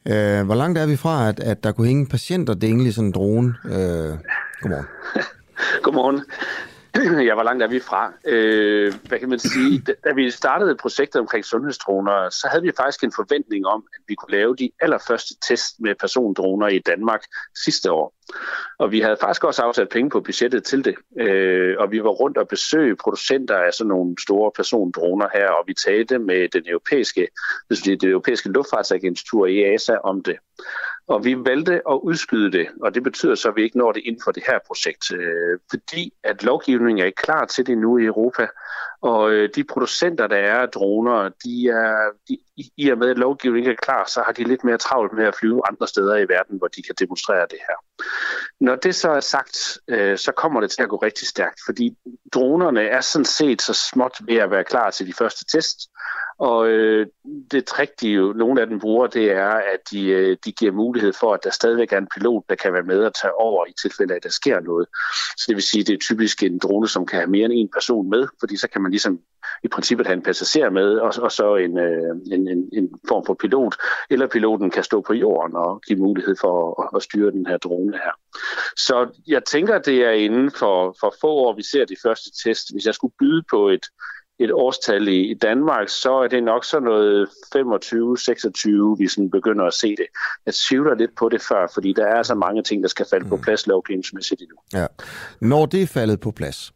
Øh, hvor langt er vi fra, at, at der kunne hænge patienter dingle i sådan en drone? Øh, godmorgen. Godmorgen. Ja, hvor langt er vi fra? Øh, hvad kan man sige? Da vi startede projektet omkring sundhedsdroner, så havde vi faktisk en forventning om, at vi kunne lave de allerførste test med persondroner i Danmark sidste år. Og vi havde faktisk også afsat penge på budgettet til det. Øh, og vi var rundt og besøge producenter af sådan nogle store persondroner her, og vi talte med den europæiske, det europæiske luftfartsagentur E A S A om det. Og vi valgte at udskyde det, og det betyder så, at vi ikke når det inden for det her projekt, øh, fordi at lovgivningen er ikke klar til det nu i Europa, og øh, de producenter, der er af droner, de er, de, i og med at lovgivningen ikke er klar, så har de lidt mere travlt med at flyve andre steder i verden, hvor de kan demonstrere det her. Når det så er sagt, øh, så kommer det til at gå rigtig stærkt, fordi dronerne er sådan set så småt ved at være klar til de første test. Og øh, det trick, de jo, nogle af dem bruger, det er, at de, øh, de giver mulighed for, at der stadigvæk er en pilot, der kan være med at tage over i tilfælde af, at der sker noget. Så det vil sige, at det er typisk en drone, som kan have mere end en person med, fordi så kan man ligesom i princippet have en passager med, og, og så en, øh, en, en, en form for pilot, eller piloten kan stå på jorden og give mulighed for at, at styre den her drone her. Så jeg tænker, at det er inden for, for få år, vi ser de første test. Hvis jeg skulle byde på et et årstal i Danmark, så er det nok sådan noget femogtyve seksogtyve, vi sådan begynder at se det. Jeg tvivler lidt på det før, fordi der er så mange ting, der skal falde mm. på plads lovgivningsmæssigt endnu. Ja. Når det er faldet på plads,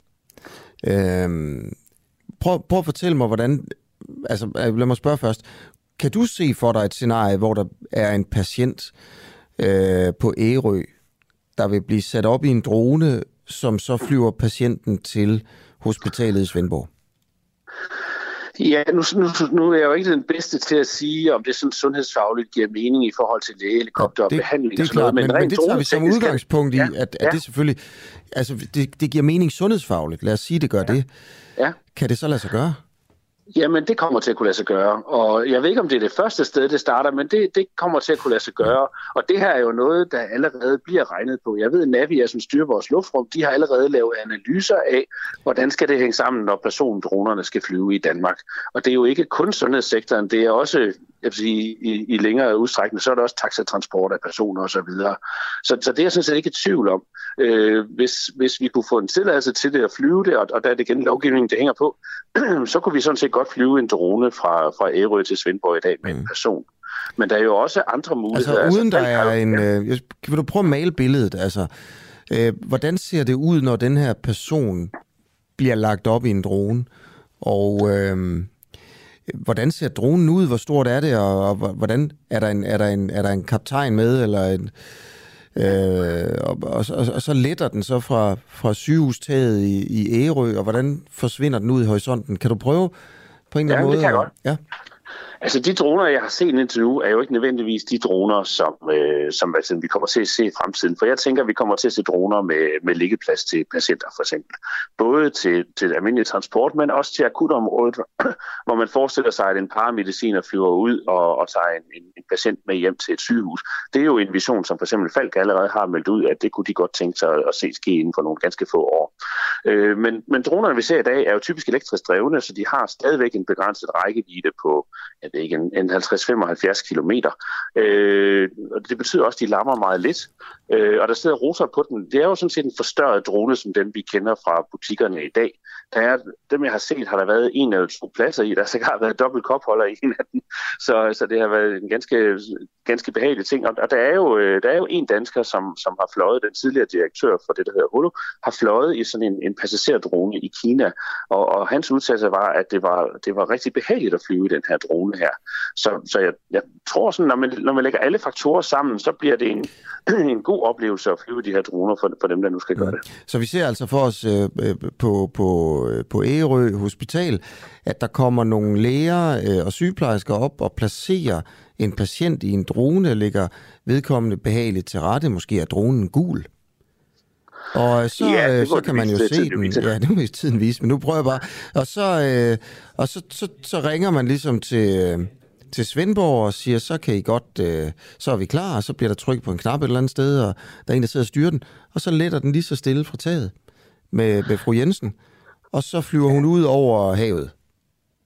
øhm, prøv, prøv at fortælle mig, hvordan, altså lad mig spørge først, kan du se for dig et scenarie, hvor der er en patient øh, på Ærø, der vil blive sat op i en drone, som så flyver patienten til hospitalet i Svendborg? Ja, nu, nu, nu er jeg jo ikke den bedste til at sige, om det sådan sundhedsfagligt giver mening i forhold til lægehelikopter og det, behandling. Det er og sådan noget, klart, men, men, men det tager vi som udgangspunkt i, ja, at, at ja. det selvfølgelig, altså det, det giver mening sundhedsfagligt. Lad os sige, det gør ja. det. Ja. Kan det så lade sig gøre? Jamen, det kommer til at kunne lade sig gøre, og jeg ved ikke, om det er det første sted, det starter, men det, det kommer til at kunne lade sig gøre, og det her er jo noget, der allerede bliver regnet på. Jeg ved, at Navia, som styrer vores luftrum, de har allerede lavet analyser af, hvordan skal det hænge sammen, når persondronerne skal flyve i Danmark. Og det er jo ikke kun sundhedssektoren, det er også, jeg vil sige, i, i længere udstrækning, så er det også taxatransport af personer osv. Så, så, så det er jeg sådan set ikke i tvivl om. Øh, hvis, hvis vi kunne få en tilladelse til det at flyve det, og, og der er det igen lovgivningen, det hænger på, så kunne vi sådan set godt flyve en drone fra, fra Ærø til Svendborg i dag med mm. en person. Men der er jo også andre muligheder. Altså uden altså, der er en... Øh, vil du prøve at male billedet? Altså, øh, hvordan ser det ud, når den her person bliver lagt op i en drone? Og øh, hvordan ser dronen ud? Hvor stort er det? Og, og hvordan er der en, er der en, er der en kaptajn med? Eller en, øh, og, og, og, og så letter den så fra, fra sygehustaget i, i Ærø, og hvordan forsvinder den ud i horisonten? Kan du prøve på en eller anden ja, måde? Det kan jeg godt. Ja. Altså de droner, jeg har set indtil nu, er jo ikke nødvendigvis de droner, som, øh, som altså, vi kommer til at se i fremtiden. For jeg tænker, at vi kommer til at se droner med, med liggeplads til patienter, for eksempel. Både til, til almindelig transport, men også til akutområdet, hvor man forestiller sig, at en paramediciner flyver ud og, og tager en, en, en patient med hjem til et sygehus. Det er jo en vision, som for eksempel Falck allerede har meldt ud, at det kunne de godt tænke sig at, at se ske inden for nogle ganske få år. Øh, men, men dronerne, vi ser i dag, er jo typisk elektrisk drevne, så de har stadigvæk en begrænset rækkevidde på jeg ved ikke, en, en halvtreds til femoghalvfjerds kilometer. Øh, og det betyder også, at de lammer meget lidt. Øh, og der sidder rotor på den. Det er jo sådan set en forstørret drone, som den vi kender fra butikkerne i dag. Der er, dem jeg har set, har der været en eller to pladser i. Der har været dobbelt kopholder i en af dem. Så, så det har været en ganske, ganske behagelig ting. Og der er jo, der er jo en dansker, som, som har fløjet, den tidligere direktør for det, der hedder Holo, har fløjet i sådan en, en passagerdrone i Kina. Og, og hans udtalelse var, at det var, det var rigtig behageligt at flyve i den her drone her. Så, så jeg, jeg tror sådan, når man, når man lægger alle faktorer sammen, så bliver det en, en god oplevelse at flyve de her droner for, for dem, der nu skal gøre det. Så vi ser altså for os øh, på, på, på Ærø Hospital, at der kommer nogle læger øh, og sygeplejersker op og placerer en patient i en drone, ligger vedkommende behageligt til rette. Måske er dronen gul. Og så, ja, øh, så kan man jo se den. Ja, det må i tiden vise, men nu prøver jeg bare. Og så, øh, og så, så, så ringer man ligesom til, øh, til Svendborg og siger, så kan I godt, øh, så er vi klar, og så bliver der tryk på en knap et eller andet sted, og der er en, der sidder og styrer den, og så letter den lige så stille fra taget med, med fru Jensen, og så flyver hun ud over havet.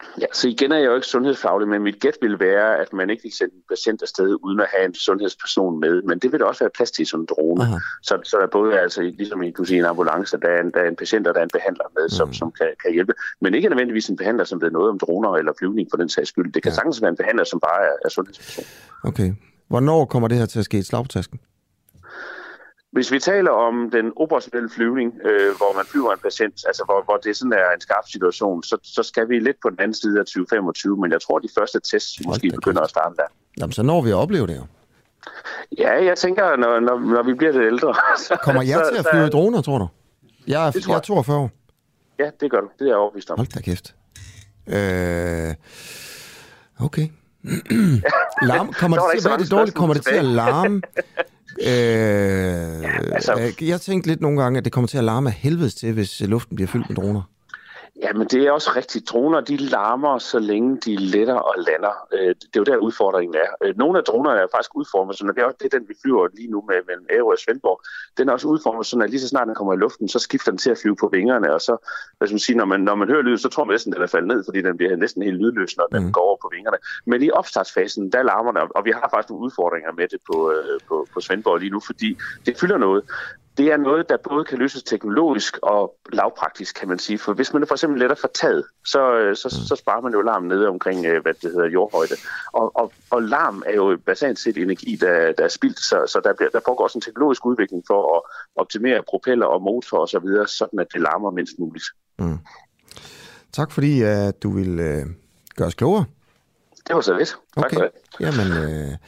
Ja, så igen er jeg jo ikke sundhedsfaglig, men mit gæt vil være, at man ikke vil sende en patient afsted uden at have en sundhedsperson med. Men det vil der også være plads til i sådan en drone. Så, så der både er altså, ligesom i, du siger, en ambulance, der er en, der er en patient, og der er en behandler med, som, mm. som kan, kan hjælpe. Men ikke nødvendigvis en behandler, som ved noget om droner eller flyvning for den sags skyld. Det kan ja. sagtens være en behandler, som bare er, er sundhedsperson. Okay. Hvornår kommer det her til at ske i slagtasken? Hvis vi taler om den operationelle flyvning, øh, hvor man flyver en patient, altså hvor, hvor det sådan er en skarp situation, så, så skal vi lidt på den anden side af tyve femogtyve, men jeg tror, de første tests måske begynder at starte der. Jamen, så når vi at opleve det jo. Ja, jeg tænker, når, når, når vi bliver lidt ældre. Så, kommer jeg til at flyve i droner, tror du? Jeg er, jeg. jeg er toogfyrre år. Ja, det gør du. Det er jeg overbevist om. Hold da kæft. Øh, okay. Larm, kommer det til, hvad er det dårligt? Kommer det til at larme? Øh, ja, altså, jeg tænkte lidt nogle gange, at det kommer til at larme af helvedes til, hvis luften bliver fyldt med droner. Ja, men det er også rigtigt. Droner, de larmer, så længe de letter og lander. Det er jo der udfordringen er. Nogle af dronerne er faktisk udformet, så det er også det, den vi flyver lige nu med mellem Ærø og Svendborg. Den er også udformet, så når lige så snart den kommer i luften, så skifter den til at flyve på vingerne, og så, hvad skal man sige, når man, når man hører lyd, så tror man næsten, at den er faldet ned, fordi den bliver næsten helt lydløs, når den mm. går over på vingerne. Men i opstartsfasen, der larmer den, og vi har faktisk nogle udfordringer med det på, på, på Svendborg lige nu, fordi det fylder noget. Det er noget, der både kan løses teknologisk og lavpraktisk, kan man sige. For hvis man for eksempel letter for taget, så, så, så sparer man jo larm nede omkring, hvad det hedder, jordhøjde. Og, og, og larm er jo basalt set energi, der, der er spildt, så, så der, bliver, der foregår også en teknologisk udvikling for at optimere propeller og motor og så videre, sådan at det larmer mindst muligt. Mm. Tak fordi uh, du ville uh, gøre os klogere. Det var så lidt. Tak okay. for det. Jamen... Uh...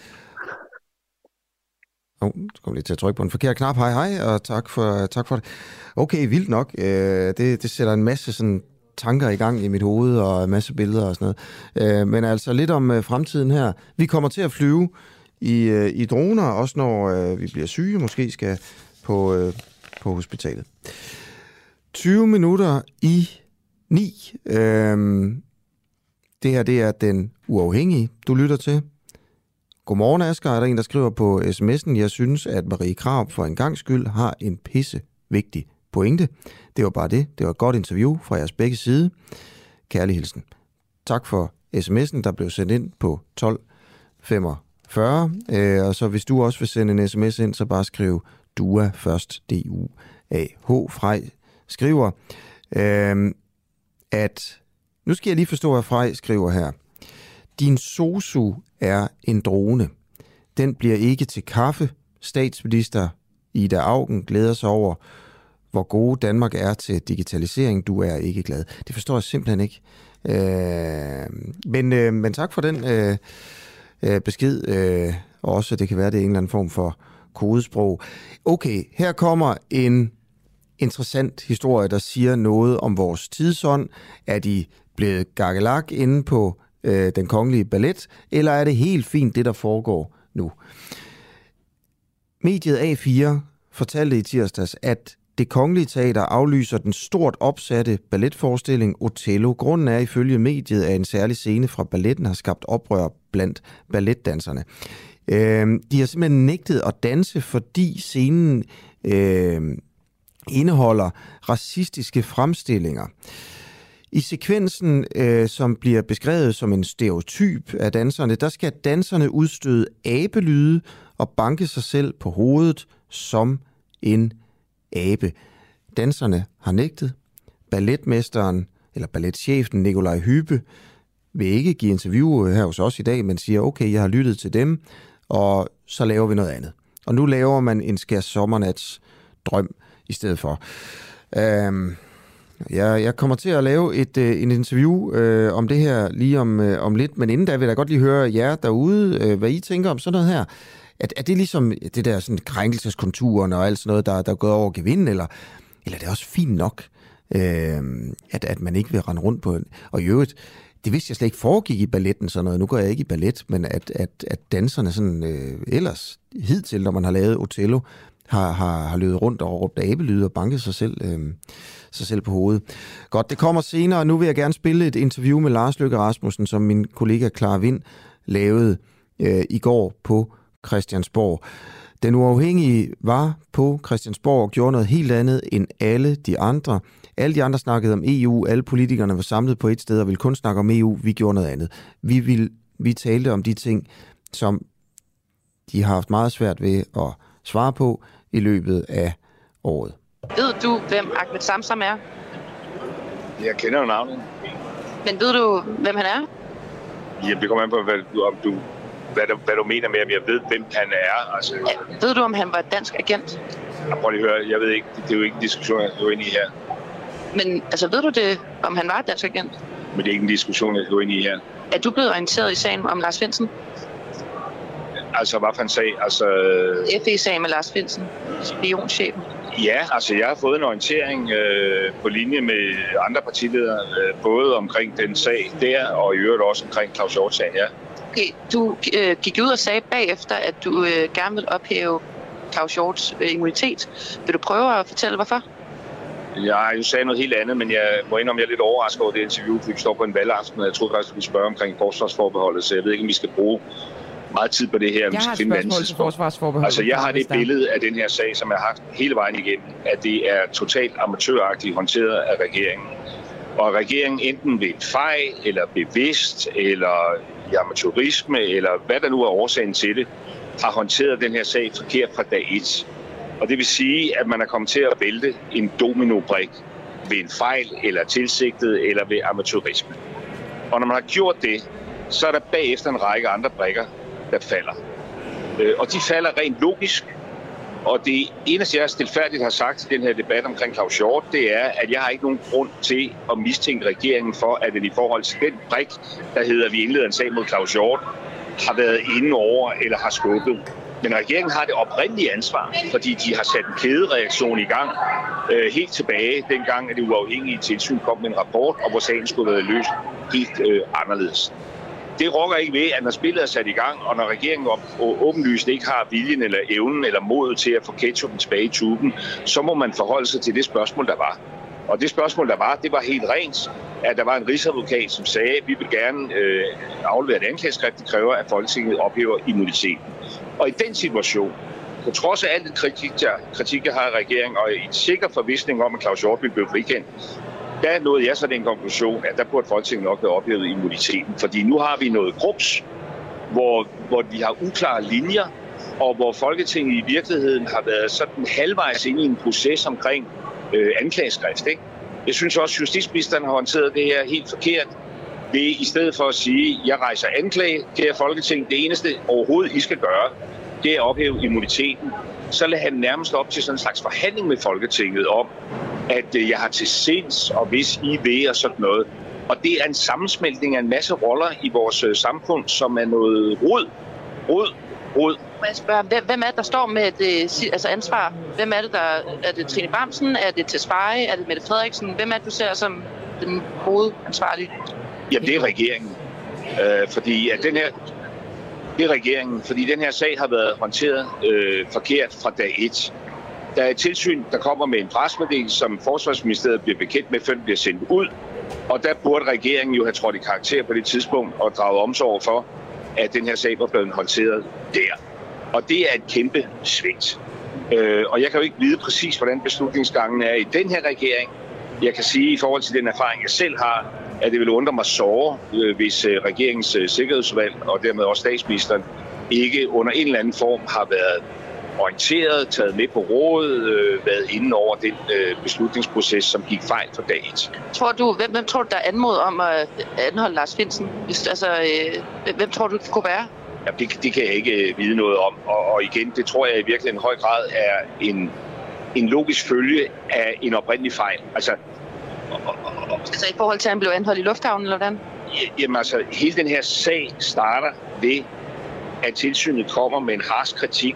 Oh, så kommer lige til at trykke på en forkert knap. Hej, hej, og tak for, tak for det. Okay, vildt nok. Øh, det, det sætter en masse sådan, tanker i gang i mit hoved, og en masse billeder og sådan noget. Øh, men altså lidt om øh, fremtiden her. Vi kommer til at flyve i, øh, i droner, også når øh, vi bliver syge, måske skal på, øh, på hospitalet. tyve minutter i ni. Øh, det her, det er Den Uafhængige, du lytter til. Godmorgen, Asger. Er der en, der skriver på sms'en, jeg synes, at Marie Krarup for en gangs skyld har en pisse vigtig pointe. Det var bare det. Det var et godt interview fra jeres begge side. Kærlig hilsen. Tak for sms'en, der blev sendt ind på tolv femogfyrre. Øh, og så hvis du også vil sende en sms ind, så bare skriv D U A først. D U A H. Frej skriver, øh, at... Nu skal jeg lige forstå, hvad Frej skriver her. Din sosu er en drone. Den bliver ikke til kaffe. Statsminister Ida Auken glæder sig over, hvor gode Danmark er til digitalisering. Du er ikke glad. Det forstår jeg simpelthen ikke. Øh, men, øh, men tak for den øh, øh, besked. Øh, også, det kan være, det er en eller anden form for kodesprog. Okay, her kommer en interessant historie, der siger noget om vores tidsånd. Er de blevet gakkelak inde på Den Kongelige Ballet, eller er det helt fint, det der foregår nu? Mediet A fire fortalte i tirsdags, at Det Kongelige Teater aflyser den stort opsatte balletforestilling Otello. Grunden er ifølge mediet, at en særlig scene fra balletten har skabt oprør blandt balletdanserne. Øh, de har simpelthen nægtet at danse, fordi scenen øh, indeholder racistiske fremstillinger. I sekvensen, øh, som bliver beskrevet som en stereotyp af danserne, der skal danserne udstøde abelyde og banke sig selv på hovedet som en abe. Danserne har nægtet. Balletmesteren, eller balletchefen Nikolaj Hyppe, vil ikke give interview her hos os i dag, men siger, okay, jeg har lyttet til dem, og så laver vi noget andet. Og nu laver man en skærs sommernats drøm i stedet for. Øhm Jeg, jeg kommer til at lave et, øh, en interview øh, om det her lige om, øh, om lidt, men inden da vil jeg godt lige høre jer derude, øh, hvad I tænker om sådan noget her. Er, er det ligesom det der sådan krænkelseskonturen og alt sådan noget, der, der er gået over gevind, eller, eller er det også fint nok, øh, at, at man ikke vil rende rundt på... Og i øvrigt, det vidste jeg slet ikke foregik i balletten sådan noget. Nu går jeg ikke i ballet, men at, at, at danserne sådan øh, ellers hidtil, når man har lavet Otello, har, har, har løbet rundt og råbt abelyde og banket sig selv... Øh, sig selv på hovedet. Godt, det kommer senere. Nu vil jeg gerne spille et interview med Lars Løkke Rasmussen, som min kollega Clara Vind lavede øh, i går på Christiansborg. Den Uafhængige var på Christiansborg og gjorde noget helt andet end alle de andre. Alle de andre snakkede om E U, alle politikerne var samlet på et sted og ville kun snakke om E U. Vi gjorde noget andet. Vi, ville, vi talte om de ting, som de har haft meget svært ved at svare på i løbet af året. Ved du, hvem Ahmed Samsam er? Jeg kender jo navnet. Men ved du, hvem han er? Ja, det kommer an på, hvad du, om du, hvad, du, hvad du mener med, om jeg ved, hvem han er. Altså, ja, ved du, om han var dansk agent? Jeg prøver lige at høre. Jeg ved ikke. Det er jo ikke en diskussion, jeg går ind i her. Men altså, ved du det, om han var dansk agent? Men det er ikke en diskussion, jeg går ind i her. Er du blevet orienteret i sagen om Lars Findsen? Altså, hvad for en sag? Altså... F E-sagen med Lars Findsen, spionchefen. Ja, altså jeg har fået en orientering øh, på linje med andre partiledere, øh, både omkring den sag der, og i øvrigt også omkring Claus Hjort-sagen, ja. Okay, du øh, gik ud og sagde bagefter, at du øh, gerne vil ophæve Claus Hjorts øh, immunitet. Vil du prøve at fortælle, hvorfor? Jeg jo sagde noget helt andet, men jeg må indrømme, jeg er lidt overrasket over det interview, fordi vi står på en valgaften, og jeg troede faktisk, at vi spørge omkring forsvarsforbeholdet, så jeg ved ikke, om vi skal bruge meget tid på det her. Jeg har et spørgsmål til forsvarsforbeholdet. Altså, jeg har det billede af den her sag, som jeg har haft hele vejen igennem, at det er totalt amatøragtigt håndteret af regeringen. Og regeringen enten ved en fejl, eller bevidst, eller i amatørisme, eller hvad der nu er årsagen til det, har håndteret den her sag forkert fra dag et. Og det vil sige, at man er kommet til at vælte en dominobrik ved en fejl, eller tilsigtet, eller ved amatørisme. Og når man har gjort det, så er der bagefter en række andre brikker, der falder. Og de falder rent logisk. Og det eneste, jeg stilfærdigt har sagt i den her debat omkring Claus Hjort, det er, at jeg har ikke nogen grund til at mistænke regeringen for, at den i forhold til den brik, der hedder, vi indleder en sag mod Claus Hjort, har været inde over eller har skubbet. Men regeringen har det oprindelige ansvar, fordi de har sat en kædereaktion i gang øh, helt tilbage, dengang at det uafhængige tilsyn kom med en rapport, og hvor sagen skulle have været løst helt øh, anderledes. Det rokker ikke ved, at når spillet er sat i gang, og når regeringen åbenlyst ikke har viljen eller evnen eller modet til at få ketchupen tilbage i tuben, så må man forholde sig til det spørgsmål, der var. Og det spørgsmål, der var, det var helt rent, at der var en rigsadvokat, som sagde, at vi vil gerne øh, aflevere et anklageskrift, der kræver, at Folketinget ophæver immuniteten. Og i den situation, på trods af alt det kritik, jeg, kritik, jeg har af regeringen, og i en sikker forvisning om, at Claus Hjort ville blive frikendt, der nåede jeg så den konklusion, at der burde Folketinget nok have ophævet immuniteten. Fordi nu har vi noget grups, hvor, hvor vi har uklare linjer, og hvor Folketinget i virkeligheden har været sådan halvvejs inde i en proces omkring øh, anklageskrift. Ikke? Jeg synes også, at justitsministeren har håndteret det her helt forkert. Ved i stedet for at sige, at jeg rejser anklage, kære Folketing, det eneste overhovedet I skal gøre, det er at ophæve immuniteten. Så lader han nærmest op til sådan en slags forhandling med Folketinget om, at jeg har til sinds, og hvis I vil, og sådan noget. Og det er en sammensmeltning af en masse roller i vores øh, samfund, som er noget rod, rod, rod. Må jeg spørge, hvem er det, der står med det altså ansvar? Hvem er det, der... Er det Trine Bramsen? Er det Tesfaye? Er det Mette Frederiksen? Hvem er det, du ser som den hovedansvarlige? Jamen, det er regeringen. Øh, fordi at den her... Det er regeringen, fordi den her sag har været håndteret øh, forkert fra dag et. Der er et tilsyn, der kommer med en pressemeddelelse, som Forsvarsministeriet bliver bekendt med, før den bliver sendt ud. Og der burde regeringen jo have trådt i karakter på det tidspunkt og draget omsorg for, at den her sag var blevet håndteret der. Og det er et kæmpe svigt. Øh, og jeg kan jo ikke vide præcis, hvordan beslutningsgangen er i den her regering. Jeg kan sige, i forhold til den erfaring, jeg selv har, at det vil undre mig såre, øh, hvis øh, regeringens øh, sikkerhedsudvalg og dermed også statsministeren ikke under en eller anden form har været orienteret, taget med på råd, øh, været inde over den øh, beslutningsproces, som gik fejl for dag et. Tror du, hvem, hvem tror du, der er anmodet om at anholde Lars Findsen? Hvis, altså, øh, hvem tror du, det kunne være? Ja, det, det kan jeg ikke øh, vide noget om. Og, og igen, det tror jeg i virkeligheden i høj grad er en, en logisk følge af en oprindelig fejl. Altså, og, og, og, altså i forhold til, at han blev anholdt i lufthavnen, eller hvordan? Jamen altså, hele den her sag starter ved, at tilsynet kommer med en harsk kritik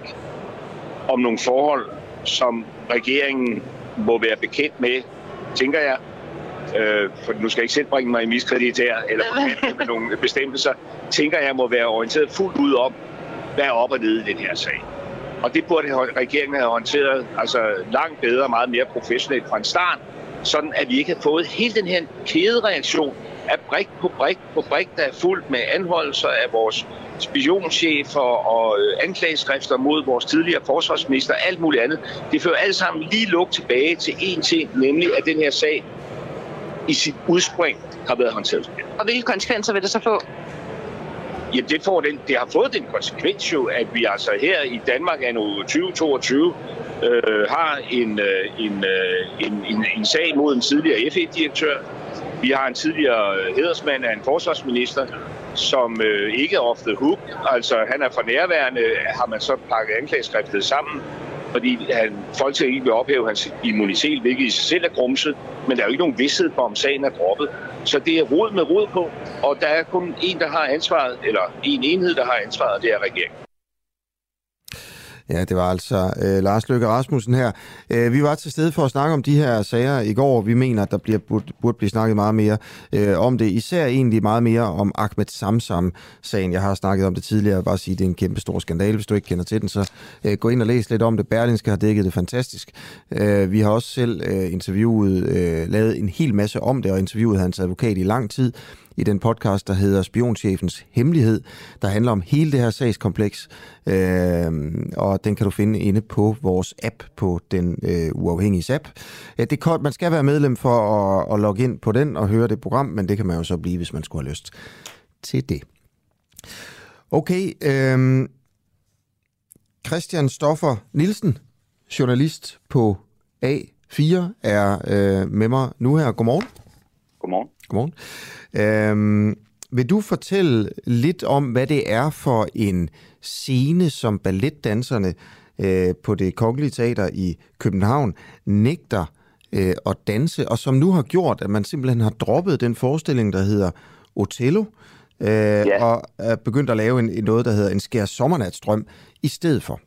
om nogle forhold, som regeringen må være bekendt med, tænker jeg. Øh, for nu skal jeg ikke selv bringe mig i miskredit her, eller med nogle bestemmelser, tænker jeg må være orienteret fuldt ud om, hvad er op og ned i den her sag. Og det burde regeringen have håndteret altså langt bedre, meget mere professionelt fra en start, sådan at vi ikke har fået hele den her kædereaktion er brik på brik på brik, der er fuldt med anholdelser af vores spionchefer og øh, anklageskrifter mod vores tidligere forsvarsminister, alt muligt andet. Det fører alt sammen lige luk tilbage til én ting, nemlig at den her sag i sit udspring har været håndteret. Og hvilke konsekvenser vil det så få? Jamen, det, får den, det har fået den konsekvens jo, at vi altså her i Danmark anno tyve toogtyve øh, har en, øh, en, øh, en, en, en sag mod en tidligere F E-direktør. Vi har en tidligere hædersmand af en forsvarsminister, som øh, ikke er off the hook. Altså, han er for nærværende, har man så pakket anklageskriftet sammen, fordi han, Folketinget ikke vil ophæve hans immunitet, hvilket i sig selv er grumset, men der er jo ikke nogen vidsthed for, om sagen er droppet. Så det er rod med rod på, og der er kun en, der har ansvaret, eller en enhed, der har ansvaret, og det er regeringen. Ja, det var altså øh, Lars Løkke Rasmussen her. Øh, vi var til stede for at snakke om de her sager i går. Vi mener, at der bliver, burde, burde blive snakket meget mere øh, om det. Især egentlig meget mere om Ahmed Samsam-sagen. Jeg har snakket om det tidligere. Jeg vil bare sige, at det er en kæmpe stor skandale. Hvis du ikke kender til den, så øh, gå ind og læs lidt om det. Berlingske har dækket det fantastisk. Øh, vi har også selv øh, interviewet, øh, lavet en hel masse om det, og interviewet hans advokat i lang tid i den podcast, der hedder Spionchefens Hemmelighed, der handler om hele det her sagskompleks, øh, og den kan du finde inde på vores app, på den øh, uafhængige app. Ja, det er, man skal være medlem for at, at logge ind på den og høre det program, men det kan man jo så blive, hvis man skulle have lyst til det. Okay, øh, Christian Stoffer Nielsen, journalist på A fire, er øh, med mig nu her. Godmorgen. Godmorgen. Godmorgen. Øhm, vil du fortælle lidt om, hvad det er for en scene, som balletdanserne øh, på Det Kongelige Teater i København nægter øh, at danse, og som nu har gjort, at man simpelthen har droppet den forestilling, der hedder Othello, øh, ja. og er begyndt at lave en, noget, der hedder En skær sommernatsdrøm, i stedet for?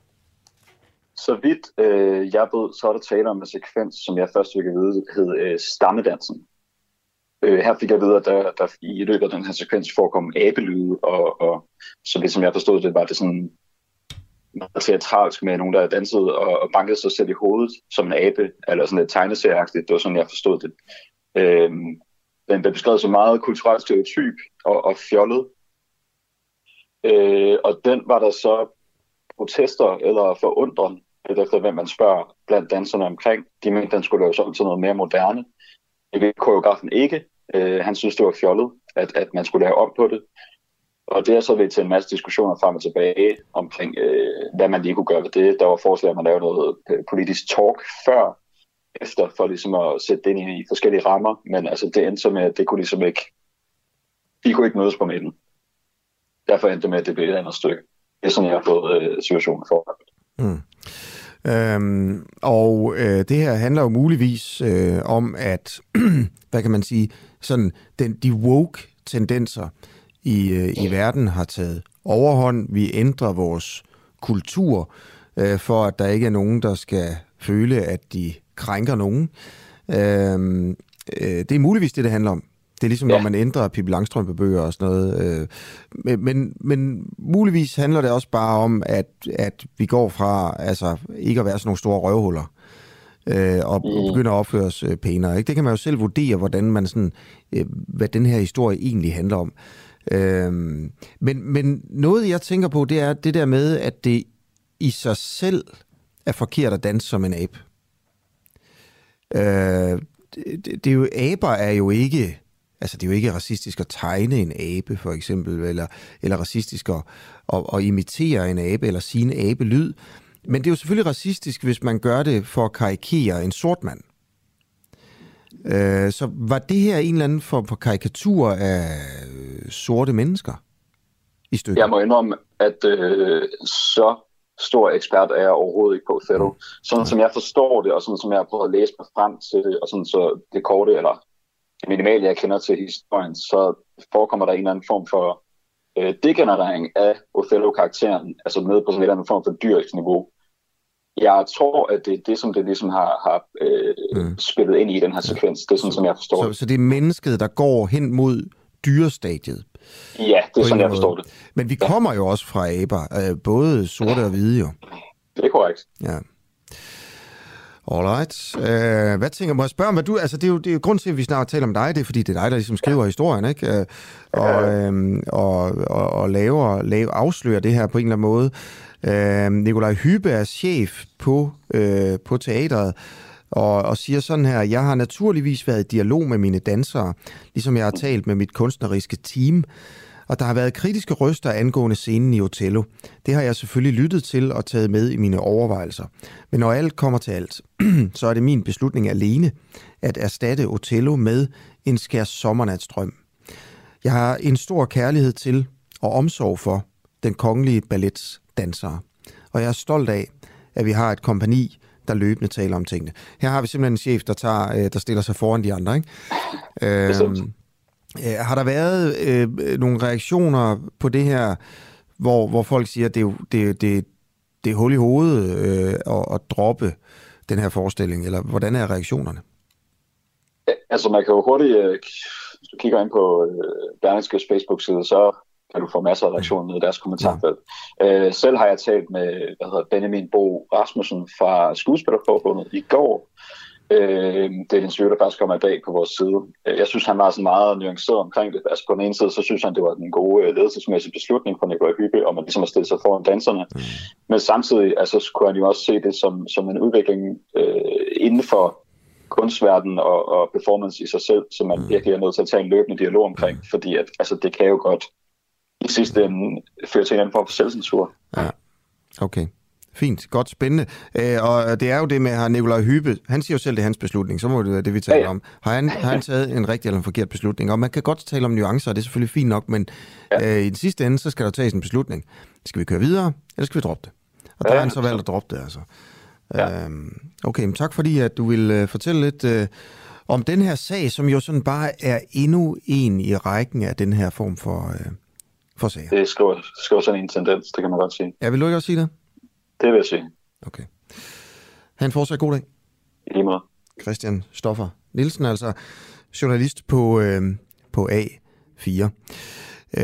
Så vidt øh, jeg ved, så er der tale om en sekvens, som jeg først fik at vide, hed øh, stammedansen. Øh, her fik jeg at vide, at der, der i løbet af den her sekvens forekom abelyde, og, og så det som jeg forstod det, var det sådan meget teatralsk med nogen, der dansede og, og bankede sig selv i hovedet som en abe, eller sådan lidt tegneserieagtigt. Det var sådan, jeg forstod det. Øh, den blev beskrevet som meget kulturelt stereotyp og, og fjollet. Øh, og den var der så protester eller forundren, efter hvem man spørger blandt danserne omkring. De mente, den skulle laves om til noget mere moderne. Det ville koreografen ikke. Uh, han synes, det var fjollet, at, at man skulle lave om på det. Og det er så lidt til en masse diskussioner frem og tilbage omkring, uh, hvad man lige kunne gøre ved det. Der var forslag, at man lavede noget politisk talk før, efter, for ligesom at sætte det ind i forskellige rammer. Men altså, det endte så med, at det kunne ligesom ikke, de kunne ikke mødes på midten. Derfor endte det med, at det blev et andet stykke. Det er sådan, jeg har fået uh, situationen for. Mm. Øhm, og øh, det her handler jo muligvis øh, om, at, hvad kan man sige, sådan den, de woke tendenser i, øh, i verden har taget overhånd. Vi ændrer vores kultur, øh, for at der ikke er nogen, der skal føle, at de krænker nogen. Øhm, øh, det er muligvis det, det handler om. Det er ligesom, ja. Når man ændrer Pippi Langstrømpe-bøger og sådan noget. Øh, men, men muligvis handler det også bare om, at, at vi går fra altså, ikke at være sådan nogle store røvhuller, øh, og mm. begynder at opføre os øh, pænere. Ikke? Det kan man jo selv vurdere, hvordan man sådan, øh, hvad den her historie egentlig handler om. Øh, men, men noget, jeg tænker på, det er det der med, at det i sig selv er forkert at danse som en abe. Øh, det, det er jo, aber er jo ikke... Altså, det er jo ikke racistisk at tegne en abe, for eksempel, eller, eller racistisk at, at, at imitere en abe, eller sige en abe-lyd. Men det er jo selvfølgelig racistisk, hvis man gør det for at karikere en sort mand. Øh, så var det her en eller anden form for karikatur af sorte mennesker i stykket? Jeg må indrømme, at øh, så stor ekspert er jeg overhovedet ikke på Othello. Mm. Sådan som jeg forstår det, og sådan som jeg har prøvet at læse mig frem til det, og sådan så det korte, eller minimalt, jeg kender til historien, så forekommer der en eller anden form for øh, degenerering af Othello-karakteren, altså ned på sådan en eller anden form for dyrisk niveau. Jeg tror, at det er det, som det ligesom har, har øh, mm. spillet ind i den her sekvens. Det er sådan, så, som jeg forstår så, det. Så det er mennesket, der går hen mod dyrestadiet? Ja, det er sådan, jeg forstår det. Men vi kommer ja. jo også fra aber, øh, både sorte og hvide jo. Det er korrekt. Ja. Alright. Uh, hvad tænker må jeg spørge om, hvad du... Altså, det er jo, det er jo grund til, at vi snart taler om dig, det er, fordi det er dig, der ligesom skriver historien, ikke? Uh, og, øhm, og, og, og laver, laver, afslører det her på en eller anden måde. Uh, Nikolaj Hübbe er chef på, uh, på teatret, og, og siger sådan her: jeg har naturligvis været i dialog med mine dansere, ligesom jeg har talt med mit kunstneriske team, og der har været kritiske røster angående scenen i Otello. Det har jeg selvfølgelig lyttet til og taget med i mine overvejelser. Men når alt kommer til alt, så er det min beslutning alene at erstatte Otello med en skær sommernatsdrøm. Jeg har en stor kærlighed til og omsorg for den kongelige ballets dansere, og jeg er stolt af, at vi har et kompagni, der løbende taler om tingene. Her har vi simpelthen en chef, der, tager, der stiller sig foran de andre, ikke? Øhm, har der været øh, nogle reaktioner på det her, hvor, hvor folk siger, at det er, det, det, det er hul i hovedet øh, at, at droppe den her forestilling, eller hvordan er reaktionerne? Altså man kan jo hurtigt, øh, hvis du kigger ind på øh, Berlingskes Facebook-side, så kan du få masser af reaktioner ned i deres kommentarfelt. Ja. Øh, selv har jeg talt med hvad hedder, Benjamin Bo Rasmussen fra Skuespillerforbundet i går. Øh, det er en interview, der faktisk kommer i dag på vores side. Jeg synes, han var sådan meget nuanceret omkring det. Altså på den ene side, så synes han, det var en god ledelsesmæssig beslutning fra Nikolaj Hübbe, om at ligesom at stille sig foran danserne. Mm. Men samtidig altså, kunne han jo også se det som, som en udvikling øh, inden for kunstverdenen og, og performance i sig selv, som man mm. virkelig er nødt til at tage en løbende dialog omkring, mm. fordi at, altså, det kan jo godt i sidste ende føre til en anden form for selvcensur. Ja, okay. Fint, godt, spændende. Øh, og det er jo det med, at Nikolaj Hübbe, han siger jo selv, det er hans beslutning, så må det være det, vi taler ja, ja. om. Har han, har han taget en rigtig eller en forkert beslutning? Og man kan godt tale om nuancer, og det er selvfølgelig fint nok, men ja. øh, i den sidste ende, så skal der tages en beslutning. Skal vi køre videre, eller skal vi droppe det? Og der ja, har han så valgt at droppe det, altså. Ja. Øh, okay, men tak fordi, at du vil øh, fortælle lidt øh, om den her sag, som jo sådan bare er endnu en i rækken af den her form for, øh, for sager. Det skriver, det skriver sådan en tendens, det kan man godt sige. Ja, vil du ikke også sige det? Det vil jeg sige. Okay. Ha' en fortsat god dag. I lige måde. Christian Stoffer Nielsen, altså journalist på, øh, på A fire. Øh,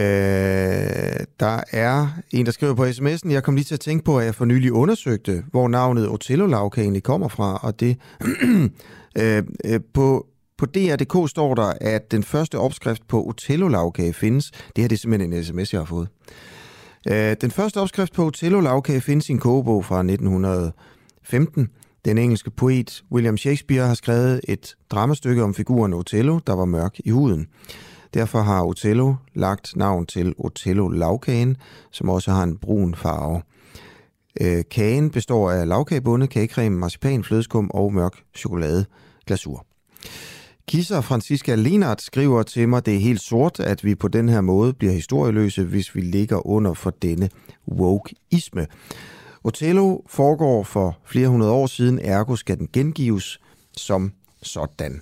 der er en, der skriver på sms'en, jeg kom lige til at tænke på, at jeg for nylig undersøgte, hvor navnet Otello-lavkage egentlig kommer fra, og det øh, øh, på På D R punktum D K står der, at den første opskrift på Otello-lavkage findes. Det her det er simpelthen en sms, jeg har fået. Den første opskrift på Otello-lavkage findes i en kogebog fra nitten femten. Den engelske poet William Shakespeare har skrevet et dramastykke om figuren Otello, der var mørk i huden. Derfor har Otello lagt navn til Otello-lavkagen, som også har en brun farve. Kagen består af lavkagebunde, kagecreme, marcipan, flødeskum og mørk chokoladeglasur. Kisser Franziska Lenart skriver til mig, det er helt sort, at vi på den her måde bliver historieløse, hvis vi ligger under for denne wokeisme. Otello foregår for flere hundrede år siden, ergo skal den gengives som sådan.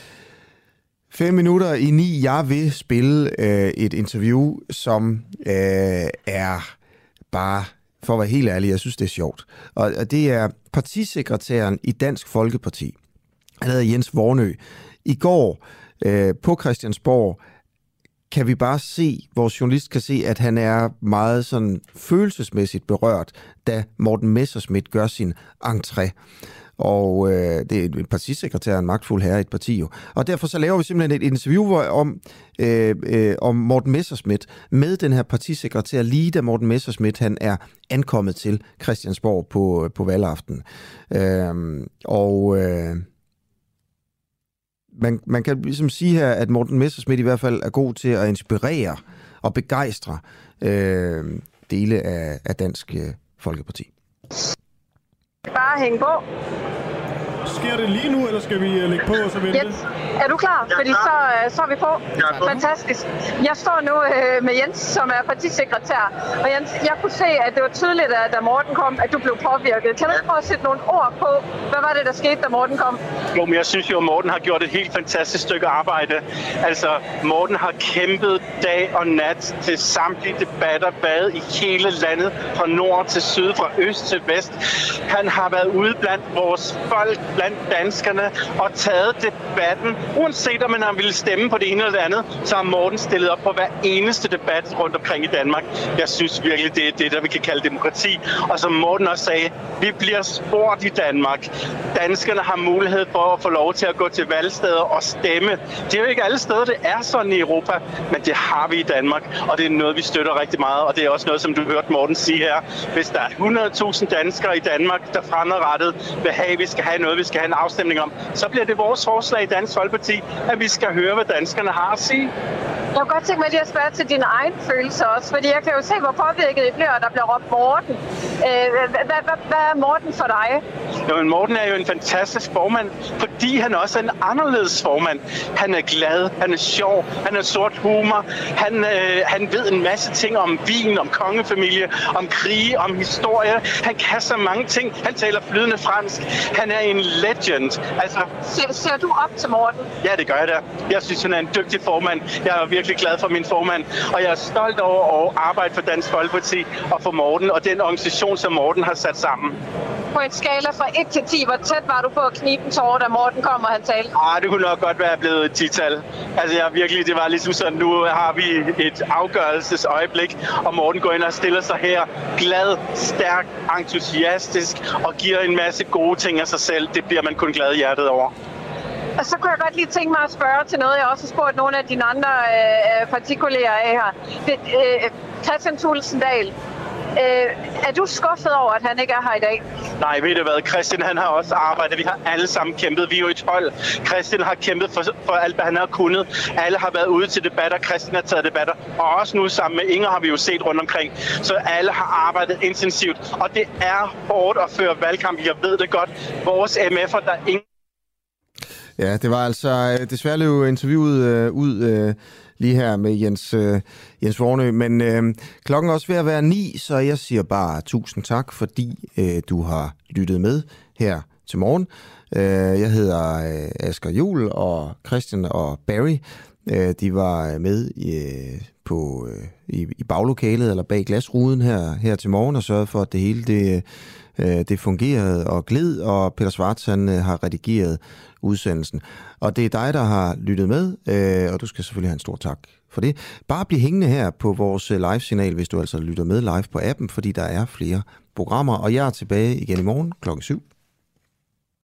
Fem minutter i ni, jeg vil spille øh, et interview, som øh, er bare, for at være helt ærlig, jeg synes det er sjovt. Og, og det er partisekretæren i Dansk Folkeparti. Han hedder Jens Vornø. I går øh, på Christiansborg kan vi bare se, vores journalist kan se, at han er meget sådan følelsesmæssigt berørt, da Morten Messerschmidt gør sin entré. Og øh, det er en partisekretær, en magtfuld herre i et parti jo. Og derfor så laver vi simpelthen et interview om, øh, øh, om Morten Messerschmidt med den her partisekretær, lige da Morten Messerschmidt han er ankommet til Christiansborg på, på valgaften. Øh, og... Øh, Man, man kan ligesom sige her, at Morten Messerschmidt i hvert fald er god til at inspirere og begejstre øh, dele af, af Dansk øh, Folkeparti. Bare hænge på. Sker det lige nu, eller skal vi lægge på og så vente? Jens, er du klar? Fordi så, så er vi på. Fantastisk. Jeg står nu øh, med Jens, som er partisekretær. Og Jens, jeg kunne se, at det var tydeligt, at da Morten kom, at du blev påvirket. Kan du prøve at sætte nogle ord på, hvad var det, der skete, da Morten kom? Jo, men jeg synes jo, at Morten har gjort et helt fantastisk stykke arbejde. Altså, Morten har kæmpet dag og nat til samtlige debatter, været i hele landet, fra nord til syd, fra øst til vest. Han har været ude blandt vores folk, blandt danskerne og taget debatten. Uanset om man har ville stemme på det ene eller det andet, så har Morten stillet op på hver eneste debat rundt omkring i Danmark. Jeg synes virkelig, det er det, der vi kan kalde demokrati. Og som Morten også sagde, vi bliver spurgt i Danmark. Danskerne har mulighed for at få lov til at gå til valgsteder og stemme. Det er jo ikke alle steder, det er sådan i Europa, men det har vi i Danmark, og det er noget, vi støtter rigtig meget. Og det er også noget, som du hørte Morten sige her. Hvis der er hundrede tusind danskere i Danmark, der fremadrettet vil have, vi skal have noget, vi skal have en afstemning om, så bliver det vores forslag i Dansk Folkeparti, at vi skal høre, hvad danskerne har at sige. Jeg kunne godt tænke mig lige at spørge til dine egne følelser også, fordi jeg kan jo se, hvor påvirket I bliver, der bliver råbt Morten. Hvad er Morten for dig? Jo, men Morten er jo en fantastisk formand, fordi han også er en anderledes formand. Han er glad, han er sjov, han er sort humor, han, øh, han ved en masse ting om vin, om kongefamilie, om krige, om historie. Han kan så mange ting. Han taler flydende fransk. Han er en legend. Altså, ser, ser du op til Morten? Ja, det gør jeg da. Jeg synes, han er en dygtig formand. Jeg er virkelig glad for min formand, og jeg er stolt over at arbejde for Dansk Folkeparti og for Morten og den organisation, som Morten har sat sammen. På en skala fra et til ti, hvor tæt var du på at knibe en tårer, da Morten kom og han talte? Ah, det kunne nok godt være blevet et ti-tal. Altså, jeg virkelig, det var ligesom sådan, nu har vi et afgørelsesøjeblik, og Morten går ind og stiller sig her glad, stærk, entusiastisk og giver en masse gode ting af sig selv. Det bliver man kun glad i hjertet over. Og så kunne jeg godt lige tænke mig at spørge til noget, jeg også har spurgt nogle af dine andre øh, partikolleger af her. Det, øh, Kristian Thulesen Dahl, øh, er du skuffet over, at han ikke er her i dag? Nej, ved du hvad, Christian han har også arbejdet. Vi har alle sammen kæmpet. Vi er jo et hold. Christian har kæmpet for, for alt, hvad han har kunnet. Alle har været ude til debatter. Christian har taget debatter. Og også nu sammen med Inger har vi jo set rundt omkring. Så alle har arbejdet intensivt. Og det er hårdt at føre valgkamp. Jeg ved det godt. Vores M F'er, der er ingen... Ja, det var altså desværre løb interviewet øh, ud øh, lige her med Jens, øh, Jens Vornø, men øh, klokken er også ved at være ni, så jeg siger bare tusind tak, fordi øh, du har lyttet med her til morgen. Øh, jeg hedder øh, Asger Juhl, og Christian og Barry, øh, de var med i, på, øh, i, i baglokalet eller bag glasruden her, her til morgen og sørgede for, at det hele det, øh, det fungerede og gled, og Peter Schwartz han øh, har redigeret udsendelsen. Og det er dig, der har lyttet med, øh, og du skal selvfølgelig have en stor tak for det. Bare bliv hængende her på vores live-signal, hvis du altså lytter med live på appen, fordi der er flere programmer, og jeg er tilbage igen i morgen klokken syv.